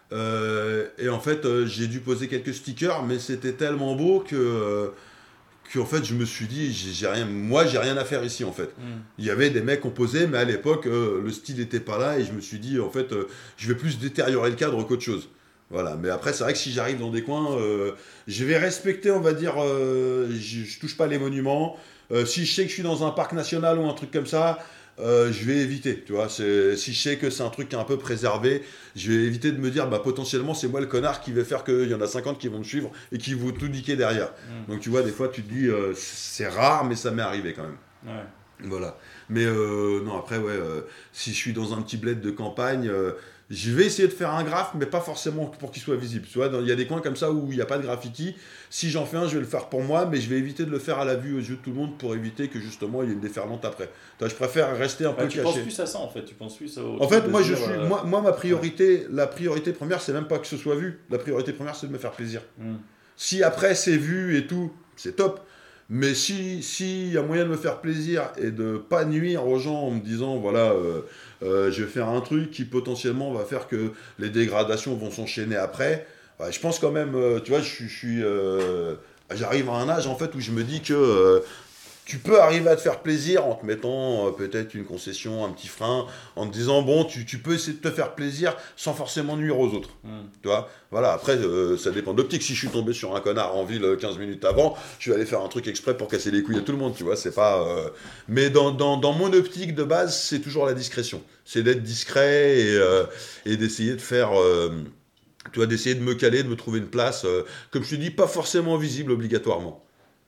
Euh, et en fait, euh, j'ai dû poser quelques stickers, mais c'était tellement beau que. Euh, qu'en fait, je me suis dit, j'ai, j'ai rien, moi, j'ai rien à faire ici, en fait. Mm. Il y avait des mecs qui ont posé, mais à l'époque, euh, le style n'était pas là, et je me suis dit, en fait, euh, je vais plus détériorer le cadre qu'autre chose. Voilà, mais après, c'est vrai que si j'arrive dans des coins, euh, je vais respecter, on va dire, euh, je, je touche pas les monuments. Euh, si je sais que je suis dans un parc national ou un truc comme ça, euh, je vais éviter, tu vois. C'est, si je sais que c'est un truc qui est un peu préservé, je vais éviter de me dire, bah, potentiellement, c'est moi le connard qui va faire qu'il y en a cinquante qui vont me suivre et qui vont tout niquer derrière. Mmh. Donc, tu vois, des fois, tu te dis, euh, c'est rare, mais ça m'est arrivé quand même. Ouais. Voilà. Mais euh, non, après, ouais, euh, si je suis dans un petit bled de campagne, euh, je vais essayer de faire un graphe, mais pas forcément pour qu'il soit visible. Tu vois, il y a des coins comme ça où il n'y a pas de graffiti. Si j'en fais un, je vais le faire pour moi, mais je vais éviter de le faire à la vue, aux yeux de tout le monde, pour éviter que justement il y ait une déferlante après. Toi, je préfère rester un ouais, peu tu caché. Tu penses plus à ça en fait. Tu penses plus au en fait, moi, je suis, euh... moi, moi, ma priorité, ouais. la priorité première, c'est même pas que ce soit vu. La priorité première, c'est de me faire plaisir. Mm. Si après c'est vu et tout, c'est top. Mais si s'il y a moyen de me faire plaisir et de pas nuire aux gens en me disant voilà euh, euh, je vais faire un truc qui potentiellement va faire que les dégradations vont s'enchaîner après, bah, je pense quand même euh, tu vois je, je suis euh, j'arrive à un âge en fait où je me dis que euh, tu peux arriver à te faire plaisir en te mettant euh, peut-être une concession, un petit frein, en te disant bon tu, tu peux essayer de te faire plaisir sans forcément nuire aux autres. Mm. Tu vois, voilà, après euh, ça dépend de l'optique. Si je suis tombé sur un connard en ville quinze minutes avant, je vais aller faire un truc exprès pour casser les couilles à tout le monde, tu vois, c'est pas... Euh... Mais dans, dans, dans mon optique de base, c'est toujours la discrétion. C'est d'être discret et, euh, et d'essayer de faire... Euh, tu vois, d'essayer de me caler, de me trouver une place, euh, comme je te dis, pas forcément visible obligatoirement.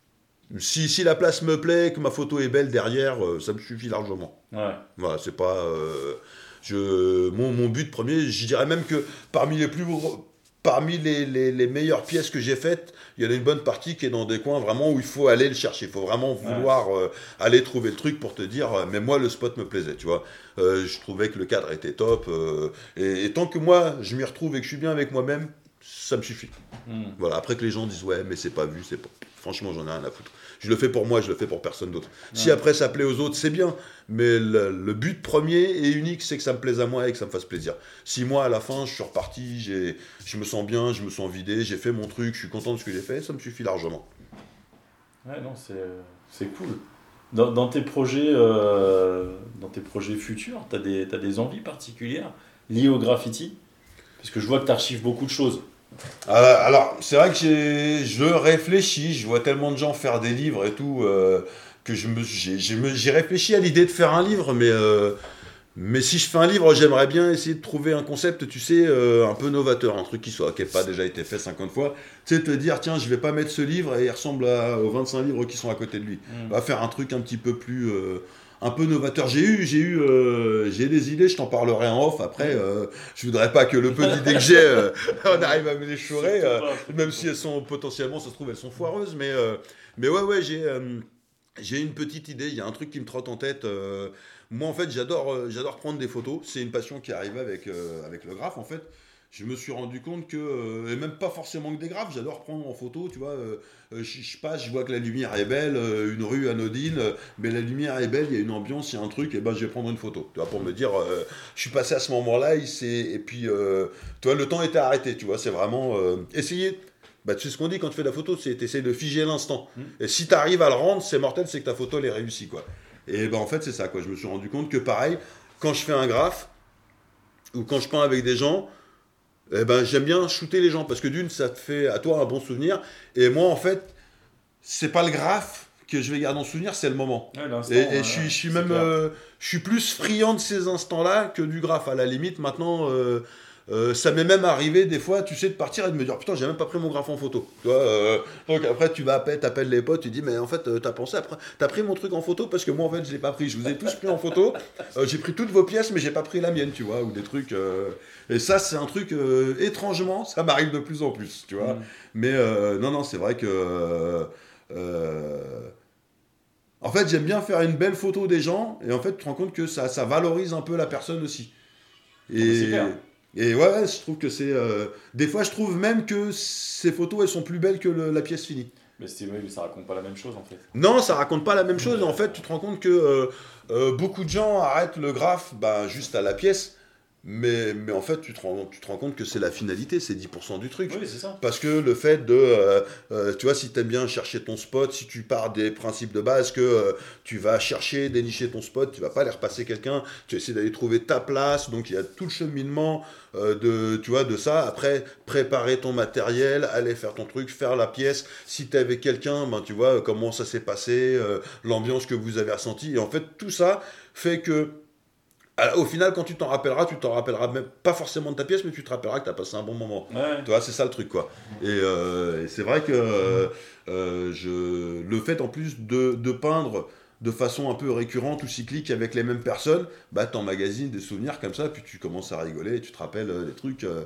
Si, si la place me plaît, que ma photo est belle derrière, euh, ça me suffit largement. Ouais. Voilà, c'est pas... Euh, je, mon, mon but premier, je dirais même que parmi les plus... Parmi les, les, les meilleures pièces que j'ai faites, il y en a une bonne partie qui est dans des coins vraiment où il faut aller le chercher. Il faut vraiment vouloir ouais. euh, aller trouver le truc pour te dire euh, mais moi le spot me plaisait, tu vois. Euh, je trouvais que le cadre était top. Euh, et, et tant que moi je m'y retrouve et que je suis bien avec moi-même, ça me suffit. Mm. Voilà. Après que les gens disent ouais mais c'est pas vu, c'est pas... Franchement j'en ai rien à foutre. Je le fais pour moi, je le fais pour personne d'autre. Ouais. Si après ça plaît aux autres, c'est bien. Mais le, le but premier et unique, c'est que ça me plaise à moi et que ça me fasse plaisir. Si moi, à la fin, je suis reparti, j'ai, je me sens bien, je me sens vidé, j'ai fait mon truc, je suis content de ce que j'ai fait, ça me suffit largement. Ouais, non, c'est, c'est cool. Dans, dans, tes projets, euh, dans tes projets futurs, tu as des, t'as des envies particulières liées au graffiti ? Parce que je vois que tu archives beaucoup de choses. Euh, alors, c'est vrai que j'ai, je réfléchis, je vois tellement de gens faire des livres et tout, euh, que je me, j'ai, j'ai, j'ai réfléchi à l'idée de faire un livre, mais euh, Mais si je fais un livre, j'aimerais bien essayer de trouver un concept, tu sais, euh, un peu novateur, un truc qui soit, qui n'ait pas déjà été fait cinquante fois. Tu sais, te dire, tiens, je vais pas mettre ce livre et il ressemble à, aux vingt-cinq livres qui sont à côté de lui. Mm. On va faire un truc un petit peu plus, euh, un peu novateur. J'ai eu, j'ai eu, euh, j'ai des idées, je t'en parlerai en off. Après, euh, je voudrais pas que le peu d'idées que j'ai, euh, on arrive à me les chourer, euh, même si elles sont potentiellement, ça se trouve, elles sont foireuses. Mais, euh, mais ouais, ouais, j'ai, euh, j'ai une petite idée. Il y a un truc qui me trotte en tête. Euh, Moi, en fait, j'adore, euh, j'adore prendre des photos. C'est une passion qui est arrivée avec, euh, avec le graphe, en fait. Je me suis rendu compte que, euh, et même pas forcément que des graphes, j'adore prendre en photo, tu vois. Euh, je, je passe, je vois que la lumière est belle, euh, une rue anodine, euh, mais la lumière est belle, il y a une ambiance, il y a un truc, et ben je vais prendre une photo, tu vois, pour me dire, euh, je suis passé à ce moment-là, il s'est- et puis, euh, tu vois, le temps était arrêté, tu vois. C'est vraiment euh, essayer. Bah, tu sais ce qu'on dit quand tu fais de la photo, c'est t'essayes de figer l'instant. Mm. Et si tu arrives à le rendre, c'est mortel, c'est que ta photo elle est réussie, quoi. Et ben en fait, c'est ça, quoi. Je me suis rendu compte que pareil, quand je fais un graphe ou quand je peins avec des gens, eh ben j'aime bien shooter les gens parce que d'une, ça te fait à toi un bon souvenir. Et moi, en fait, c'est pas le graphe que je vais garder en souvenir, c'est le moment. Ouais, l'instant, Et, et ouais, je suis, je suis c'est même, clair. euh, je suis plus friand de ces instants-là que du graphe. À la limite, maintenant, euh, euh, ça m'est même arrivé des fois, tu sais, de partir et de me dire putain, j'ai même pas pris mon graphe en photo. Tu vois, euh, donc après, tu vas appeler, t'appelles les potes, tu dis mais en fait, euh, t'as pensé après, t'as pris mon truc en photo parce que moi en fait, je l'ai pas pris. Je vous ai tous pris en photo. Euh, j'ai pris toutes vos pièces, mais j'ai pas pris la mienne, tu vois, ou des trucs. euh, Et ça, c'est un truc euh, étrangement, ça m'arrive de plus en plus, tu vois. Mm. Mais euh, non, non, c'est vrai que. euh, euh, En fait, j'aime bien faire une belle photo des gens, et en fait, tu te rends compte que ça, ça valorise un peu la personne aussi. Ah, mais c'est Et, clair. et ouais, ouais, je trouve que c'est. euh, Des fois, je trouve même que ces photos, elles sont plus belles que le- la pièce finie. Mais, c'est, ouais, mais ça raconte pas la même chose en fait. Non, ça raconte pas la même chose. En fait, tu te rends compte que euh, euh, beaucoup de gens arrêtent le graphe bah, juste à la pièce. Mais, mais en fait, tu te, rends, tu te rends compte que c'est la finalité, c'est dix pour cent du truc. Oui, c'est ça. Parce que le fait de, euh, euh, tu vois, si tu aimes bien chercher ton spot, si tu pars des principes de base que euh, tu vas chercher, dénicher ton spot, tu vas pas aller repasser quelqu'un, tu essaies d'aller trouver ta place, donc il y a tout le cheminement euh, de, tu vois, de ça. Après, préparer ton matériel, aller faire ton truc, faire la pièce. Si tu es avec quelqu'un, ben, tu vois, comment ça s'est passé, euh, l'ambiance que vous avez ressentie. Et en fait, tout ça fait que alors, au final, quand tu t'en rappelleras, tu t'en rappelleras même pas forcément de ta pièce, mais tu te rappelleras que tu as passé un bon moment. Ouais. Tu vois, c'est ça le truc, quoi. Et, euh, et c'est vrai que euh, euh, je, le fait en plus de, de peindre de façon un peu récurrente ou cyclique avec les mêmes personnes, bah t'emmagasines des souvenirs comme ça, puis tu commences à rigoler, et tu te rappelles euh, des trucs. euh,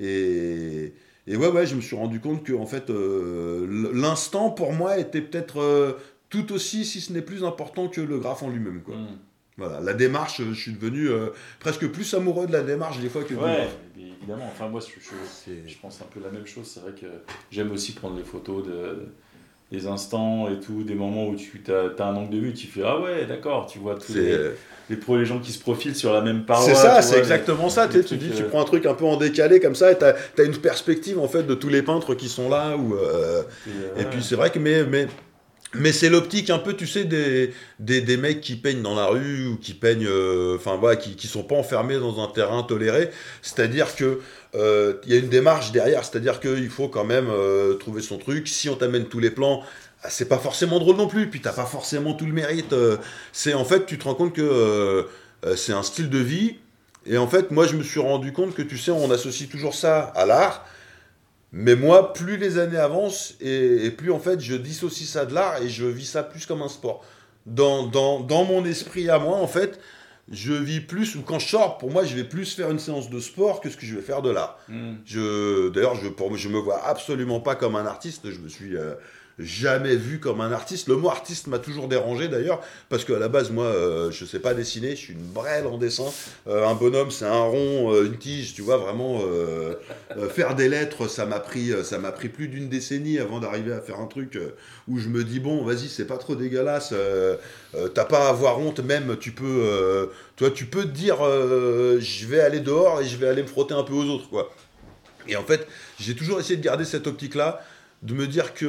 et, et ouais, ouais, je me suis rendu compte que en fait, euh, l'instant pour moi était peut-être euh, tout aussi, si ce n'est plus important que le graphe en lui-même, quoi. Mm. Voilà, la démarche, je suis devenu euh, presque plus amoureux de la démarche des fois que du Ouais, graphe. mais évidemment. Enfin, moi, je, je, C'est- je pense un peu la même chose. C'est vrai que j'aime aussi prendre les photos de, des instants et tout, des moments où tu as, un angle de vue, tu fais ah ouais, d'accord, tu vois tous C'est les, les, pro- les gens qui se profilent sur la même paroi. c'est ça, tu c'est vois, exactement les- ça. les Tu sais, tu trucs, dis, tu euh, prends un truc un peu en décalé comme ça et t'as as une perspective en fait de tous les peintres qui sont là. Ou, euh, et, euh, et ouais. puis c'est vrai que mais, mais, mais c'est l'optique un peu, tu sais, des, des, des mecs qui peignent dans la rue ou qui peignent, euh, enfin voilà, qui, qui sont pas enfermés dans un terrain toléré. C'est-à-dire que euh, il y a une démarche derrière, c'est-à-dire qu'il faut quand même euh, trouver son truc. Si on t'amène tous les plans, ah, c'est pas forcément drôle non plus, puis t'as pas forcément tout le mérite. euh, c'est en fait, tu te rends compte que euh, euh, c'est un style de vie. Et en fait, moi, je me suis rendu compte que, tu sais, on associe toujours ça à l'art. Mais moi, plus les années avancent, et, et plus en fait, je dissocie ça de l'art et je vis ça plus comme un sport. Dans, dans, dans mon esprit à moi, en fait, je vis plus, ou quand je sors, pour moi, je vais plus faire une séance de sport que ce que je vais faire de l'art. Mm. Je, d'ailleurs, je, pour, je me vois absolument pas comme un artiste. Je me suis euh, jamais vu comme un artiste. Le mot artiste m'a toujours dérangé d'ailleurs, parce qu'à la base, moi, euh, je sais pas dessiner. Je suis une brêle en dessin. Euh, un bonhomme, c'est un rond, euh, une tige. Tu vois, vraiment euh, euh, faire des lettres, ça m'a pris, ça m'a pris plus d'une décennie avant d'arriver à faire un truc euh, où je me dis bon, vas-y, c'est pas trop dégueulasse. Euh, euh, t'as pas à avoir honte. Même, tu peux, euh, toi, tu peux te dire, euh, je vais aller dehors et je vais aller me frotter un peu aux autres, quoi. Et en fait, j'ai toujours essayé de garder cette optique-là, de me dire que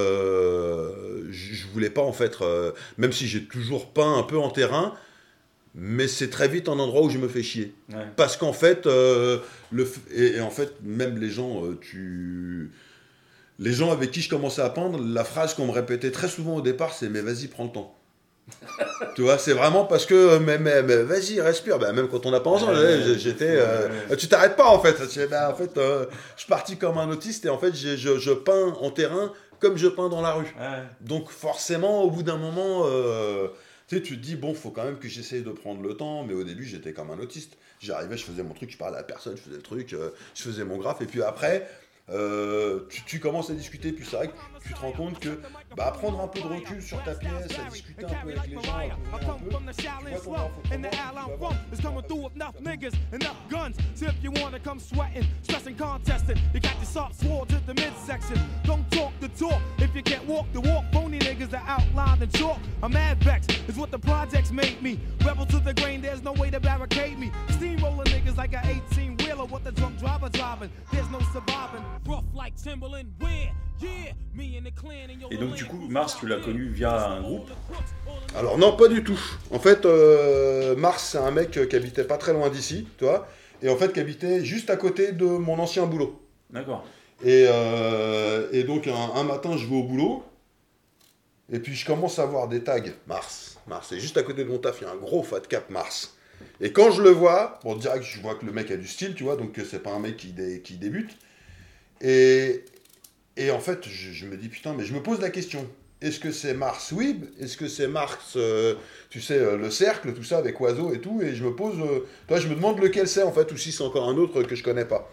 euh, je, je voulais pas en fait, euh, même si j'ai toujours peint un peu en terrain, mais c'est très vite un endroit où je me fais chier. Ouais. Parce qu'en fait, euh, le, f- et, et en fait, même les gens, euh, tu, les gens avec qui je commençais à peindre, la phrase qu'on me répétait très souvent au départ, c'est mais vas-y, prends le temps. Tu vois, c'est vraiment parce que, mais, mais, mais vas-y, respire. Bah, même quand on n'a pas ensemble, Ouais, j'étais. ouais, Euh, ouais. Tu t'arrêtes pas en fait. Je, bah, en fait, euh, je suis parti comme un autiste et en fait, j'ai- je, je peins en terrain comme je peins dans la rue. Ouais. Donc forcément, au bout d'un moment, euh, tu sais, tu te dis, bon, faut quand même que j'essaye de prendre le temps, mais au début, j'étais comme un autiste. J'arrivais, je faisais mon truc, je parlais à personne, je faisais le truc, euh, je faisais mon graphe, et puis après, euh, tu, tu commences à discuter, puis c'est vrai que tu te rends compte que bah, prendre un peu de recul sur ta pièce, à discuter un peu avec les gens, à couvrir un peu, tu vois ton graphe autrement, tu vas voir. It's coming through with enough niggas, enough guns. So if you wanna come sweating, stressing, contesting, you got your soft swords at the midsection. Don't talk the talk if you can't walk the walk. Phony niggas are outlined in chalk. I'm mad vex is what the projects make me. Rebel to the grain, there's no way to barricade me. Steamroller niggas like an eighteen wheeler with the drunk driver driving. There's no surviving. Rough like Timberland, where? Yeah, me and the clan and your Et donc du coup, Mars, tu l'as connu via un groupe. Alors non, pas du tout. En fait, euh, Mars, c'est un mec qui habitait pas très loin d'ici, tu vois, et en fait qui habitait juste à côté de mon ancien boulot. D'accord. Et, euh, et donc un, un matin, je vais au boulot, et puis je commence à voir des tags Mars. Mars, c'est juste à côté de mon taf, il y a un gros fat cap Mars. Et quand je le vois, bon, direct, je vois que le mec a du style, tu vois, donc c'est pas un mec qui, dé, qui débute. Et, et en fait, je, je me dis, putain, mais je me pose la question. Est-ce que c'est Mars Weeb? Est-ce que c'est Mars, euh, tu sais, euh, le cercle, tout ça, avec oiseaux et tout? Et je me pose, euh, toi, je me demande lequel c'est, en fait, ou si c'est encore un autre que je connais pas.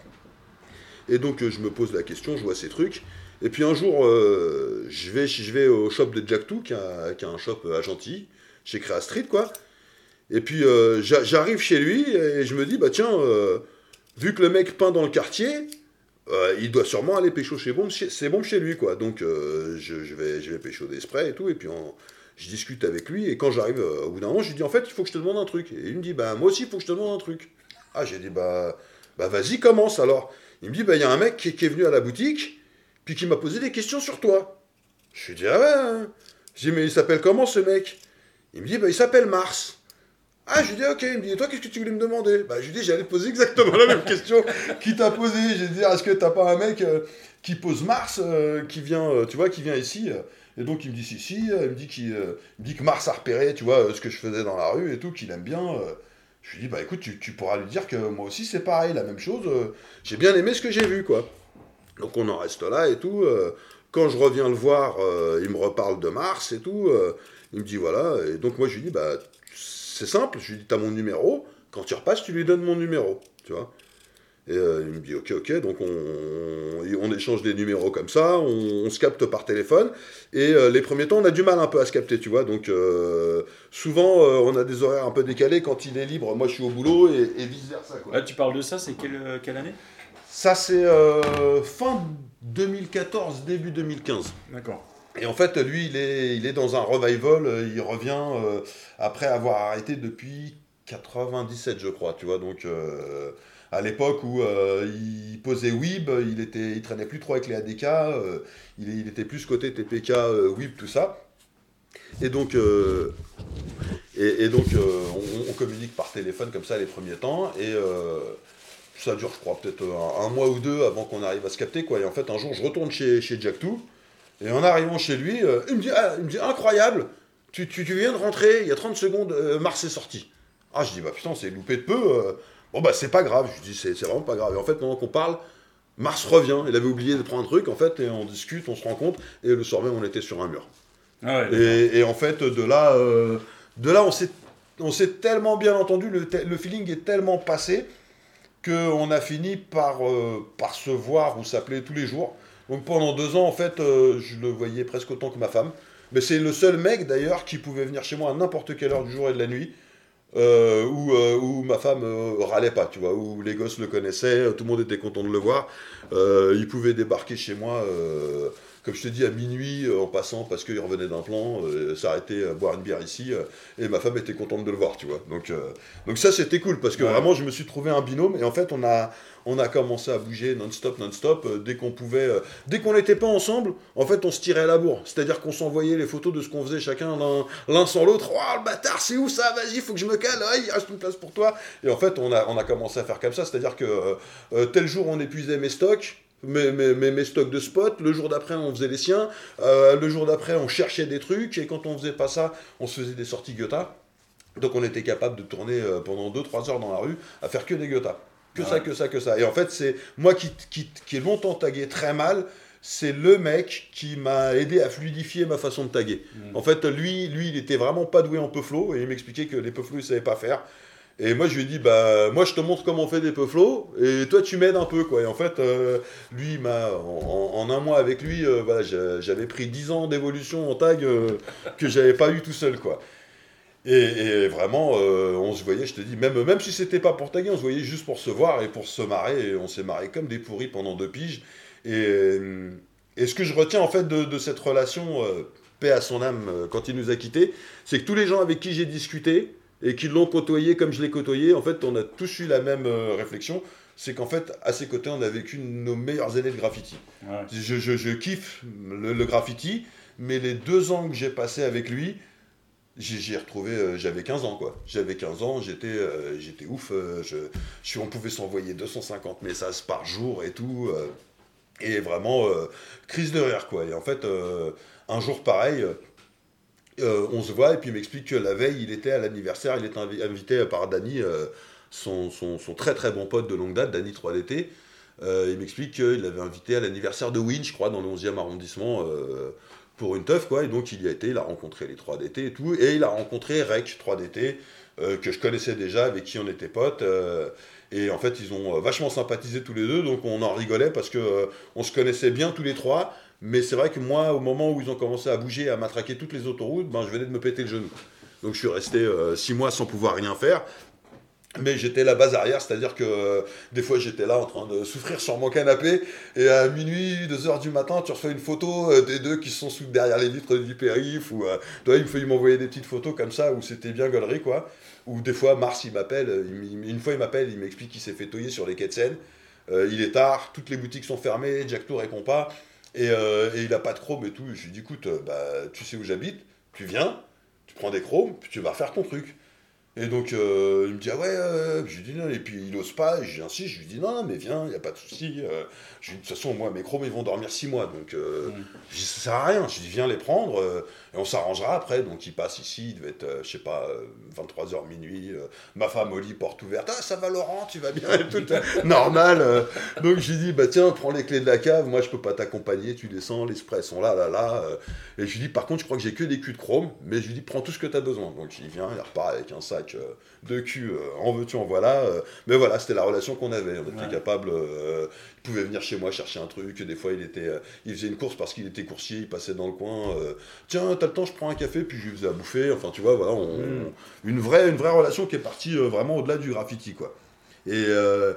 Et donc, euh, je me pose la question, je vois ces trucs. Et puis un jour, euh, je, vais, je vais au shop de Jack deux, qui a, qui a un shop à Gentilly, chez Créa Street, quoi. Et puis, euh, j'a- j'arrive chez lui, et je me dis, bah tiens, euh, vu que le mec peint dans le quartier, Euh, il doit sûrement aller pécho chez bombes chez, ses bombes chez lui, quoi. Donc, euh, je, je, vais, je vais pécho des sprays et tout, et puis on, je discute avec lui, et quand j'arrive euh, au bout d'un moment, je lui dis, en fait, il faut que je te demande un truc. Et il me dit, bah, moi aussi, il faut que je te demande un truc. Ah, j'ai dit, bah, bah vas-y, commence, alors. Il me dit, bah, il y a un mec qui, qui est venu à la boutique, puis qui m'a posé des questions sur toi. Je lui dis, ah ouais, hein. Je dis, mais il s'appelle comment, ce mec? Il me dit, bah, il s'appelle Mars. Ah, je lui dis, ok, il me dit, et toi, qu'est-ce que tu voulais me demander? Bah, je lui dis, j'allais te poser exactement la même question qu'il t'a posée. J'ai dit, est-ce que t'as pas un mec euh, qui pose Mars, euh, qui vient, euh, tu vois, qui vient ici euh, Et donc, il me dit, si, si, euh, il me dit, qu'il, euh, il me dit que Mars a repéré, tu vois, euh, ce que je faisais dans la rue et tout, qu'il aime bien. euh. Je lui dis, bah, écoute, tu, tu pourras lui dire que moi aussi, c'est pareil, la même chose. euh, j'ai bien aimé ce que j'ai vu, quoi. Donc, on en reste là et tout. euh. Quand je reviens le voir, euh, il me reparle de Mars et tout. euh. Il me dit, voilà. Et donc, moi, je lui dis, bah, c'est simple, je lui dis, t'as mon numéro, quand tu repasses, tu lui donnes mon numéro, tu vois. Et euh, il me dit, ok, ok, donc on, on échange des numéros comme ça, on, on se capte par téléphone, et euh, les premiers temps, on a du mal un peu à se capter, tu vois, donc euh, souvent, euh, on a des horaires un peu décalés, quand il est libre, moi je suis au boulot, et, et vice-versa, quoi. Là, tu parles de ça, c'est quelle, quelle année? Ça, c'est euh, fin deux mille quatorze, début deux mille quinze. D'accord. Et en fait, lui, il est, il est dans un revival, euh, il revient euh, après avoir arrêté depuis quatre-vingt-dix-sept, je crois, tu vois, donc euh, à l'époque où euh, il posait Weeb, il, était, il traînait plus trop avec les A D K, euh, il, il était plus côté T P K, euh, Weeb, tout ça. Et donc, euh, et, et donc euh, on, on communique par téléphone comme ça les premiers temps, et euh, ça dure, je crois, peut-être un, un mois ou deux avant qu'on arrive à se capter, quoi. Et en fait, un jour, je retourne chez, chez Jack deux, et en arrivant chez lui, euh, il, me dit, ah, il me dit, incroyable, tu, tu, tu viens de rentrer, il y a trente secondes, euh, Mars est sorti. Ah, je dis, bah putain, c'est loupé de peu. euh. Bon, bah c'est pas grave, je dis, c'est, c'est vraiment pas grave. Et en fait, pendant qu'on parle, Mars revient, il avait oublié de prendre un truc, en fait, et on discute, on se rencontre, et le soir même, on était sur un mur. Ah ouais, et, et en fait, de là, euh, de là on, s'est, on s'est tellement bien entendu, le, te, le feeling est tellement passé, qu'on a fini par, euh, par se voir ou s'appeler tous les jours. Donc pendant deux ans, en fait, euh, je le voyais presque autant que ma femme. Mais c'est le seul mec, d'ailleurs, qui pouvait venir chez moi à n'importe quelle heure du jour et de la nuit, euh, où, euh, où ma femme euh, râlait pas, tu vois, où les gosses le connaissaient, tout le monde était content de le voir. Euh, il pouvait débarquer chez moi, euh, comme je te dis, à minuit, euh, en passant, parce qu'il revenait d'un plan, euh, s'arrêter à boire une bière ici, euh, et ma femme était contente de le voir, tu vois. Donc, euh, donc ça, c'était cool, parce que ouais. Vraiment, je me suis trouvé un binôme, et en fait, on a... On a commencé à bouger non-stop, non-stop, euh, dès qu'on pouvait... Euh, dès qu'on n'était pas ensemble, en fait, on se tirait à la bourre. C'est-à-dire qu'on s'envoyait les photos de ce qu'on faisait chacun l'un, l'un sans l'autre. « Oh, le bâtard, c'est où ça? Vas-y, faut que je me cale. Ah, il reste une place pour toi. » Et en fait, on a, on a commencé à faire comme ça. C'est-à-dire que euh, euh, tel jour, on épuisait mes stocks. mes, mes, mes, mes stocks de spots. Le jour d'après, on faisait les siens. Euh, le jour d'après, on cherchait des trucs. Et quand on faisait pas ça, on se faisait des sorties Goethe. Donc on était capable de tourner euh, pendant deux trois heures dans la rue à faire que des Goethe. Que ouais. ça, que ça, que ça. Et en fait, c'est moi qui, qui, qui ai longtemps tagué très mal. C'est le mec qui m'a aidé à fluidifier ma façon de taguer. Mmh. En fait, lui, lui, il était vraiment pas doué en pufflo et il m'expliquait que les pufflos, il savait pas faire. Et moi, je lui ai dit, bah, moi, je te montre comment on fait des pufflos et toi, tu m'aides un peu, quoi. Et en fait, euh, lui, il m'a, en, en un mois avec lui, euh, voilà, j'avais pris dix ans d'évolution en tag euh, que j'avais pas eu tout seul, quoi. Et, et vraiment, euh, on se voyait, je te dis, même, même si c'était pas pour taguer, on se voyait juste pour se voir et pour se marrer. Et on s'est marré comme des pourris pendant deux piges. Et, et ce que je retiens en fait de, de cette relation, euh, paix à son âme, euh, quand il nous a quittés, c'est que tous les gens avec qui j'ai discuté et qui l'ont côtoyé comme je l'ai côtoyé, en fait, on a tous eu la même euh, réflexion. C'est qu'en fait, à ses côtés, on a vécu nos meilleures années de graffiti. Ouais. Je, je, je kiffe le, le graffiti, mais les deux ans que j'ai passés avec lui, j'ai, j'ai retrouvé, euh, j'avais quinze ans, quoi. J'avais quinze ans, j'étais, euh, j'étais ouf. Euh, je, je, on pouvait s'envoyer deux cent cinquante messages par jour et tout. Euh, Et vraiment, euh, crise de rire, quoi. Et en fait, euh, un jour pareil, euh, on se voit, et puis il m'explique que la veille, il était à l'anniversaire, il était invi- invité par Danny, euh, son, son, son très très bon pote de longue date, Danny trois D T. Euh, il m'explique qu'il l'avait invité à l'anniversaire de Win, je crois, dans le onzième arrondissement, euh, pour une teuf, quoi. Et donc, il y a été, il a rencontré les trois D T et tout, et il a rencontré Rec trois D T, euh, que je connaissais déjà, avec qui on était potes. Euh, Et en fait, ils ont vachement sympathisé tous les deux, donc on en rigolait parce qu'on euh, se connaissait bien tous les trois. Mais c'est vrai que moi, au moment où ils ont commencé à bouger, à matraquer toutes les autoroutes, ben, je venais de me péter le genou. Donc je suis resté euh, six mois sans pouvoir rien faire. Mais j'étais la base arrière, c'est-à-dire que euh, des fois j'étais là en train de souffrir sur mon canapé, et à minuit, deux heures du matin, tu reçois une photo euh, des deux qui sont sous derrière les vitres du périph', ou euh, toi, il me fait m'envoyer des petites photos comme ça, où c'était bien gaulerie, quoi. Ou des fois, Mars, il m'appelle, il, il, une fois il m'appelle, il m'explique qu'il s'est fait toyer sur les quais de Seine, euh, il est tard, toutes les boutiques sont fermées, Jack Tour et compas, et, euh, et il a pas de chrome et tout. Je lui dis, écoute, euh, bah, tu sais où j'habite, tu viens, tu prends des chromes, puis tu vas refaire ton truc. Et donc, euh, il me dit, ah ouais, euh, je lui dis non, et puis il ose pas, et j'insiste, je lui dis, non, non, mais viens, il n'y a pas de souci. Euh, je lui dis, de toute façon, moi, mes chromes, ils vont dormir six mois, donc euh, mmh. je dis, ça sert à rien. Je lui dis, viens les prendre, euh, et on s'arrangera après. Donc, il passe ici, il devait être, euh, je sais pas, euh, vingt-trois heures minuit, euh, ma femme au lit, porte ouverte, ah, ça va Laurent, tu vas bien, et tout, normal. Euh, donc, je lui dis, bah tiens, prends les clés de la cave, moi, je peux pas t'accompagner, tu descends, les sprays sont là, là, là. Euh, et je lui dis, par contre, je crois que j'ai que des culs de chrome, mais je lui dis, prends tout ce que tu as besoin. Donc, il vient, il repart avec un sac euh, de cul, euh, en veux-tu, en voilà. Euh, mais voilà, c'était la relation qu'on avait. On était ouais. capable. Euh, il pouvait venir chez moi chercher un truc. Des fois, il était, euh, il faisait une course parce qu'il était coursier. Il passait dans le coin. Euh, Tiens, t'as le temps, je prends un café. Puis je lui faisais à bouffer. Enfin, tu vois, voilà, on, mm. on, une vraie, une vraie relation qui est partie euh, vraiment au-delà du graffiti, quoi. Et euh,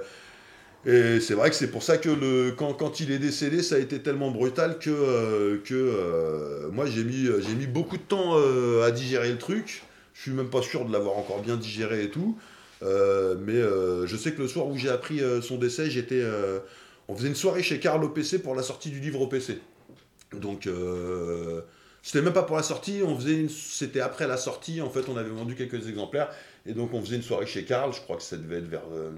Et c'est vrai que c'est pour ça que le, quand, quand il est décédé, ça a été tellement brutal que, euh, que euh, moi j'ai mis, j'ai mis beaucoup de temps euh, à digérer le truc. Je suis même pas sûr de l'avoir encore bien digéré et tout. Euh, mais euh, je sais que le soir où j'ai appris euh, son décès, j'étais, euh, on faisait une soirée chez Karl au P C pour la sortie du livre au P C. Donc euh, c'était même pas pour la sortie, on faisait une, c'était après la sortie. En fait, on avait vendu quelques exemplaires et donc on faisait une soirée chez Karl. Je crois que ça devait être vers euh,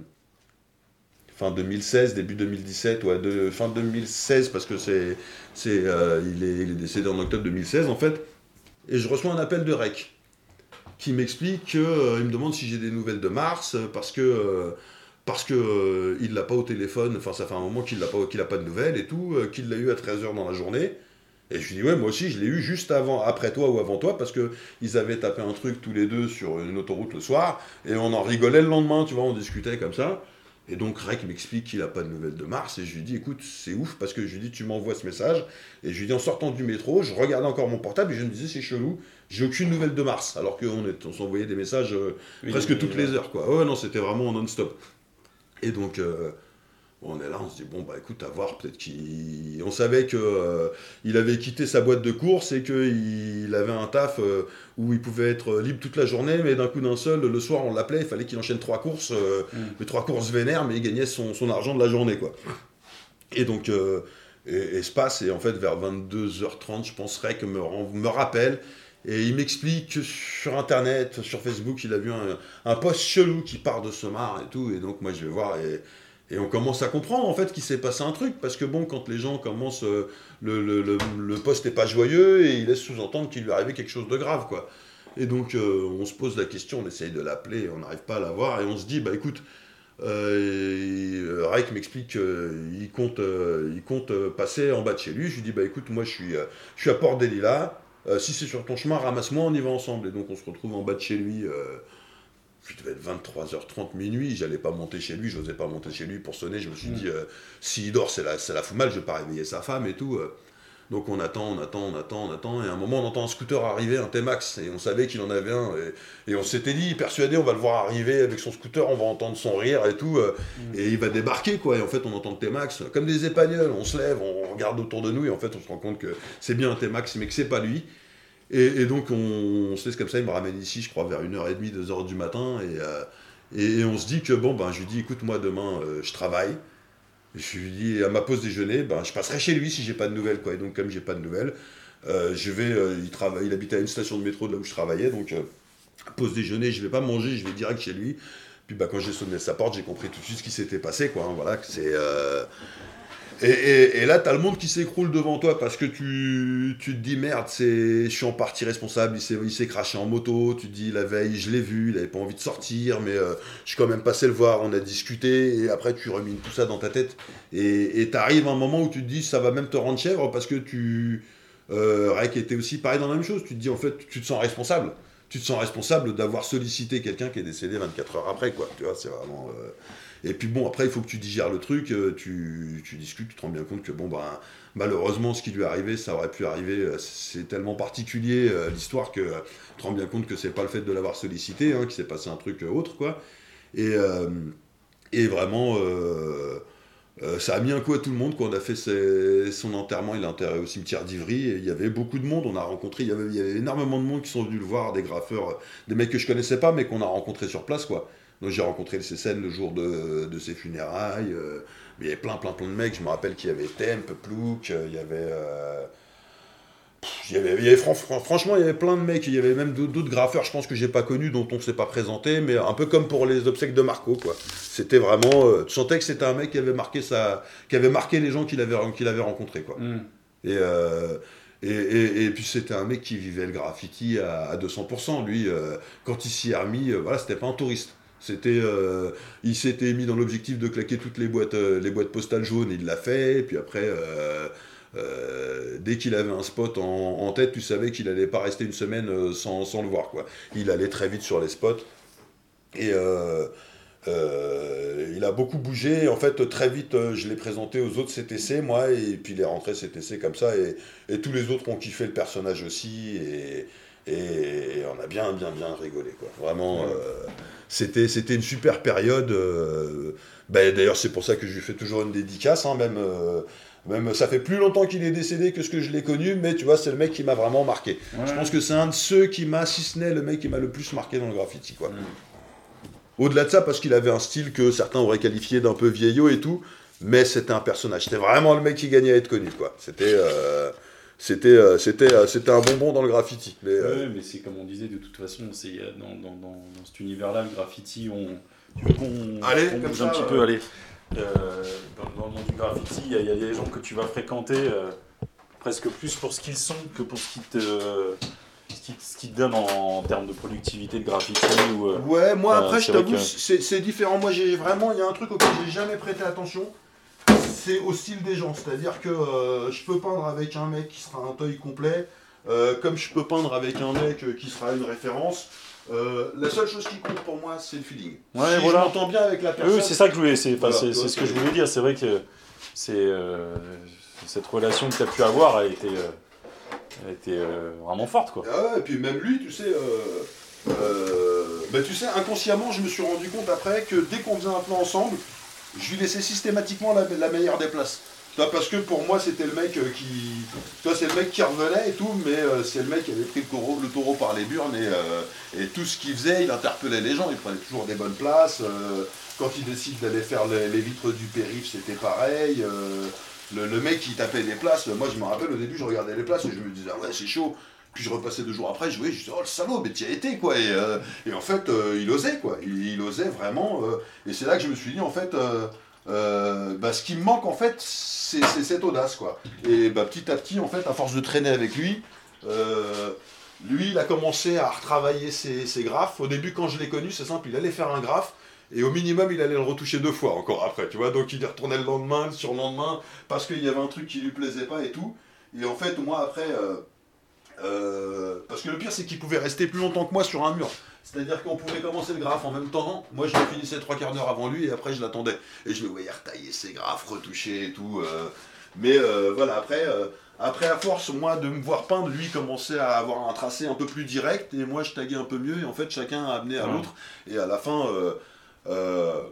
fin deux mille seize, début deux mille dix-sept, ouais, de, fin deux mille seize parce que c'est, c'est, euh, il, est, il est décédé en octobre deux mille seize en fait. Et je reçois un appel de Rec qui m'explique qu'il euh, me demande si j'ai des nouvelles de Mars parce que euh, parce que euh, il l'a pas au téléphone. Enfin, ça fait un moment qu'il l'a pas, qu'il a pas de nouvelles et tout, euh, qu'il l'a eu à treize heures dans la journée. Et je lui dis ouais, moi aussi je l'ai eu juste avant, après toi ou avant toi parce que ils avaient tapé un truc tous les deux sur une autoroute le soir et on en rigolait le lendemain, tu vois, on discutait comme ça. Et donc Rec m'explique qu'il n'a pas de nouvelles de Mars et je lui dis écoute c'est ouf parce que je lui dis tu m'envoies ce message et je lui dis en sortant du métro je regardais encore mon portable et je me disais c'est chelou, j'ai aucune nouvelle de Mars alors qu'on on s'envoyait des messages euh, oui, presque oui, toutes oui, les ouais. heures quoi. Ouais non c'était vraiment non-stop. Et donc euh, on est là, on se dit bon bah écoute à voir peut-être qu'il, on savait que euh, il avait quitté sa boîte de course et qu'il avait un taf euh, où il pouvait être libre toute la journée, mais d'un coup d'un seul le soir on l'appelait, il fallait qu'il enchaîne trois courses, euh, mm. les trois courses vénères, mais il gagnait son, son argent de la journée quoi. Et donc euh, et, et se passe et en fait vers vingt-deux heures trente je penserais que me, me rappelle. Et il m'explique que sur internet, sur Facebook, il a vu un, un post chelou qui part de Semar et tout, et donc moi je vais voir et Et on commence à comprendre en fait qu'il s'est passé un truc, parce que bon, quand les gens commencent, euh, le, le, le, le poste n'est pas joyeux et il laisse sous-entendre qu'il lui est arrivé quelque chose de grave, quoi. Et donc euh, on se pose la question, on essaye de l'appeler, on n'arrive pas à la voir, et on se dit, bah écoute, euh, Reich m'explique qu'il compte, euh, il compte passer en bas de chez lui. Je lui dis, bah écoute, moi je suis, euh, je suis à Port des Lilas, euh, si c'est sur ton chemin, ramasse-moi, on y va ensemble. Et donc on se retrouve en bas de chez lui. Euh, Il devait être vingt-trois heures trente, minuit, j'allais pas monter chez lui, je n'osais pas monter chez lui pour sonner, je me suis mmh. dit, euh, s'il dort, c'est la, c'est la fout mal, je vais pas réveiller sa femme et tout. Euh. Donc on attend, on attend, on attend, on attend, et à un moment on entend un scooter arriver, un T-Max, et on savait qu'il en avait un, et, et on s'était dit, persuadé, on va le voir arriver avec son scooter, on va entendre son rire et tout, euh, mmh. et il va débarquer, quoi, et en fait on entend le T-Max, comme des épagnols, on se lève, on regarde autour de nous, et en fait on se rend compte que c'est bien un T-Max, mais que c'est pas lui. Et, et donc on, on se laisse comme ça, il me ramène ici, je crois, vers une heure trente, deux heures du matin, et... Euh, Et, et on se dit que, bon, ben, je lui dis, écoute, moi, demain, euh, je travaille. Je lui dis, à ma pause déjeuner, ben, je passerai chez lui si j'ai pas de nouvelles, quoi. Et donc, comme j'ai pas de nouvelles, euh, je vais, euh, il, travaille, il habitait à une station de métro de là où je travaillais, donc, euh, pause déjeuner, je vais pas manger, je vais direct chez lui. Puis, bah, quand j'ai sonné sa porte, j'ai compris tout de suite ce qui s'était passé, quoi. Hein, voilà, que c'est... Euh... Et, et, et là, t'as le monde qui s'écroule devant toi parce que tu, tu te dis merde, c'est, je suis en partie responsable, il s'est, il s'est craché en moto, tu te dis la veille, je l'ai vu, il avait pas envie de sortir, mais euh, je suis quand même passé le voir, on a discuté, et après tu remines tout ça dans ta tête, et, et t'arrives à un moment où tu te dis ça va même te rendre chèvre parce que tu. Euh, Rek était aussi pareil dans la même chose, tu te dis en fait, tu te sens responsable. Tu te sens responsable d'avoir sollicité quelqu'un qui est décédé vingt-quatre heures après, quoi. Tu vois, c'est vraiment. Euh... Et puis bon, après, il faut que tu digères le truc, tu, tu discutes, tu te rends bien compte que bon, ben, malheureusement, ce qui lui est arrivé, ça aurait pu arriver. C'est tellement particulier euh, l'histoire que tu te rends bien compte que c'est pas le fait de l'avoir sollicité, hein, qu'il s'est passé un truc autre, quoi. Et, euh, et vraiment. Euh, Euh, ça a mis un coup à tout le monde quand on a fait ses, son enterrement, il est enterré au cimetière d'Ivry, et il y avait beaucoup de monde, on a rencontré, il y avait, il y avait énormément de monde qui sont venus le voir, des graffeurs, des mecs que je connaissais pas mais qu'on a rencontrés sur place, quoi. Donc j'ai rencontré le Cécène le jour de, de ses funérailles, euh, mais il y avait plein plein plein de mecs, je me rappelle qu'il y avait Temp, Plouk, il y avait... Euh, Il y avait, il y avait fran- franchement, il y avait plein de mecs, il y avait même d'autres graffeurs, je pense que j'ai pas connus, dont on ne s'est pas présenté, mais un peu comme pour les obsèques de Marco, quoi. C'était vraiment, euh, tu sentais que c'était un mec qui avait marqué sa, qui avait marqué les gens qu'il avait, qu'il avait rencontrés, quoi. Mm. Et, euh, et, et, et puis c'était un mec qui vivait le graffiti à, à deux cents pour cent. Lui, euh, quand il s'y est remis, euh, voilà, c'était pas un touriste. C'était, euh, il s'était mis dans l'objectif de claquer toutes les boîtes, euh, les boîtes postales jaunes, il l'a fait, et puis après. Euh, Euh, dès qu'il avait un spot en, en tête, tu savais qu'il allait pas rester une semaine euh, sans, sans le voir, quoi. Il allait très vite sur les spots et euh, euh, il a beaucoup bougé. En fait, très vite, euh, je l'ai présenté aux autres C T C, moi, et puis il est rentré C T C comme ça, et, et tous les autres ont kiffé le personnage aussi, et, et on a bien, bien, bien rigolé, quoi. Vraiment, euh, c'était, c'était une super période. Euh, ben, d'ailleurs, c'est pour ça que je lui fais toujours une dédicace, hein, même. Euh, Même, ça fait plus longtemps qu'il est décédé que ce que je l'ai connu, mais tu vois, c'est le mec qui m'a vraiment marqué. Ouais. Je pense que c'est un de ceux qui m'a, si ce n'est le mec qui m'a le plus marqué dans le graffiti, quoi. Mm. Au-delà de ça, parce qu'il avait un style que certains auraient qualifié d'un peu vieillot et tout, mais c'était un personnage. C'était vraiment le mec qui gagnait à être connu, quoi. C'était, euh, c'était, euh, c'était, euh, c'était un bonbon dans le graffiti. Mais, euh... ouais, mais c'est comme on disait, de toute façon, c'est dans, dans, dans, dans cet univers-là, le graffiti, on, tu veux qu'on, allez, qu'on bouge ça, un petit euh... peu, allez. Euh, dans, dans le monde du graffiti, il y, y a des gens que tu vas fréquenter euh, presque plus pour ce qu'ils sont que pour ce qu'ils te, ce qui, ce qui te donnent en, en termes de productivité de graffiti. Ou, euh, ouais, moi après, euh, je t'avoue, que... c'est, c'est différent. Moi, j'ai vraiment, il y a un truc auquel j'ai jamais prêté attention, c'est au style des gens. C'est-à-dire que euh, je peux peindre avec un mec qui sera un toy complet, euh, comme je peux peindre avec un mec qui sera une référence. Euh, la seule chose qui compte pour moi, c'est le feeling. Ouais, si voilà. je m'entends bien avec la personne... Oui, c'est ça que je voulais, c'est, voilà, c'est, toi, c'est ce que je voulais dire. C'est vrai que c'est, euh, cette relation que tu as pu avoir, elle a été, euh, elle a été euh, vraiment forte, quoi. Ah ouais, et puis même lui, tu sais, euh, euh, bah, tu sais, inconsciemment, je me suis rendu compte après que dès qu'on faisait un plan ensemble, je lui laissais systématiquement la, la meilleure des places. Parce que pour moi c'était le mec qui, toi c'est le mec qui revenait et tout, mais euh, c'est le mec qui avait pris le taureau, le taureau par les burnes et, euh, et tout ce qu'il faisait, il interpellait les gens, il prenait toujours des bonnes places. Euh, quand il décide d'aller faire les, les vitres du périph', c'était pareil. Euh, le, le mec qui tapait des places, moi je me rappelle au début je regardais les places et je me disais ah ouais c'est chaud. Puis je repassais deux jours après, je voyais, je disais oh le salaud, mais t'y as été quoi. Et, euh, et en fait euh, il osait quoi, il, il osait vraiment. Euh, et c'est là que je me suis dit en fait. Euh, euh, bah, ce qui me manque en fait, c'est, c'est cette audace quoi. Et bah, petit à petit, en fait, à force de traîner avec lui, euh, lui il a commencé à retravailler ses, ses graphes. Au début, quand je l'ai connu, c'est simple, il allait faire un graphe. Et au minimum, il allait le retoucher deux fois encore après, tu vois. Donc il y retournait le lendemain, le surlendemain, parce qu'il y avait un truc qui lui plaisait pas et tout. Et en fait, moi après, euh, euh, parce que le pire, c'est qu'il pouvait rester plus longtemps que moi sur un mur. C'est-à-dire qu'on pouvait commencer le graphe en même temps. Moi, je le finissais trois quarts d'heure avant lui et après, je l'attendais. Et je le voyais retailler ses graphes, retoucher et tout. Euh. Mais euh, voilà, après, euh, après, à force, moi, de me voir peindre, lui commençait à avoir un tracé un peu plus direct et moi, je taguais un peu mieux. Et en fait, chacun a amené à Ouais. l'autre. Et à la fin, euh, euh,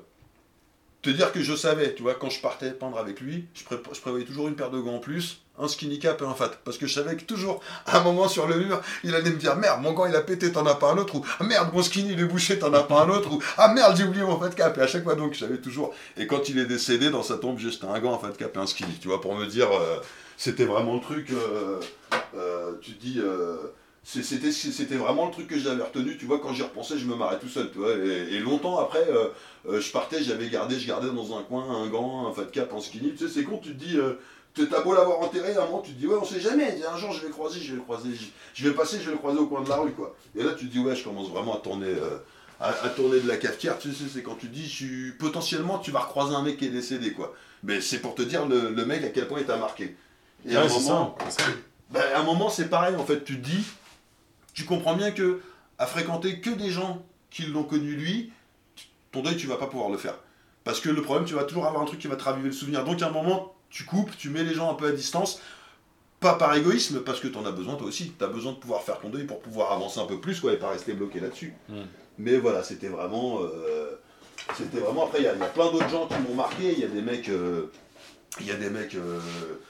te dire que je savais, tu vois, quand je partais peindre avec lui, je, pré- je prévoyais toujours une paire de gants en plus, un skinny cap et un fat. Parce que je savais que toujours, à un moment sur le mur, il allait me dire merde, mon gant il a pété, t'en as pas un autre, ou ah, merde, mon skinny il est bouché, t'en as pas un autre, ou ah merde, j'ai oublié mon fat cap. Et à chaque fois, donc, je savais toujours. Et quand il est décédé, dans sa tombe, j'ai jeté un gant, un fat cap et un skinny, tu vois, pour me dire, euh, c'était vraiment le truc, euh, euh, tu te dis. Euh, c'est- C'était, c'était vraiment le truc que j'avais retenu, tu vois, quand j'y repensais, je me marrais tout seul, tu vois, et, et longtemps après, euh, euh, je partais, j'avais gardé, je gardais dans un coin un gant, un fat cap, un skinny, tu sais, c'est con, tu te dis, euh, t'as beau l'avoir enterré, à un moment, tu te dis, ouais, on sait jamais, un jour je vais croiser, je vais le croiser, je- je vais passer, je vais le croiser au coin de la rue, quoi. Et là, tu te dis, ouais, je commence vraiment à tourner, euh, à, à tourner de la cafetière, tu sais, c'est quand tu te dis, tu, potentiellement, tu vas recroiser un mec qui est décédé, quoi. Mais c'est pour te dire, le, le mec, à quel point il t'a marqué. Et à un Ouais, c'est moment, ça. c'est ça. ben, à un moment, c'est pareil, en fait, tu te dis, tu comprends bien que à fréquenter que des gens qui l'ont connu lui, ton deuil, tu vas pas pouvoir le faire. Parce que le problème, tu vas toujours avoir un truc qui va te raviver le souvenir. Donc à un moment, tu coupes, tu mets les gens un peu à distance, pas par égoïsme, parce que tu en as besoin toi aussi. Tu as besoin de pouvoir faire ton deuil pour pouvoir avancer un peu plus, quoi, et pas rester bloqué là-dessus. Mm. Mais voilà, c'était vraiment... euh, c'était vraiment... Après, il y, a- il y a plein d'autres gens qui m'ont marqué. Il y a des mecs... euh, Il y a des mecs... euh,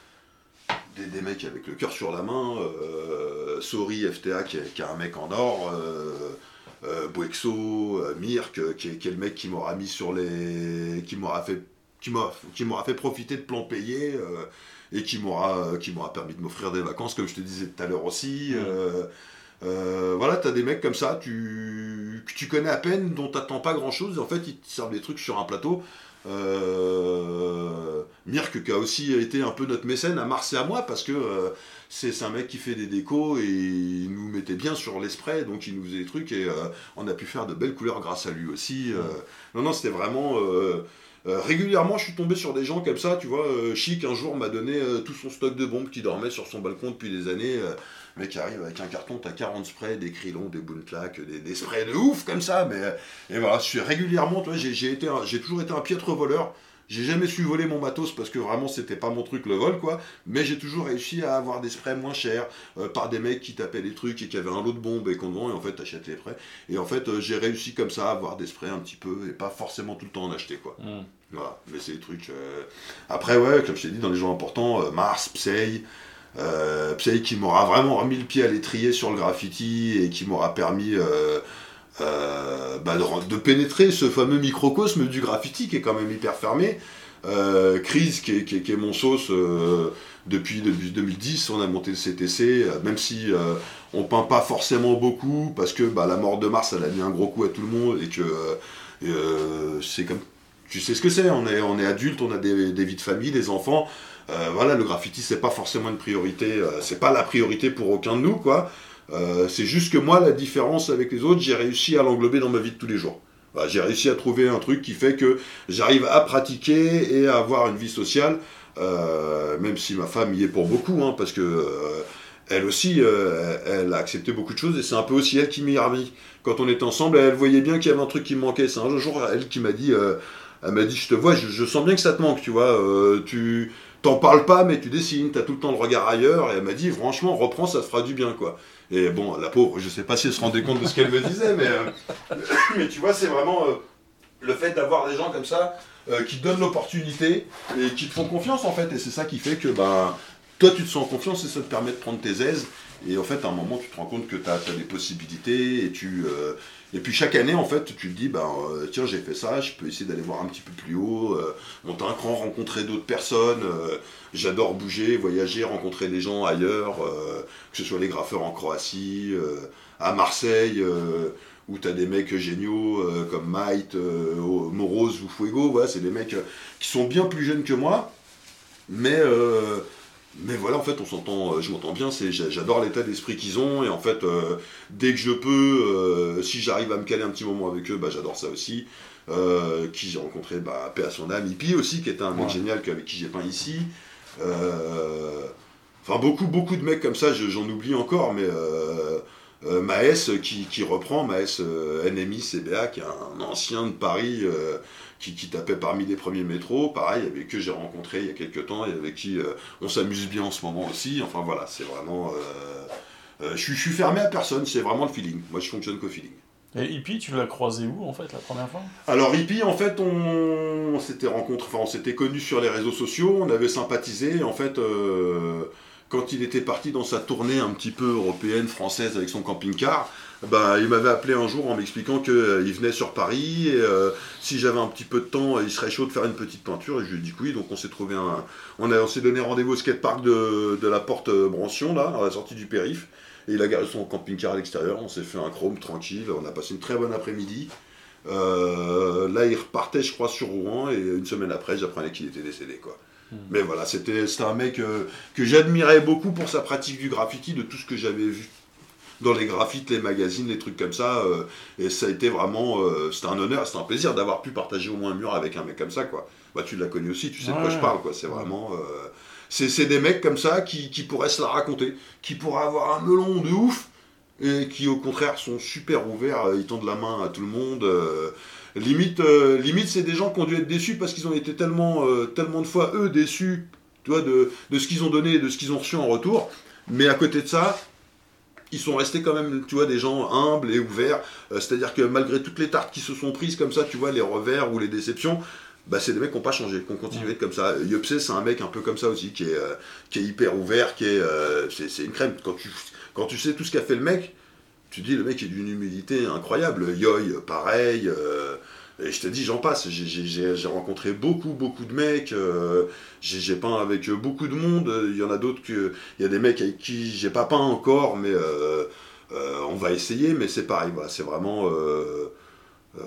Des, des mecs avec le cœur sur la main, euh, Sori F T A qui est, qui est un mec en or, euh, euh, Boexo, euh, Mirk qui est, qui est le mec qui m'aura mis sur les, qui m'aura fait, qui m'aura, qui m'aura fait profiter de plans payés euh, et qui m'aura, qui m'aura permis de m'offrir des vacances comme je te disais tout à l'heure aussi. Mmh. Euh, euh, voilà, t'as des mecs comme ça, tu, que tu connais à peine, dont t'attends pas grand chose, et en fait ils te servent des trucs sur un plateau. Euh, Mirk qui a aussi été un peu notre mécène à Mars et à moi parce que euh, c'est, c'est un mec qui fait des décos et il nous mettait bien sur les sprays, donc il nous faisait des trucs et euh, on a pu faire de belles couleurs grâce à lui aussi. Euh, non non, c'était vraiment euh, euh, régulièrement je suis tombé sur des gens comme ça, tu vois. euh, Chic un jour m'a donné euh, tout son stock de bombes qui dormait sur son balcon depuis des années. euh, Le mec arrive avec un carton, t'as quarante sprays, des crayons, des boomclack, des, des sprays de ouf comme ça, mais et voilà, je suis régulièrement, tu vois, j'ai, j'ai, été un- j'ai toujours été un piètre voleur, j'ai jamais su voler mon matos parce que vraiment c'était pas mon truc le vol quoi, mais j'ai toujours réussi à avoir des sprays moins chers, euh, par des mecs qui tapaient des trucs et qui avaient un lot de bombes et qu'on vend et en fait t'achètes les sprays, et en fait euh, j'ai réussi comme ça à avoir des sprays un petit peu et pas forcément tout le temps en acheter quoi. Mm. Voilà, mais c'est des trucs... euh, Après ouais, comme je t'ai dit, dans les gens importants, euh, Mars, Psy... Euh, Psy qui m'aura vraiment remis le pied à l'étrier sur le graffiti et qui m'aura permis euh, euh, bah, de, de pénétrer ce fameux microcosme du graffiti qui est quand même hyper fermé. Euh, Chris qui est, qui est- qui est mon sauce euh, depuis, depuis deux mille dix, on a monté le C T C, euh, même si euh, on peint pas forcément beaucoup parce que bah, la mort de Mars elle a mis un gros coup à tout le monde et que euh, et, euh, c'est comme tu sais ce que c'est, on est, on est adulte, on a des, des vies de famille, des enfants. Euh, voilà, le graffiti c'est pas forcément une priorité, euh, c'est pas la priorité pour aucun de nous quoi. Euh, c'est juste que moi la différence avec les autres, j'ai réussi à l'englober dans ma vie de tous les jours. Voilà, j'ai réussi à trouver un truc qui fait que j'arrive à pratiquer et à avoir une vie sociale, euh, même si ma femme y est pour beaucoup, hein, parce que euh, elle aussi, euh, elle a accepté beaucoup de choses et c'est un peu aussi elle qui m'y a remis. Quand on était ensemble, elle voyait bien qu'il y avait un truc qui me manquait. C'est un jour elle qui m'a dit, euh, elle m'a dit, je te vois, je, je sens bien que ça te manque, tu vois, euh, tu t'en parles pas mais tu dessines, t'as tout le temps le regard ailleurs, et elle m'a dit franchement reprends, ça te fera du bien quoi. Et bon, la pauvre, je sais pas si elle se rendait compte de ce qu'elle me disait, mais, euh, mais tu vois, c'est vraiment euh, le fait d'avoir des gens comme ça euh, qui te donnent l'opportunité et qui te font confiance en fait, et c'est ça qui fait que ben, toi tu te sens en confiance et ça te permet de prendre tes aises, et en fait à un moment tu te rends compte que tu as des possibilités, et tu... Euh, Et puis chaque année, en fait, tu te dis, ben, euh, tiens, j'ai fait ça, je peux essayer d'aller voir un petit peu plus haut, euh, monter un cran, rencontrer d'autres personnes. Euh, j'adore bouger, voyager, rencontrer des gens ailleurs, euh, que ce soit les graffeurs en Croatie, euh, à Marseille, euh, où t'as des mecs géniaux euh, comme Might, euh, Morose ou Fuego, voilà, c'est des mecs euh, qui sont bien plus jeunes que moi, mais, euh, mais voilà, en fait, on s'entend, euh, je m'entends bien, c'est, j'adore l'état d'esprit qu'ils ont, et en fait, euh, dès que je peux, euh, si j'arrive à me caler un petit moment avec eux, bah, j'adore ça aussi. Euh, qui j'ai rencontré, bah, paix à son âme, Hippie aussi, qui était un mec ouais. génial avec qui j'ai peint ici. Euh, enfin, beaucoup, beaucoup de mecs comme ça, je, j'en oublie encore, mais euh, euh, Maes qui, qui reprend, Maes euh, N M I C B A, qui est un ancien de Paris, euh, qui, qui tapait parmi les premiers métros, pareil, avec que j'ai rencontré il y a quelques temps, et avec qui euh, on s'amuse bien en ce moment aussi. Enfin voilà, c'est vraiment. Euh, euh, je suis fermé à personne, c'est vraiment le feeling. Moi, je fonctionne qu'au feeling. Et Hippie, tu l'as croisé où en fait la première fois? Alors Hippie, en fait, on, on s'était rencontrés, enfin on s'était connus sur les réseaux sociaux, on avait sympathisé, et en fait, euh, quand il était parti dans sa tournée un petit peu européenne, française, avec son camping-car, bah, il m'avait appelé un jour en m'expliquant qu'il euh, venait sur Paris, et euh, si j'avais un petit peu de temps, il serait chaud de faire une petite peinture, et je lui ai dit que oui, donc on s'est trouvé un... On, a, on s'est donné rendez-vous au skatepark de, de la Porte Brancion, là, à la sortie du périph'. Et il a garé son camping-car à l'extérieur, on s'est fait un chrome tranquille, on a passé une très bonne après-midi. Euh, là, il repartait, je crois, sur Rouen, et une semaine après, j'apprenais qu'il était décédé, quoi. Mmh. Mais voilà, c'était, c'était un mec euh, que j'admirais beaucoup pour sa pratique du graffiti, de tout ce que j'avais vu dans les graphites, les magazines, les trucs comme ça. Euh, et ça a été vraiment, euh, c'était un honneur, c'était un plaisir d'avoir pu partager au moins un mur avec un mec comme ça, quoi. Bah, tu l'as connu aussi, tu sais ouais. de quoi je parle, quoi. C'est vraiment... Euh, C'est, c'est des mecs comme ça qui, qui pourraient se la raconter, qui pourraient avoir un melon de ouf, et qui au contraire sont super ouverts, ils tendent la main à tout le monde. Euh, limite, euh, limite, c'est des gens qui ont dû être déçus parce qu'ils ont été tellement, euh, tellement de fois, eux, déçus tu vois, de, de ce qu'ils ont donné et de ce qu'ils ont reçu en retour. Mais à côté de ça, ils sont restés quand même, tu vois, des gens humbles et ouverts. Euh, c'est-à-dire que malgré toutes les tartes qui se sont prises comme ça, tu vois, les revers ou les déceptions, bah, c'est des mecs qui n'ont pas changé, qui ont continué comme ça. Yopsé, c'est un mec un peu comme ça aussi, qui est, euh, qui est hyper ouvert, qui est, euh, c'est, c'est une crème. Quand tu, quand tu sais tout ce qu'a fait le mec, tu te dis, le mec est d'une humilité incroyable. Yoy, pareil. Euh, et je te dis, j'en passe. J'ai, j'ai, j'ai rencontré beaucoup, beaucoup de mecs. Euh, j'ai, j'ai peint avec beaucoup de monde. Il y en a d'autres que... Il y a des mecs avec qui j'ai pas peint encore, mais euh, euh, on va essayer. Mais c'est pareil, voilà, c'est vraiment... Euh, euh,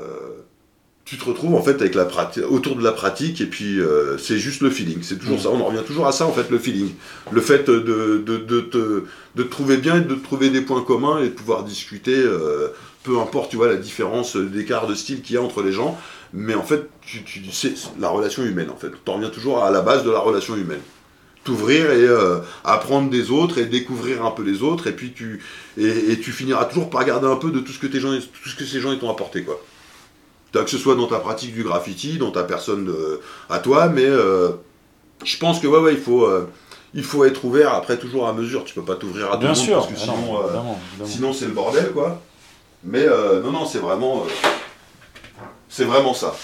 tu te retrouves en fait avec la pratique, autour de la pratique, et puis euh, c'est juste le feeling, c'est toujours mmh. ça, on en revient toujours à ça en fait, le feeling, le fait de, de, de, de, te, de te trouver bien et de te trouver des points communs et de pouvoir discuter, euh, peu importe tu vois la différence d'écart de style qu'il y a entre les gens, mais en fait tu, tu, c'est la relation humaine en fait, tu en reviens toujours à la base de la relation humaine, t'ouvrir et euh, apprendre des autres et découvrir un peu les autres, et puis tu, et, et tu finiras toujours par garder un peu de tout ce que, tes gens, tout ce que ces gens t'ont apporté quoi. Que ce soit dans ta pratique du graffiti, dans ta personne euh, à toi, mais euh, je pense que ouais, ouais, il faut, euh, il faut être ouvert, après toujours à mesure, tu peux pas t'ouvrir à tout le monde, sûr, parce que sinon, non, euh, évidemment, évidemment. sinon c'est le bordel, quoi. Mais euh, non, non, c'est vraiment, euh, c'est vraiment ça.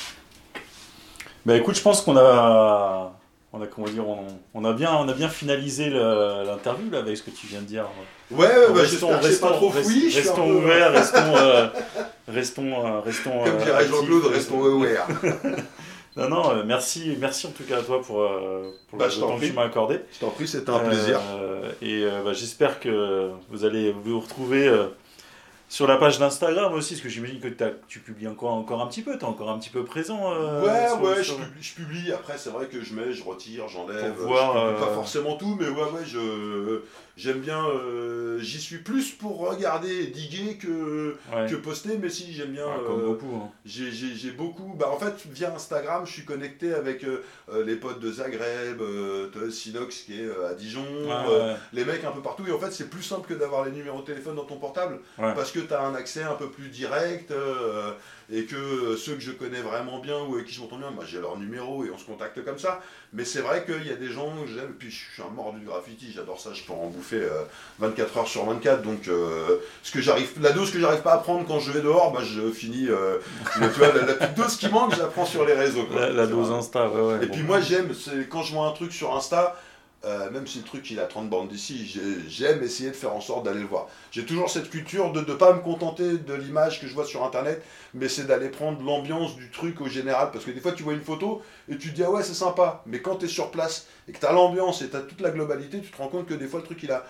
Bah écoute, je pense qu'on a, on a, comment dire, on, on a bien, on a bien finalisé le, l'interview là avec ce que tu viens de dire. Ouais, ouais bah, j'espère que c'est pas trop fouillis. Restons ouverts, restons, euh, restons, euh, restons. Comme dirait euh, Jean-Claude, restons ouverts. Non, non, euh, merci, merci en tout cas à toi pour, euh, pour bah, le temps que tu m'as accordé. Je t'en prie, c'était un plaisir. Euh, et euh, bah, j'espère que vous allez vous retrouver euh, sur la page d'Instagram aussi, parce que j'imagine que tu publies encore, encore un petit peu, tu es encore un petit peu présent. Euh, ouais, sur, ouais, sur... Je, publie, je publie, après c'est vrai que je mets, je retire, j'enlève, pour voir, je publie euh... pas forcément tout, mais ouais, ouais, je... J'aime bien, euh, j'y suis plus pour regarder et diguer que, ouais. que poster, mais si j'aime bien. Ouais, comme euh, beaucoup. Hein. J'ai, j'ai, j'ai beaucoup. Bah, en fait, via Instagram, je suis connecté avec euh, les potes de Zagreb, euh, Sinox qui est euh, à Dijon, ouais, euh, ouais. les mecs un peu partout. Et en fait, c'est plus simple que d'avoir les numéros de téléphone dans ton portable ouais. parce que tu as un accès un peu plus direct euh, et que ceux que je connais vraiment bien ou avec qui je m'entends bien, moi j'ai leur numéro et on se contacte comme ça. Mais c'est vrai qu'il y a des gens que j'aime, puis je suis un mort du graffiti, j'adore ça, je peux en bouffer euh, vingt-quatre heures sur vingt-quatre, donc euh, ce que j'arrive, la dose que j'arrive pas à prendre quand je vais dehors, bah je finis, euh, le, tu vois, la, la petite dose qui manque, je la prends sur les réseaux. Quoi. La, la dose vrai. Insta, ouais, ouais. Et bon. puis moi j'aime, c'est, quand je vois un truc sur Insta, Euh, même si le truc il a trente bandes d'ici, j'aime essayer de faire en sorte d'aller le voir. J'ai toujours cette culture de ne pas me contenter de l'image que je vois sur internet, mais c'est d'aller prendre l'ambiance du truc au général, parce que des fois tu vois une photo et tu te dis ah ouais c'est sympa, mais quand tu es sur place et que tu as l'ambiance et tu as toute la globalité, tu te rends compte que des fois le truc il a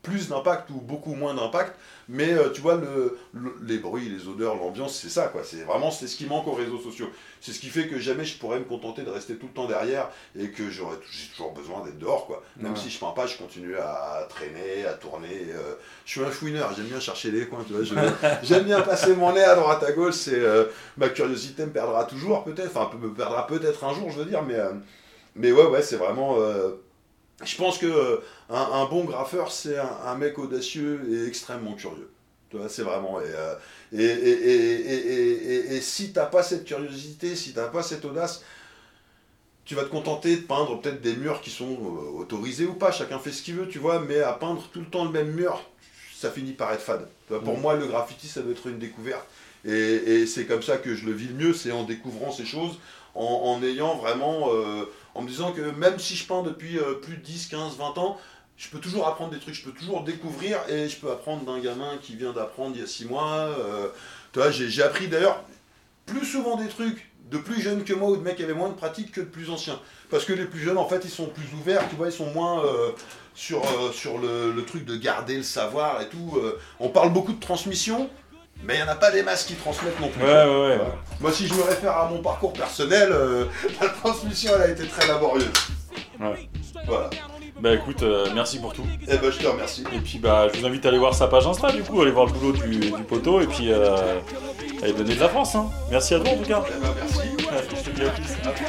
plus d'impact ou beaucoup moins d'impact, mais euh, tu vois, le, le, les bruits, les odeurs, l'ambiance, c'est ça, quoi. C'est vraiment c'est ce qui manque aux réseaux sociaux. C'est ce qui fait que jamais je pourrais me contenter de rester tout le temps derrière et que j'aurais j'ai toujours besoin d'être dehors, quoi. Même ouais. si je peins pas, je continue à traîner, à tourner. Euh, je suis un fouineur, j'aime bien chercher les coins, tu vois. Je, j'aime bien passer mon nez à droite à gauche. C'est euh, ma curiosité me perdra toujours, peut-être. Enfin, me perdra peut-être un jour, je veux dire, mais euh, mais ouais, ouais, c'est vraiment. Euh, Je pense que euh, un, un bon graffeur, c'est un, un mec audacieux et extrêmement curieux. Tu vois, c'est vraiment. Et, euh, et, et, et, et, et, et, et si t'as pas cette curiosité, si t'as pas cette audace, tu vas te contenter de peindre peut-être des murs qui sont euh, autorisés ou pas. Chacun fait ce qu'il veut, tu vois. Mais à peindre tout le temps le même mur, ça finit par être fade. Tu vois, pour mmh. moi, le graffiti, ça doit être une découverte. Et, et c'est comme ça que je le vis le mieux, c'est en découvrant ces choses, en, en ayant vraiment. Euh, En me disant que même si je peins depuis euh, plus de dix, quinze, vingt ans, je peux toujours apprendre des trucs, je peux toujours découvrir et je peux apprendre d'un gamin qui vient d'apprendre il y a six mois. Euh, tu vois, j'ai, j'ai appris d'ailleurs plus souvent des trucs de plus jeunes que moi ou de mecs qui avaient moins de pratique que de plus anciens. Parce que les plus jeunes, en fait, ils sont plus ouverts, tu vois, ils sont moins euh, sur, euh, sur le, le truc de garder le savoir et tout. Euh, on parle beaucoup de transmission. Mais il n'y en a pas des masses qui transmettent non plus. Ouais, ouais, ouais. Voilà. Moi, si je me réfère à mon parcours personnel, euh, la transmission, elle a été très laborieuse. Ouais. Voilà. Bah écoute, euh, merci pour tout. Eh ben, je te remercie. Et puis, bah, je vous invite à aller voir sa page Insta, du coup, aller voir le boulot du, du poteau, et puis, euh, aller donner de la France, hein. Merci à toi, en tout cas. Eh ben, merci. Ouais, je te dis à plus. À plus.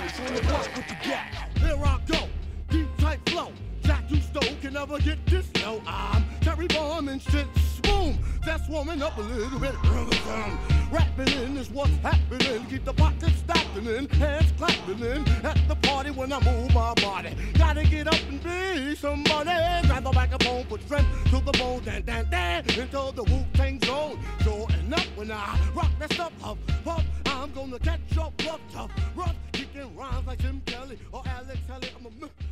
That's warming up a little bit. Rapping in is what's happening. Keep the pockets stacking in, hands clapping in. At the party when I move my body. Gotta get up and be somebody. Grab the microphone, put strength to the bone. Dan, dan, dan, into the Wu-Tang zone. Sure enough, when I rock that stuff up, up, I'm gonna catch your bluff tough. Rough, kicking rhymes like Jim Kelly or Alex Kelly. I'm a